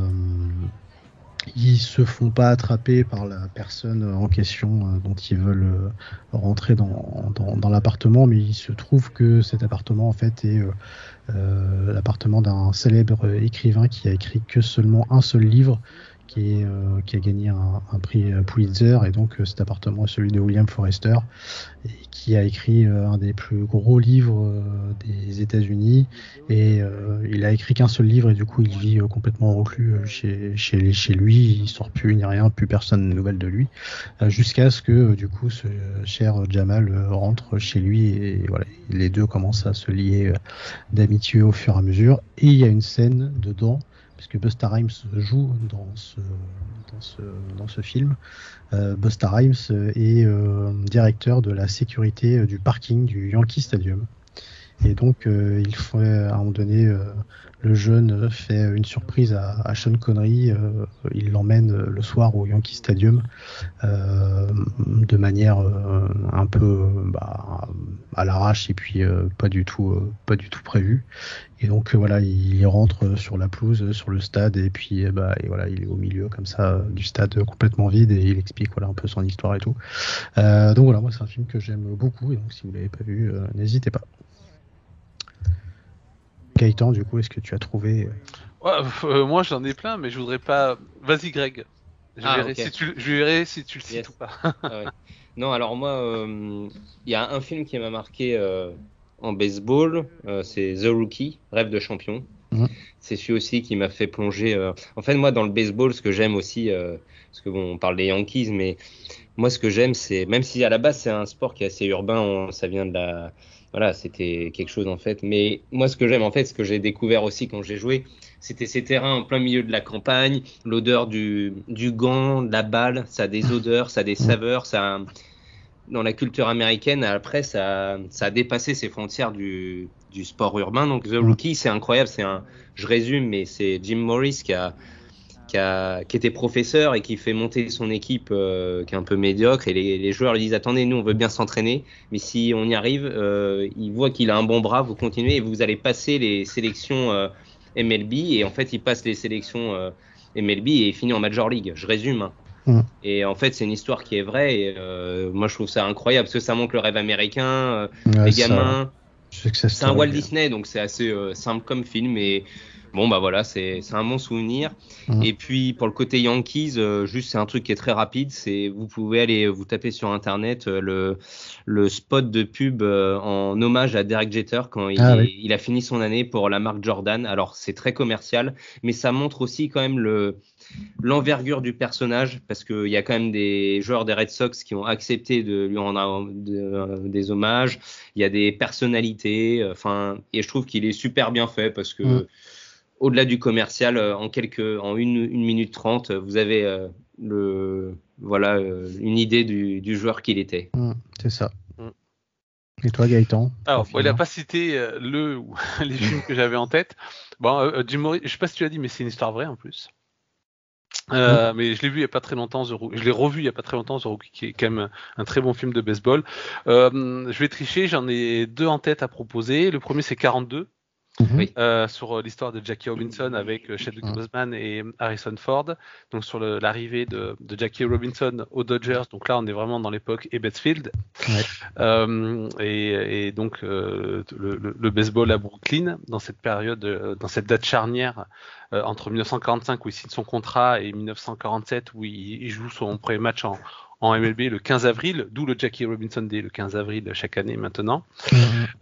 ils se font pas attraper par la personne en question euh, dont ils veulent euh, rentrer dans, dans, dans l'appartement, mais il se trouve que cet appartement en fait est euh, euh, l'appartement d'un célèbre écrivain qui a écrit que seulement un seul livre, qui, est, euh, qui a gagné un, un prix Pulitzer, et donc euh, cet appartement est celui de William Forrester, et qui a écrit euh, un des plus gros livres euh, des États-Unis, et euh, il a écrit qu'un seul livre, et du coup il vit euh, complètement reclus euh, chez, chez, chez lui, il sort plus ni rien, plus personne ne nouvelle de lui, euh, jusqu'à ce que euh, du coup ce cher Jamal euh, rentre chez lui, et voilà, les deux commencent à se lier euh, d'amitié au fur et à mesure. Et il y a une scène dedans, puisque Busta Rhymes joue dans ce, dans ce, dans ce film. Euh, Busta Rhymes est euh, directeur de la sécurité euh, du parking du Yankee Stadium. Et donc, euh, il fait, à un moment donné, euh, le jeune fait une surprise à, à Sean Connery. Euh, il l'emmène le soir au Yankee Stadium euh, de manière euh, un peu bah, à l'arrache, et puis euh, pas du tout, euh, pas du tout prévu. Et donc euh, voilà, il rentre sur la pelouse, sur le stade, et puis euh, bah, et voilà, il est au milieu comme ça du stade complètement vide, et il explique voilà un peu son histoire et tout. Euh, donc voilà, moi c'est un film que j'aime beaucoup, et donc si vous l'avez pas vu, euh, n'hésitez pas. Gaëtan, du coup, est-ce que tu as trouvé Ouais, euh, moi j'en ai plein, mais je voudrais pas. Vas-y, Greg. Je, Ah, verrai, ok. si tu, je verrai si tu le cites Yes. ou pas. Ah ouais. Non, alors moi, il euh, y a un film qui m'a marqué euh, en baseball, euh, c'est The Rookie, Rêve de champion. Mmh. C'est celui aussi qui m'a fait plonger. Euh... En fait, moi, dans le baseball, ce que j'aime aussi, euh, parce que bon, on parle des Yankees, mais moi, ce que j'aime, c'est, même si à la base, c'est un sport qui est assez urbain, on... ça vient de la. Voilà, c'était quelque chose en fait. Mais moi, ce que j'aime, en fait, ce que j'ai découvert aussi quand j'ai joué, c'était ces terrains en plein milieu de la campagne, l'odeur du, du gant, de la balle, ça a des odeurs, ça a des saveurs, ça a... Dans la culture américaine, après, ça, ça a dépassé ces frontières du, du sport urbain. Donc, The Rookie, c'est incroyable. C'est un, je résume, mais c'est Jim Morris qui a, qui a, qui était professeur et qui fait monter son équipe, euh, qui est un peu médiocre. Et les, les joueurs lui disent, attendez, nous, on veut bien s'entraîner, mais si on y arrive, euh, il voit qu'il a un bon bras, vous continuez et vous allez passer les sélections euh, M L B. Et en fait, il passe les sélections euh, M L B et il finit en Major League. Je résume, hein. Mmh. Et en fait, c'est une histoire qui est vraie. Et euh, moi, je trouve ça incroyable parce que ça montre le rêve américain, euh, ouais, les gamins. Ça... C'est un Walt Disney, donc c'est assez euh, simple comme film. Et bon, bah voilà, c'est, c'est un bon souvenir. Mmh. Et puis, pour le côté Yankees, euh, juste, c'est un truc qui est très rapide. C'est, vous pouvez aller vous taper sur Internet euh, le, le spot de pub euh, en hommage à Derek Jeter quand il, ah, est, oui. il a fini son année pour la marque Jordan. Alors, c'est très commercial, mais ça montre aussi quand même le. l'envergure du personnage, parce qu'il y a quand même des joueurs des Red Sox qui ont accepté de lui rendre de, de, des hommages. Il y a des personnalités, enfin, et je trouve qu'il est super bien fait parce que mmh. au-delà du commercial, en quelques, en une, une minute trente, vous avez euh, le, voilà, euh, une idée du, du joueur qu'il était. Mmh, c'est ça. Et toi, Gaëtan? Alors, bon, il n'a pas cité euh, le ou les films que j'avais en tête. Bon, euh, Jim Morris, je sais pas si tu l'as dit, mais c'est une histoire vraie en plus. Euh, mmh. Mais je l'ai vu il n'y a pas très longtemps, The Rookie. Je l'ai revu il n'y a pas très longtemps, The Rookie, qui est quand même un très bon film de baseball. Euh, je vais tricher, j'en ai deux en tête à proposer. Le premier, c'est quarante-deux, mmh. euh, sur l'histoire de Jackie Robinson avec Chadwick mmh. Boseman et Harrison Ford. Donc sur le, l'arrivée de, de Jackie Robinson aux Dodgers. Donc là, on est vraiment dans l'époque Ebbets Field. Ouais. Euh, et, et donc euh, le, le, le baseball à Brooklyn dans cette période, euh, dans cette date charnière. Euh, entre dix-neuf cent quarante-cinq où il signe son contrat et dix-neuf cent quarante-sept où il, il joue son premier match en, en M L B le quinze avril, d'où le Jackie Robinson Day le quinze avril chaque année maintenant. Mmh.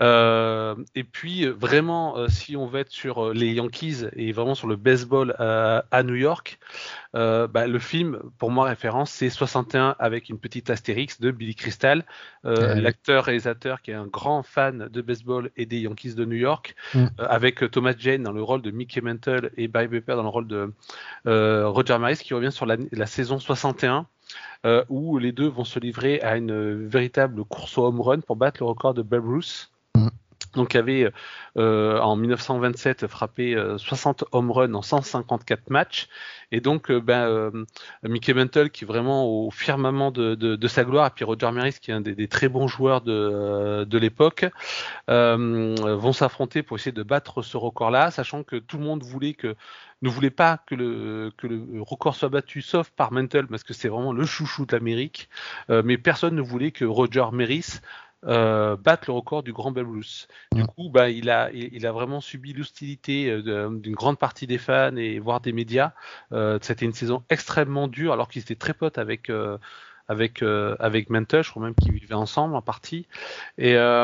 Euh, et puis vraiment, euh, si on veut être sur euh, les Yankees et vraiment sur le baseball euh, à New York, euh, bah, le film, pour moi référence, c'est soixante et un avec une petite astérix de Billy Crystal, euh, Ouais. l'acteur-réalisateur qui est un grand fan de baseball et des Yankees de New York, Mmh. euh, avec Thomas Jane dans le rôle de Mickey Mantle et Barry Pepper dans le rôle de euh, Roger Maris, qui revient sur la, la saison soixante et un. Euh, où les deux vont se livrer à une véritable course au home run pour battre le record de Babe Ruth. Mmh. Donc, il avait euh, en dix-neuf cent vingt-sept frappé euh, soixante home runs en cent cinquante-quatre matchs. Et donc, euh, ben, euh, Mickey Mantle, qui est vraiment au firmament de, de, de sa gloire, et puis Roger Maris, qui est un des, des très bons joueurs de, euh, de l'époque, euh, vont s'affronter pour essayer de battre ce record-là, sachant que tout le monde voulait que ne voulait pas que le, que le record soit battu, sauf par Mantle, parce que c'est vraiment le chouchou de l'Amérique. Euh, mais personne ne voulait que Roger Maris euh, batte le record du Grand Babe Ruth. Du coup, bah, il a, il, il a vraiment subi l'hostilité euh, d'une grande partie des fans et voire des médias. Euh, c'était une saison extrêmement dure, alors qu'ils étaient très potes avec. Euh, avec euh, avec Mantle, je crois même qu'ils vivaient ensemble en partie. Et euh,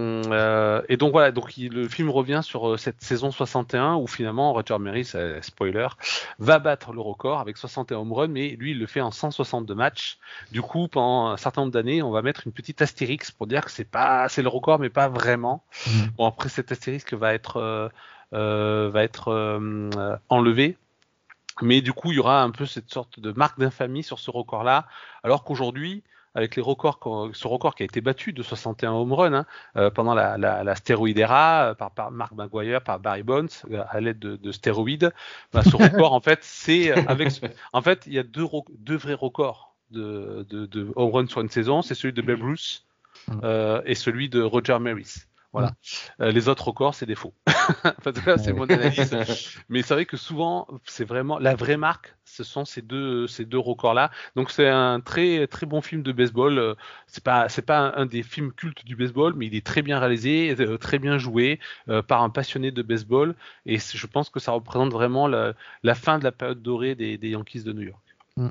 euh, et donc voilà, donc il, le film revient sur euh, cette saison soixante et un où finalement Roger Maris, euh, spoiler, va battre le record avec soixante et un home runs, mais lui il le fait en cent soixante-deux matchs. Du coup, pendant un certain nombre d'années, on va mettre une petite astérix pour dire que c'est pas c'est le record, mais pas vraiment. Mmh. Bon, après cet astérisque va être euh, euh, va être euh, enlevé. Mais du coup, il y aura un peu cette sorte de marque d'infamie sur ce record-là, alors qu'aujourd'hui, avec les records, ce record qui a été battu de soixante et un home runs hein, euh, pendant la, la, la stéroïde era par, par Mark McGwire, par Barry Bonds, à l'aide de, de stéroïdes, bah, ce record, en fait, c'est avec, en fait, il y a deux, deux vrais records de, de, de home runs sur une saison, c'est celui de Babe Ruth euh, et celui de Roger Maris. Voilà. Euh, les autres records, c'est des faux. Enfin, là, c'est mon analyse. Mais c'est vrai que souvent, c'est vraiment la vraie marque. Ce sont ces deux, ces deux records-là. Donc, c'est un très, très bon film de baseball. C'est pas, c'est pas un, un des films cultes du baseball, mais il est très bien réalisé, euh, très bien joué euh, par un passionné de baseball. Et je pense que ça représente vraiment la, la fin de la période dorée des, des Yankees de New York. Mmh.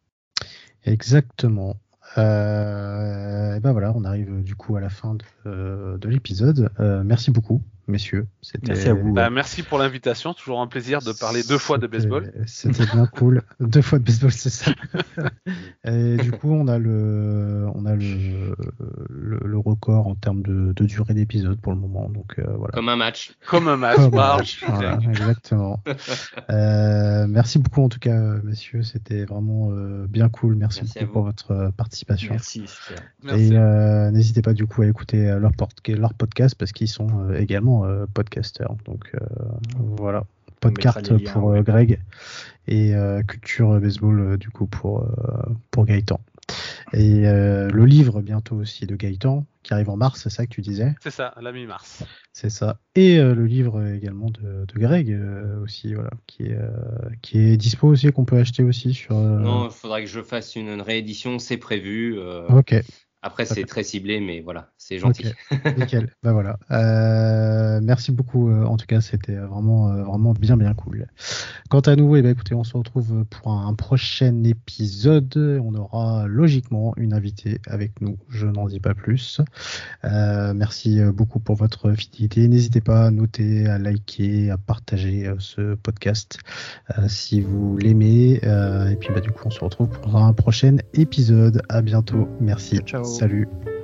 Exactement. Euh, et ben voilà, on arrive du coup à la fin de, euh, de l'épisode. Euh, merci beaucoup, messieurs. C'était... Merci à vous. Bah, merci pour l'invitation. Toujours un plaisir de parler deux fois de baseball. C'était bien cool. Deux fois de baseball, c'est ça. Et du coup, on a le, on a le, le, le record en termes de, de durée d'épisode pour le moment. Donc euh, voilà. Comme un match. Comme un match. Comme bah, un match. Voilà, exactement. euh, merci beaucoup en tout cas, messieurs. C'était vraiment euh, bien cool. Merci, merci beaucoup pour votre euh, participation. Merci. Super. Et euh, n'hésitez pas du coup à écouter leur, pod- leur podcast parce qu'ils sont euh, également euh, podcasters. Donc euh, voilà, podcast liens, pour euh, ouais. Greg et euh, Culture Baseball euh, du coup pour euh, pour Gaëtan. Et euh, le livre bientôt aussi de Gaëtan qui arrive en mars, c'est ça que tu disais ? C'est ça, la mi-mars. C'est ça. Et euh, le livre également de, de Greg euh, aussi, voilà, qui est euh, qui est dispo aussi, qu'on peut acheter aussi sur. Euh... Non, il faudrait que je fasse une, une réédition, c'est prévu. Euh... Ok. Après, c'est très ciblé, mais voilà, c'est gentil. Okay. Nickel. Ben voilà. Euh, merci beaucoup. Euh, en tout cas, c'était vraiment, euh, vraiment bien, bien cool. Quant à nous, eh ben, écoutez, on se retrouve pour un prochain épisode. On aura logiquement une invitée avec nous. Je n'en dis pas plus. Euh, merci beaucoup pour votre fidélité. N'hésitez pas à noter, à liker, à partager euh, ce podcast euh, si vous l'aimez. Euh, et puis, bah, du coup, on se retrouve pour un prochain épisode. À bientôt. Merci. Ciao. Salut.